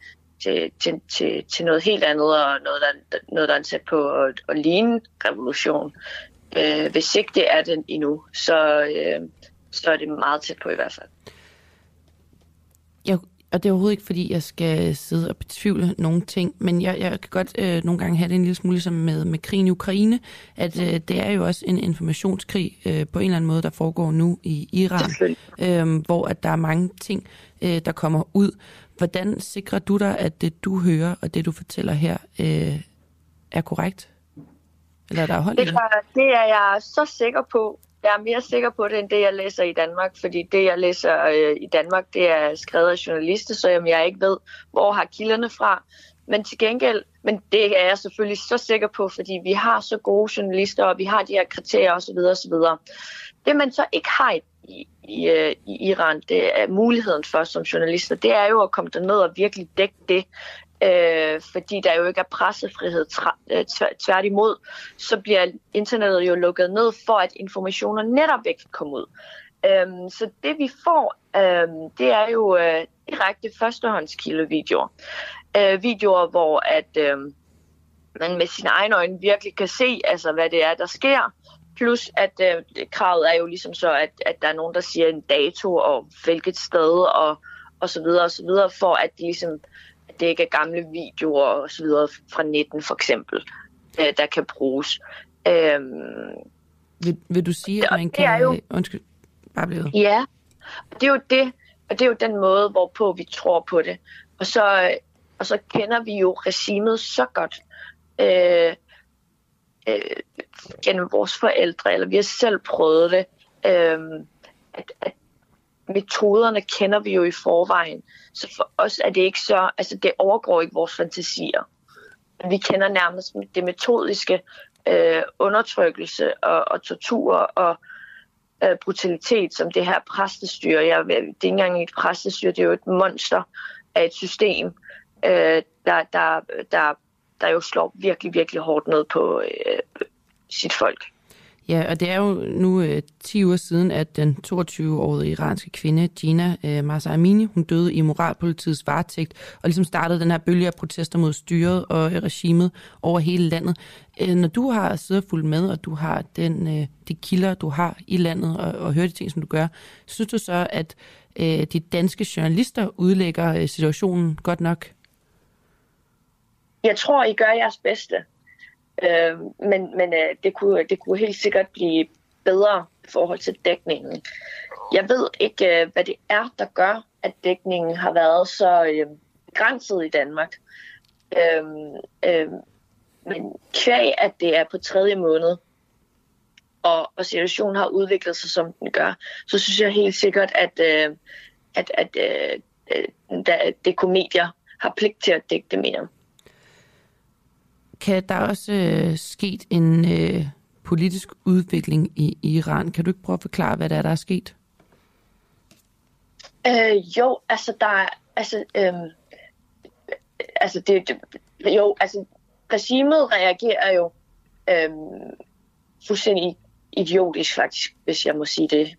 M: til noget helt andet, og noget der er tæt på at ligne revolution. Hvis ikke det er den endnu, så er det meget tæt på i hvert fald.
C: Og det er overhovedet ikke, fordi jeg skal sidde og betvivle nogle ting, men jeg kan godt nogle gange have det en lille smule som med krigen i Ukraine, at det er jo også en informationskrig på en eller anden måde, der foregår nu i Iran, hvor at der er mange ting, der kommer ud. Hvordan sikrer du dig, at det du hører og det du fortæller her er korrekt? Eller der er hold i det?
M: Det er jeg så sikker på. Jeg er mere sikker på det, end det, jeg læser i Danmark, fordi det, jeg læser i Danmark, det er skrevet af journalister, så jeg ikke ved, hvor har kilderne fra. Men til gengæld, det er jeg selvfølgelig så sikker på, fordi vi har så gode journalister, og vi har de her kriterier osv. osv. Det, man så ikke har i Iran, det er muligheden for som journalister, det er jo at komme derned og virkelig dække det, fordi der jo ikke er pressefrihed. Tværtimod, så bliver internettet jo lukket ned for, at informationer netop ikke kan komme ud. Så det vi får, det er jo direkte førstehåndskildevideoer. Videoer, hvor at man med sine egne øjne virkelig kan se, altså, hvad det er, der sker. Plus at kravet er jo ligesom så, at der er nogen, der siger en dato og hvilket sted og så videre, for at de ligesom det ikke er gamle videoer og så videre fra 19 for eksempel, der kan bruges.
C: Vil du sige, at man kan...
M: Jo,
C: undskyld, bare blive.
M: Ja, og det er jo det, og det er jo den måde, hvorpå vi tror på det. Og så kender vi jo regimet så godt gennem vores forældre, eller vi har selv prøvet det, at metoderne kender vi jo i forvejen. Så for os er det ikke så, altså det overgår ikke vores fantasier. Vi kender nærmest det metodiske undertrykkelse og tortur og brutalitet, som det her præstestyre. Det er ikke engang et præstestyre, det er jo et monster af et system, der jo slår virkelig, virkelig hårdt ned på sit folk.
C: Ja, og det er jo nu 10 uger siden, at den 22-årige iranske kvinde, Jina Mahsa Amini, hun døde i moralpolitiets varetægt, og ligesom startede den her bølge af protester mod styret og regimet over hele landet. Når du har siddet fuldt med, og du har de kilder, du har i landet, og hører de ting, som du gør, synes du så, at de danske journalister udlægger situationen godt nok?
M: Jeg tror, I gør jeres bedste. Men det kunne helt sikkert blive bedre i forhold til dækningen. Jeg ved ikke, hvad det er, der gør, at dækningen har været så begrænset i Danmark. Men kvæg, at det er på 3. måned, og situationen har udviklet sig, som den gør, så synes jeg helt sikkert, at DK-medier har pligt til at dække det mere.
C: Kan der også sket en politisk udvikling i Iran? Kan du ikke prøve at forklare, hvad der er sket?
M: Jo, altså der er, regimet reagerer jo fuldstændig idiotisk faktisk, hvis jeg må sige det.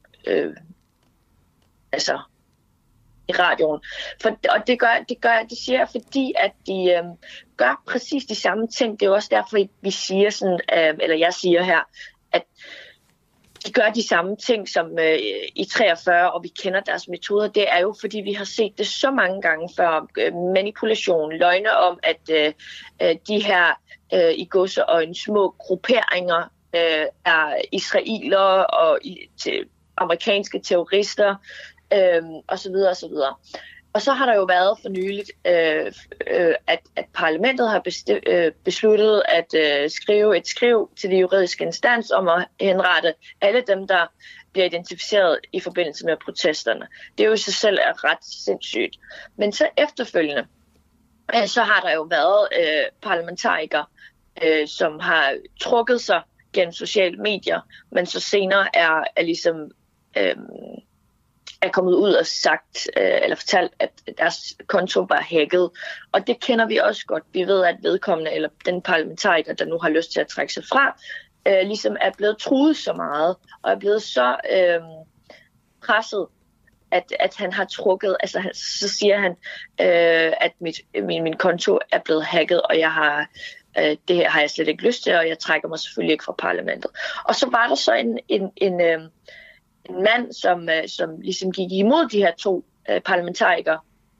M: I radioen. Og det siger jeg, fordi at de gør præcis de samme ting. Det er jo også derfor, vi siger sådan, eller jeg siger her, at de gør de samme ting som i 43, og vi kender deres metoder. Det er jo, fordi vi har set det så mange gange før. Manipulation, løgne om, at de her i godseøjne små grupperinger er israelere og amerikanske terrorister, og så videre, og så videre. Og så har der jo været for nyligt, at parlamentet har besluttet at skrive et skriv til de juridiske instans om at henrette alle dem, der bliver identificeret i forbindelse med protesterne. Det er jo i sig selv ret sindssygt. Men så efterfølgende, så har der jo været parlamentarikere, som har trukket sig gennem sociale medier, men så senere er ligesom er kommet ud og sagt, eller fortalt, at deres konto var hacket. Og det kender vi også godt. Vi ved, at vedkommende, eller den parlamentariker, der nu har lyst til at trække sig fra, ligesom er blevet truet så meget, og er blevet så presset, at han har trukket, altså så siger han, at min konto er blevet hacket, og jeg har det her har jeg slet ikke lyst til, og jeg trækker mig selvfølgelig ikke fra parlamentet. Og så var der så en mand, som ligesom gik imod de her 2 parlamentarikere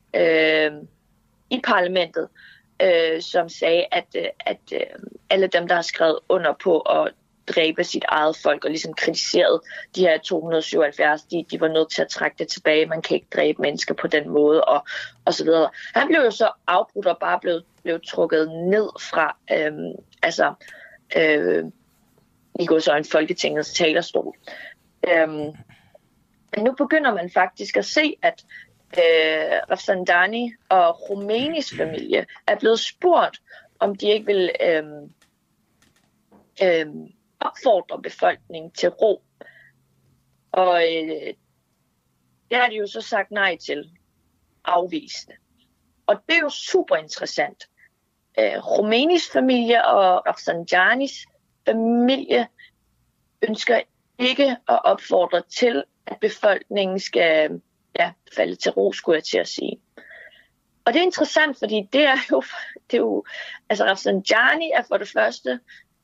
M: i parlamentet, som sagde, at alle dem, der har skrevet under på at dræbe sit eget folk, og ligesom kritiseret de her 277, de var nødt til at trække det tilbage. Man kan ikke dræbe mennesker på den måde, og så videre. Han blev jo så afbrudt og bare blev trukket ned fra i går så en Folketingets talerstol. Men nu begynder man faktisk at se, at Rafsanjani og Khomeinis familie er blevet spurgt, om de ikke vil opfordre befolkningen til ro. Og det har de jo så sagt nej til, afvist. Og det er jo super interessant. Khomeinis familie og Rafsanjanis familie ønsker ikke at opfordre til, at befolkningen skal falde til ro, skulle jeg til at sige. Og det er interessant, fordi det er jo altså Rafsanjani er for det første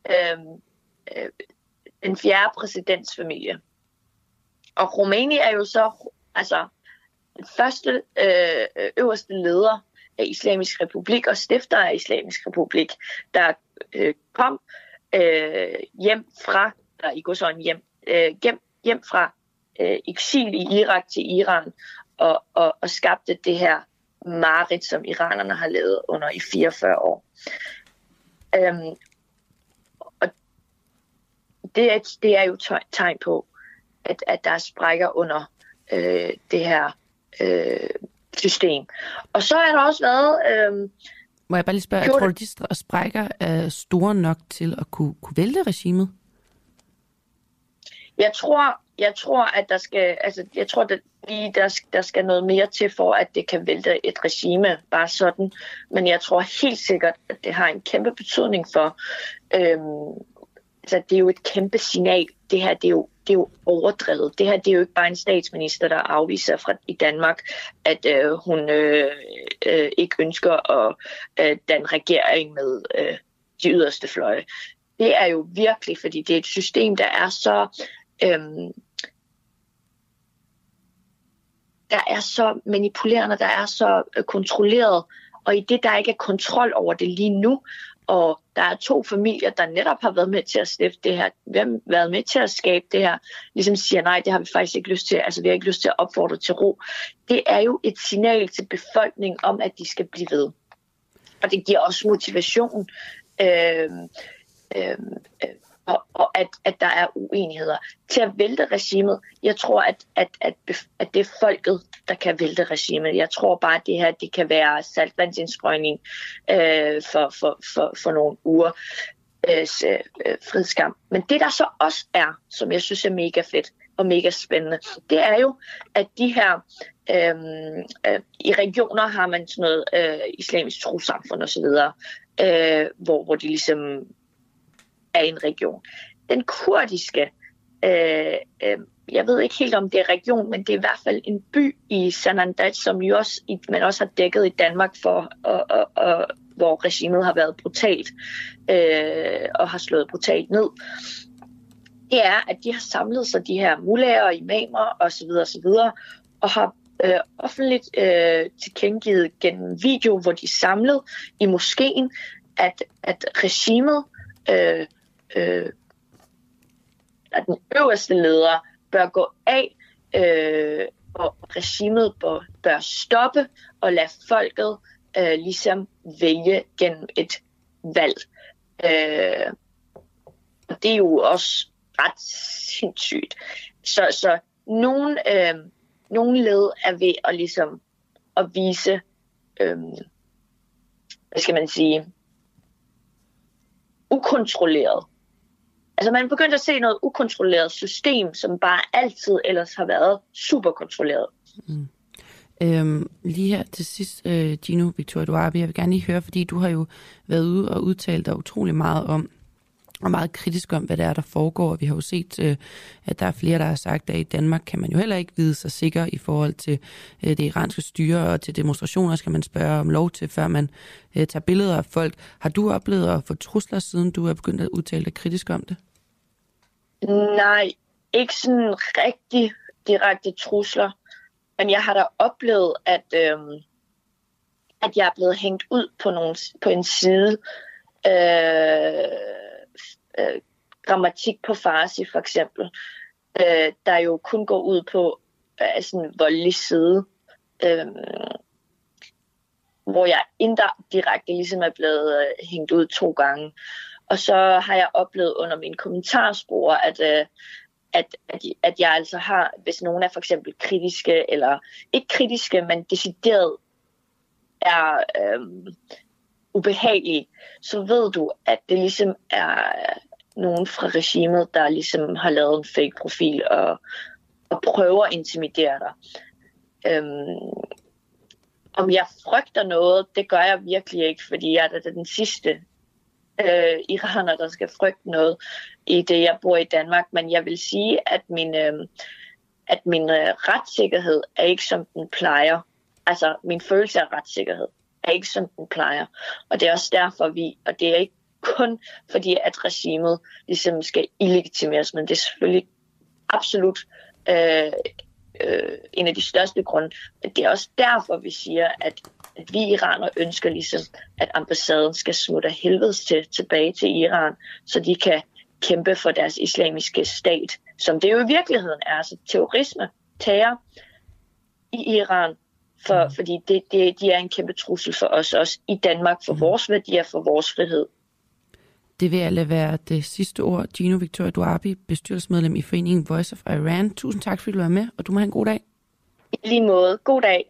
M: den 4. præsidentsfamilie. Og Khomeini er jo så altså den første øverste leder af Islamisk Republik og stifter af Islamisk Republik, der kom hjem fra, der i går sådan hjem fra eksil i Irak til Iran og skabte det her mareridt, som iranerne har levet under i 44 år. Og det er jo tegn på, at der er sprækker under det her system. Og så har der også været...
C: Må jeg bare lige spørge, tror du, de sprækker er store nok til at kunne vælte regimet?
M: Jeg tror, at der skal, altså, jeg tror, at der skal noget mere til for, at det kan vælte et regime, bare sådan. Men jeg tror helt sikkert, at det har en kæmpe betydning for, altså, det er jo et kæmpe signal. Det her, det er jo overdrevet. Det her, det er jo ikke bare en statsminister, der afviser i Danmark, at hun ikke ønsker at danne regering med de yderste fløje. Det er jo virkelig, fordi det er et system, der er så... der er så manipulerende, der er så kontrolleret, og i det, der ikke er kontrol over det lige nu, og der er 2 familier, der netop har været med til at stifte det her, været med til at skabe det her, ligesom siger, nej, det har vi faktisk ikke lyst til, altså vi har ikke lyst til at opfordre til ro. Det er jo et signal til befolkningen om, at de skal blive ved. Og det giver også motivation, og at der er uenigheder. Til at vælte regimet, jeg tror, at det er folket, der kan vælte regimet. Jeg tror bare, at det her det kan være saltvandsindsprøjning for nogle uger frihedskamp. Men det, der så også er, som jeg synes er mega fedt og mega spændende, det er jo, at de her i regioner har man sådan noget islamisk trossamfund osv., hvor de ligesom er en region. Den kurdiske, jeg ved ikke helt om det er region, men det er i hvert fald en by i Sanandaj, som man også har dækket i Danmark for, hvor regimet har været brutalt og har slået brutalt ned. Det er, at de har samlet sig, de her mullaher og imamer osv., og har offentligt tilkendegivet gennem video, hvor de er samlet i moskeen, at regimet at den øverste leder bør gå af, og regimet bør stoppe og lade folket ligesom vælge gennem et valg. Og det er jo også ret sindssygt. Så nogle led er ved at ligesom at vise, hvad skal man sige, ukontrolleret. Altså man begyndte at se noget ukontrolleret system, som bare altid ellers har været super kontrolleret.
C: Lige her til sidst, Gino Victoria Duarbi, jeg vil gerne lige høre, fordi du har jo været ude og udtalt dig utrolig meget om, og meget kritisk om, hvad det er, der foregår. Vi har jo set, at der er flere, der har sagt, at i Danmark kan man jo heller ikke vide sig sikker i forhold til det iranske styre, og til demonstrationer skal man spørge om lov til, før man tager billeder af folk. Har du oplevet at få trusler, siden du er begyndt at udtale dig kritisk om det?
M: Nej, ikke sådan rigtig direkte trusler. Men jeg har da oplevet, at jeg er blevet hængt ud på en side. Grammatik på farsi for eksempel, der jo kun går ud på sådan en voldelig side, hvor jeg indirekte ligesom er blevet hængt ud 2 gange. Og så har jeg oplevet under mine kommentarspor, at jeg altså har, hvis nogen er for eksempel kritiske, eller ikke kritiske, men decideret er ubehagelige, så ved du, at det ligesom er nogen fra regimet, der ligesom har lavet en fake profil og prøver at intimidere dig. Om jeg frygter noget, det gør jeg virkelig ikke, fordi jeg er da den sidste iraner, der skal frygte noget i det, jeg bor i Danmark. Men jeg vil sige, at min retssikkerhed er ikke, som den plejer. Altså, min følelse af retssikkerhed er ikke, som den plejer. Og det er også derfor, og det er ikke kun fordi, at regimet ligesom skal illegitimeres, men det er selvfølgelig absolut en af de største grunde. Det er også derfor, vi siger, at vi iranere ønsker ligesom, at ambassaden skal smutte helvedes tilbage til Iran, så de kan kæmpe for deres islamiske stat, som det jo i virkeligheden er. Altså terrorisme, terror i Iran, fordi de er en kæmpe trussel for os også i Danmark, for vores værdier, for vores frihed.
C: Det vil lade være det sidste ord. Gino Victoria Duarbi, bestyrelsesmedlem i foreningen Voice of Iran. Tusind tak, fordi du var med, og du må have en god dag.
M: I lige måde. God dag.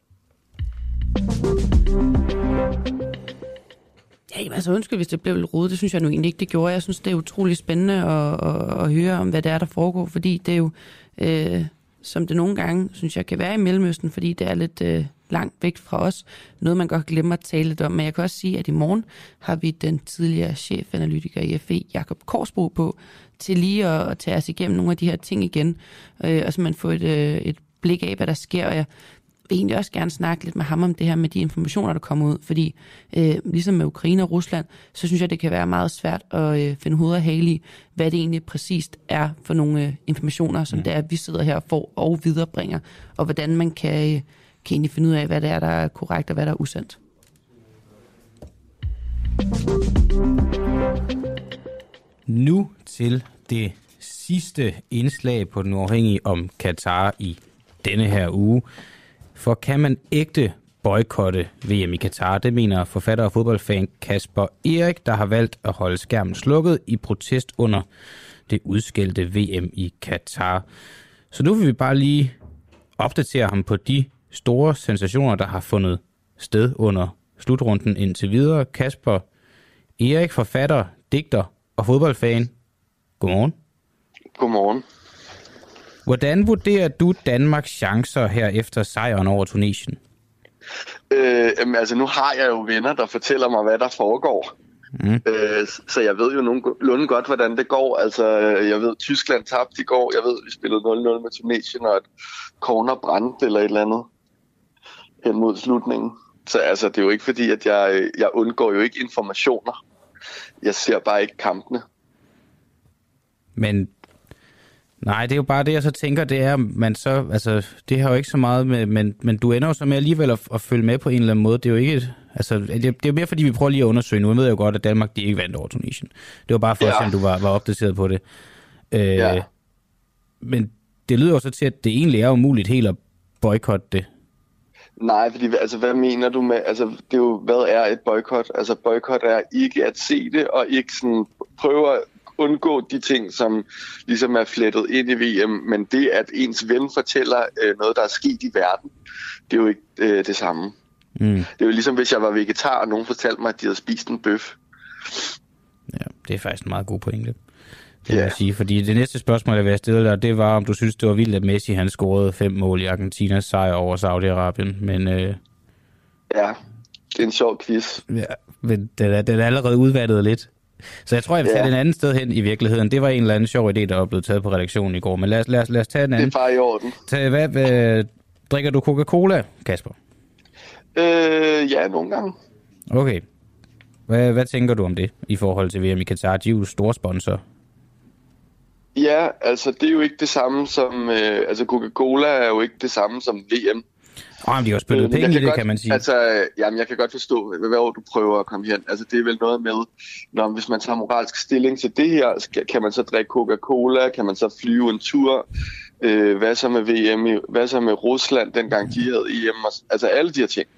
C: Ja, altså undskyld, hvis det blev lidt rodet. Det synes jeg nu egentlig ikke, det gjorde. Jeg synes, det er utrolig spændende at høre om, hvad det er, der foregår. Fordi det er jo, som det nogle gange, synes jeg, kan være i Mellemøsten, fordi det er lidt langt væk fra os. Noget, man godt glemmer at tale lidt om. Men jeg kan også sige, at i morgen har vi den tidligere chefanalytiker i FE, Jakob Korsbro, på til lige at tage os igennem nogle af de her ting igen. Og så man får et blik af, hvad der sker. Og jeg vil egentlig også gerne snakke lidt med ham om det her med de informationer, der kommer ud. Fordi ligesom med Ukraine og Rusland, så synes jeg, det kan være meget svært at finde hoved og hale i, hvad det egentlig præcist er for nogle informationer, som det er, vi sidder her og får og viderebringer. Og hvordan man kan egentlig finde ud af, hvad det er, der er korrekt og hvad der er usandt.
D: Nu til det sidste indslag på Den Uafhængige om Katar i denne her uge. For kan man ægte boykotte VM i Katar? Det mener forfatter og fodboldfan Kasper Erik, der har valgt at holde skærmen slukket i protest under det udskældte VM i Katar. Så nu vil vi bare lige opdatere ham på de store sensationer, der har fundet sted under slutrunden indtil videre. Kasper Erik, forfatter, digter og fodboldfan. Godmorgen.
N: Godmorgen.
D: Hvordan vurderer du Danmarks chancer her efter sejren over Tunesien?
N: Altså nu har jeg jo venner, der fortæller mig, hvad der foregår. Så jeg ved jo nogenlunde godt, hvordan det går. Altså jeg ved, Tyskland tabte i går. Jeg ved, vi spillede 0-0 med Tunesien, og et corner brændte eller et eller andet hen mod slutningen. Så altså, det er jo ikke fordi, at jeg undgår jo ikke informationer. Jeg ser bare ikke kampene.
D: Men nej, det er jo bare det, jeg så tænker, det er, man så, altså, det har jo ikke så meget med, men du ender jo så med alligevel at følge med på en eller anden måde. Det er jo ikke, altså, det er jo mere fordi, vi prøver lige at undersøge nu. Jeg ved jo godt, at Danmark, de ikke vandt over Tunesien. Det var bare for at se, om du var opdateret på det. Men det lyder jo så til, at det egentlig er umuligt helt at boykotte det.
N: Nej, fordi altså, hvad mener du med, altså, det er jo, hvad er et boykot? Altså, boykot er ikke at se det, og ikke sådan prøve at undgå de ting, som ligesom er flettet ind i VM, men det, at ens ven fortæller noget, der er sket i verden, det er jo ikke det samme. Det er jo ligesom, hvis jeg var vegetar, og nogen fortalte mig, at de havde spist en bøf.
D: Ja, det er faktisk en meget god pointe. Det vil jeg sige, fordi det næste spørgsmål, jeg vil have stillet dig, det var, om du synes, det var vildt, at Messi han scorede 5 mål i Argentinas sejr over Saudi-Arabien, men
N: ja, det er en sjov quiz.
D: Ja, men den er allerede udvattet lidt. Så jeg tror, jeg vil tage den anden sted hen i virkeligheden. Det var en eller anden sjov idé, der var blevet taget på redaktionen i går. Men lad os tage den anden.
N: Det er bare i orden.
D: Hvad drikker du Coca-Cola, Kasper?
N: Ja, nogle gange.
D: Okay. Hvad tænker du om det i forhold til VM i Katar? De er jo store sponsor.
N: Ja, altså det er jo ikke det samme som... altså Coca-Cola er jo ikke det samme som VM.
D: De har jo spillet penge i det, kan man sige.
N: Altså, jamen, jeg kan godt forstå, hvad du prøver at komme hen. Altså, det er vel noget med, hvis man tager moralsk stilling til det her, kan man så drikke Coca-Cola, kan man så flyve en tur, hvad så med VM, hvad så med Rusland, dengang de havde EM, altså alle de her ting.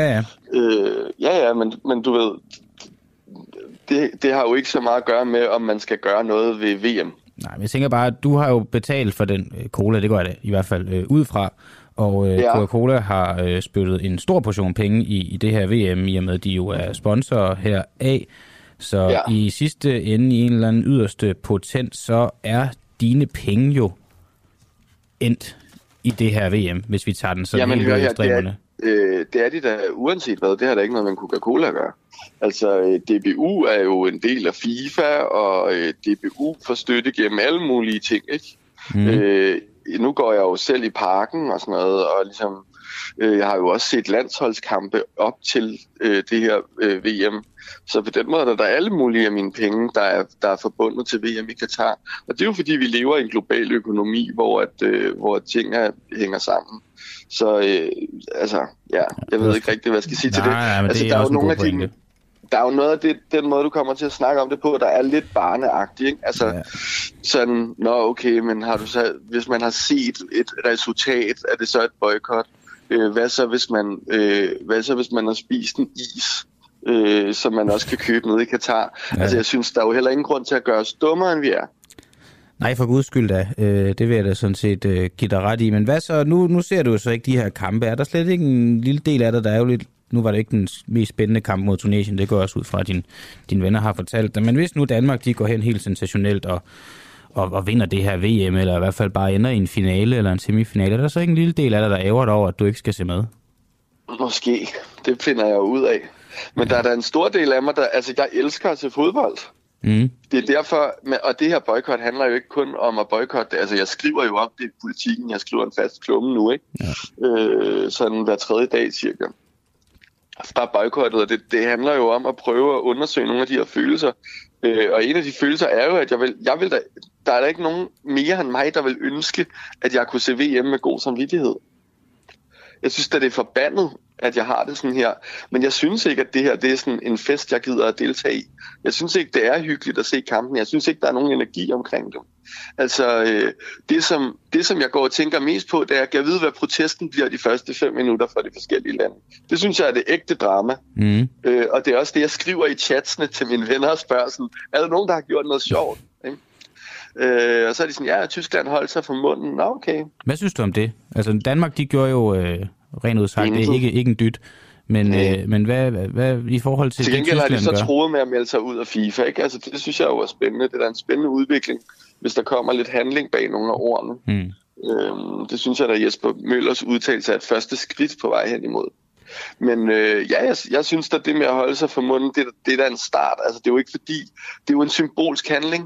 D: Ja.
N: Men du ved, det har jo ikke så meget at gøre med, om man skal gøre noget ved VM.
D: Nej, men jeg tænker bare, at du har jo betalt for den cola, det går jeg da i hvert fald ud fra. Og Coca-Cola har spyttet en stor portion penge i det her VM, i og med, at de jo er sponsorer heraf. Så i sidste ende, i en eller anden yderste potent, så er dine penge jo endt i det her VM, hvis vi tager den sådan helt ud af ekstremerne.
N: Det er de da uanset hvad. Det har da ikke noget med Coca-Cola at gøre. Altså, DBU er jo en del af FIFA, og DBU får støtte gennem alle mulige ting, ikke? Nu går jeg jo selv i parken og sådan noget, og ligesom, jeg har jo også set landsholdskampe op til det her VM. Så på den måde er der alle mulige af mine penge, der er forbundet til VM i Katar. Og det er jo fordi, vi lever i en global økonomi, hvor ting hænger sammen. Så jeg ved ikke rigtig, hvad jeg skal sige til det. Altså, der er jo nogle af de... Der er jo noget af det, den måde, du kommer til at snakke om det på, der er lidt barneagtigt, ikke? Altså, sådan, okay, men har du så, hvis man har set et resultat, er det så et boykot? Hvad så, hvis man har spist en is, som man også kan købe nede i Katar? Altså, jeg synes, der er jo heller ingen grund til at gøre os dummere, end vi er.
D: Nej, for guds skyld da. Det vil jeg da sådan set give dig ret i. Men hvad så? Nu ser du jo så ikke de her kampe. Er der slet ikke en lille del af det, der er jo lidt... Nu var det ikke den mest spændende kamp mod Tunesien. Det går også ud fra, at dine venner har fortalt dig. Men hvis nu Danmark de går hen helt sensationelt og vinder det her VM, eller i hvert fald bare ender i en finale eller en semifinale, er der så ikke en lille del af dig, der ærger dig over, at du ikke skal se med?
N: Måske. Det finder jeg ud af. Men der er da en stor del af mig, jeg elsker at se fodbold. Det er derfor, og det her boykot handler jo ikke kun om at boykotte. Altså, jeg skriver jo om det i Politikken. Jeg skriver en fast klumme nu, ikke? Ja. Sådan hver tredje dag cirka. Fra boykottet, og det handler jo om at prøve at undersøge nogle af de her følelser. Og en af de følelser er jo, at der er der ikke nogen mere end mig, der vil ønske, at jeg kunne se VM med god samvittighed. Jeg synes da, det er forbandet, at jeg har det sådan her. Men jeg synes ikke, at det her det er sådan en fest, jeg gider at deltage i. Jeg synes ikke, det er hyggeligt at se kampen. Jeg synes ikke, der er nogen energi omkring dem. Altså, det som jeg går og tænker mest på, det er, at jeg ved, hvad protesten bliver de første 5 minutter fra de forskellige lande. Det synes jeg er det ægte drama. Og det er også det, jeg skriver i chatsene til mine venner og spørger sådan, er der nogen, der har gjort noget sjovt? Og så er de sådan, ja, Tyskland holdt sig for munden. Nå, okay.
D: Hvad synes du om det? Altså, Danmark, de gjorde jo rent udsagt, det er ikke en dyt. Men hvad i forhold til
N: det, Tyskland gør? Til gengæld har de så troet med at melde sig ud af FIFA, ikke? Altså, det synes jeg jo er spændende. Det er en spændende udvikling, hvis der kommer lidt handling bag nogle af ordene. Det synes jeg, at Jesper Møllers udtalelse er et første skridt på vej hen imod. Men jeg synes, at det med at holde sig for munden, det er da en start. Altså, det er jo ikke fordi, det er jo en symbolsk handling.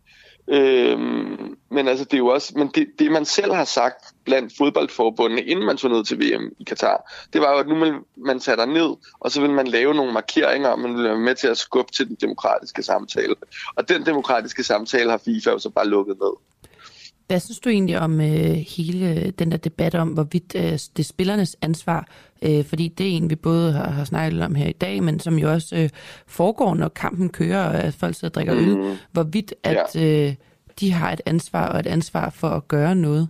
N: Men altså det er jo også, det man selv har sagt blandt fodboldforbundene, inden man tog ned til VM i Katar, det var jo, at nu vil man tage der ned, og så vil man lave nogle markeringer, og man vil være med til at skubbe til den demokratiske samtale. Og den demokratiske samtale har FIFA jo så bare lukket ned.
C: Hvad synes du egentlig om hele den der debat om, hvorvidt det er spillernes ansvar? Fordi det er en, vi både har snakket om her i dag, men som jo også foregår, når kampen kører, og at folk sidder og drikker øl. Hvorvidt at de har et ansvar, og et ansvar for at gøre noget?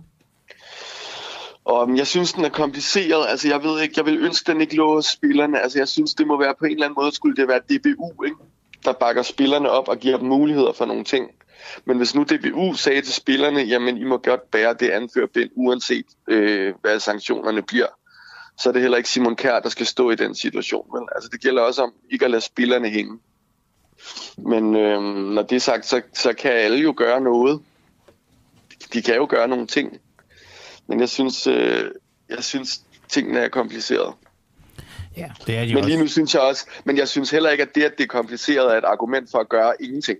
N: Og jeg synes, den er kompliceret. Altså, jeg ved ikke, jeg vil ønske, den ikke lå hos spillerne. Altså, jeg synes, det må være på en eller anden måde, skulle det være DBU, ikke? Der bakker spillerne op og giver dem muligheder for nogle ting. Men hvis nu DBU sagde til spillerne, jamen I må godt bære det anførbind, uanset hvad sanktionerne bliver, så er det heller ikke Simon Kjær, der skal stå i den situation. Men altså, det gælder også om ikke at lade spillerne hænge. Men når det er sagt, så kan alle jo gøre noget. De kan jo gøre nogle ting. Men jeg synes tingene er komplicerede.
D: Ja, det er de
N: men lige nu synes jeg også, men jeg synes heller ikke, at det er kompliceret, er et argument for at gøre ingenting.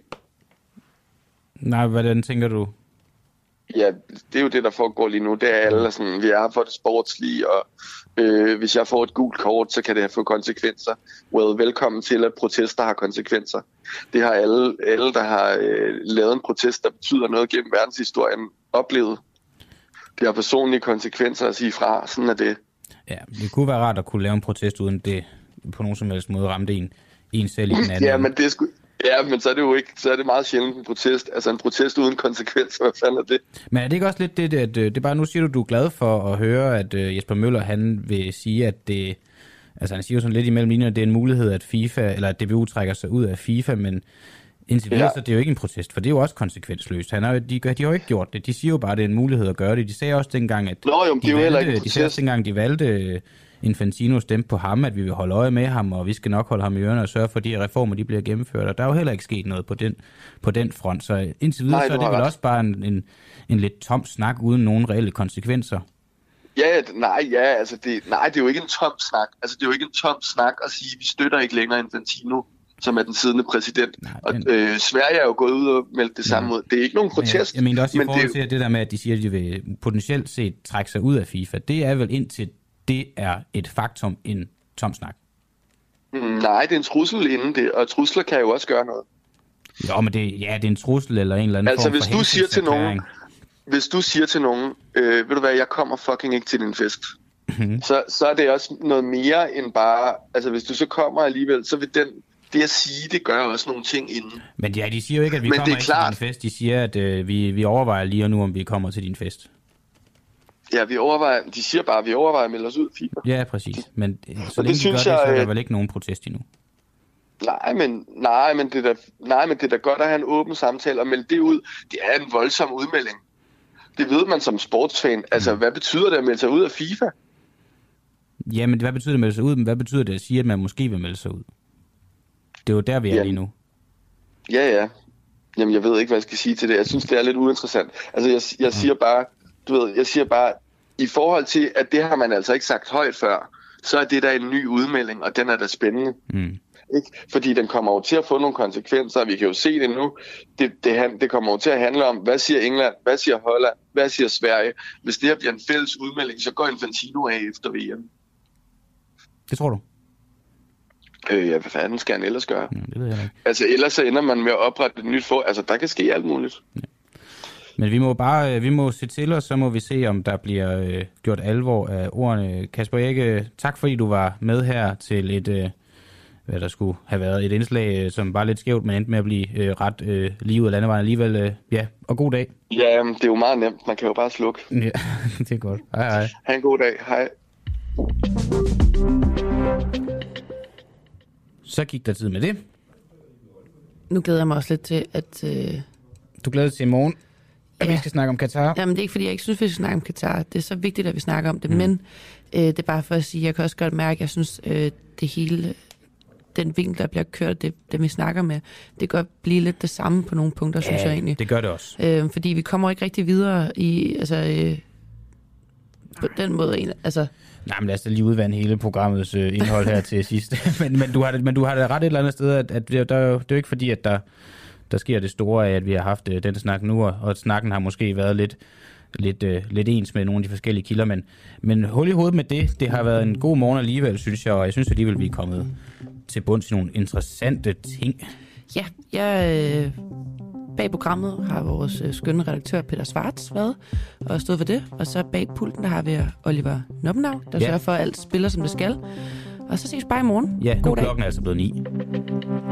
D: Nej, hvordan tænker du?
N: Ja, det er jo det, der foregår lige nu. Det er alle sådan, vi er her for det sportslige, og hvis jeg får et gult kort, så kan det få konsekvenser. Velkommen til, at protester har konsekvenser. Det har alle der har lavet en protest, der betyder noget gennem verdenshistorien, oplevet. Det har personlige konsekvenser at sige fra. Sådan er det.
D: Ja, det kunne være rart at kunne lave en protest, uden det på nogen som helst måde ramte en selv i den anden.
N: Ja, men det er men så er det jo ikke, så er det meget sjældent en protest. Altså en protest uden konsekvenser, hvad fanden er det?
D: Men er det ikke også lidt det, at det er bare, nu siger du er glad for at høre, at Jesper Møller, han vil sige, at det, altså han siger jo sådan lidt imellem linjerne, at det er en mulighed, at FIFA, eller at DBU trækker sig ud af FIFA, men indtil videre, så det er jo ikke en protest, for det er jo også konsekvensløst. De har jo ikke gjort det. De siger jo bare, at det er en mulighed at gøre det. De sagde også dengang, at de valgte Infantino stemte på ham, at vi vil holde øje med ham, og vi skal nok holde ham i ørerne og sørge for, at de reformer de bliver gennemført. Og der er jo heller ikke sket noget på den front. Så indtil videre, så er det vel også bare en lidt tom snak uden nogen reelle konsekvenser.
N: Altså det er jo ikke en tom snak. Altså det er jo ikke en tom snak at sige, at vi støtter ikke længere Infantino, som er den siddende præsident. Sverige er jo gået ud og meldt det samme ud. Det er ikke nogen protest.
D: Jeg mener også i forhold til det der med, at de siger, at de vil potentielt set trække sig ud af FIFA. Det er vel indtil det er et faktum en tom snak.
N: Nej, det er en trussel inden det, og trusler kan jo også gøre noget.
D: Jo, men det er en trussel eller en eller anden
N: altså,
D: form for
N: hensynserklæring. Hvis du siger til nogen, ved du hvad, jeg kommer fucking ikke til din fest, så er det også noget mere end bare, altså hvis du så kommer alligevel, så vil det at sige, det gør også nogle ting inden.
D: Men ja, de siger jo ikke, at vi kommer ikke til din fest. De siger, at vi overvejer lige nu, om vi kommer til din fest.
N: Ja, de siger bare, at vi overvejer at melde os ud, FIFA.
D: Ja, præcis. Men så længe de gør det, så er der vel ikke nogen protest endnu.
N: Nej, men det er da godt at have en åben samtale og melde det ud. Det er en voldsom udmelding. Det ved man som sportsfan. Altså, hvad betyder det at melde sig ud af FIFA?
D: Jamen, hvad betyder det at melde sig ud? Men hvad betyder det at sige, at man måske vil melde sig ud? Det er jo der, vi er lige nu.
N: Ja. Jamen, jeg ved ikke, hvad jeg skal sige til det. Jeg synes, det er lidt uinteressant. Altså, jeg siger bare, i forhold til, at det har man altså ikke sagt højt før, så er det der en ny udmelding, og den er da spændende. Ikke? Fordi den kommer jo til at få nogle konsekvenser, og vi kan jo se det nu. Det kommer jo til at handle om, hvad siger England, hvad siger Holland, hvad siger Sverige. Hvis det her bliver en fælles udmelding, så går Infantino af efter VM.
D: Det tror du?
N: Ja, hvad fanden skal han ellers gøre?
D: Ja, det ved jeg ikke.
N: Altså, ellers så ender man med at oprette et nyt altså, der kan ske alt muligt.
D: Ja. Men vi må se til, og så må vi se, om der bliver gjort alvor af ordene. Kasper Erik, tak fordi du var med her til et, hvad der skulle have været et indslag, som var lidt skævt, men endte med at blive ret lige ud af landevejen alligevel. Ja, og god dag.
N: Ja, det er jo meget nemt. Man kan jo bare slukke.
D: Ja, det er godt. Hej.
N: Ha' en god dag. Hej.
D: Så gik der tid med det.
C: Nu glæder jeg mig også lidt til, at...
D: Du glæder dig til i morgen, at vi skal snakke om Katar?
C: Jamen, det er ikke, fordi jeg ikke synes, vi skal snakke om Katar. Det er så vigtigt, at vi snakker om det. Men det er bare for at sige, jeg kan også godt mærke, at jeg synes, det hele... Den vinkel, der bliver kørt, det vi snakker med, det kan godt blive lidt det samme på nogle punkter, synes jeg egentlig.
D: Det gør det også.
C: Fordi vi kommer ikke rigtig videre i... på den måde.
D: Nej, men lad os da lige udvande hele programmets indhold her til sidst. men du har da ret et eller andet sted, at det er jo ikke fordi, at der sker det store af, at vi har haft den snak nu, og snakken har måske været lidt ens med nogle af de forskellige kilder, men hul i hovedet med det har været en god morgen alligevel, synes jeg, og jeg synes alligevel, vi er kommet til bunds i nogle interessante ting.
C: Ja, bag programmet har vores skønne redaktør Peter Svarts været og stået for det, og så bag pulten, der har vi Oliver Noppenau, der sørger for, at alt spiller, som det skal. Og så ses bare i morgen.
D: Ja, nu klokken er altså blevet 9.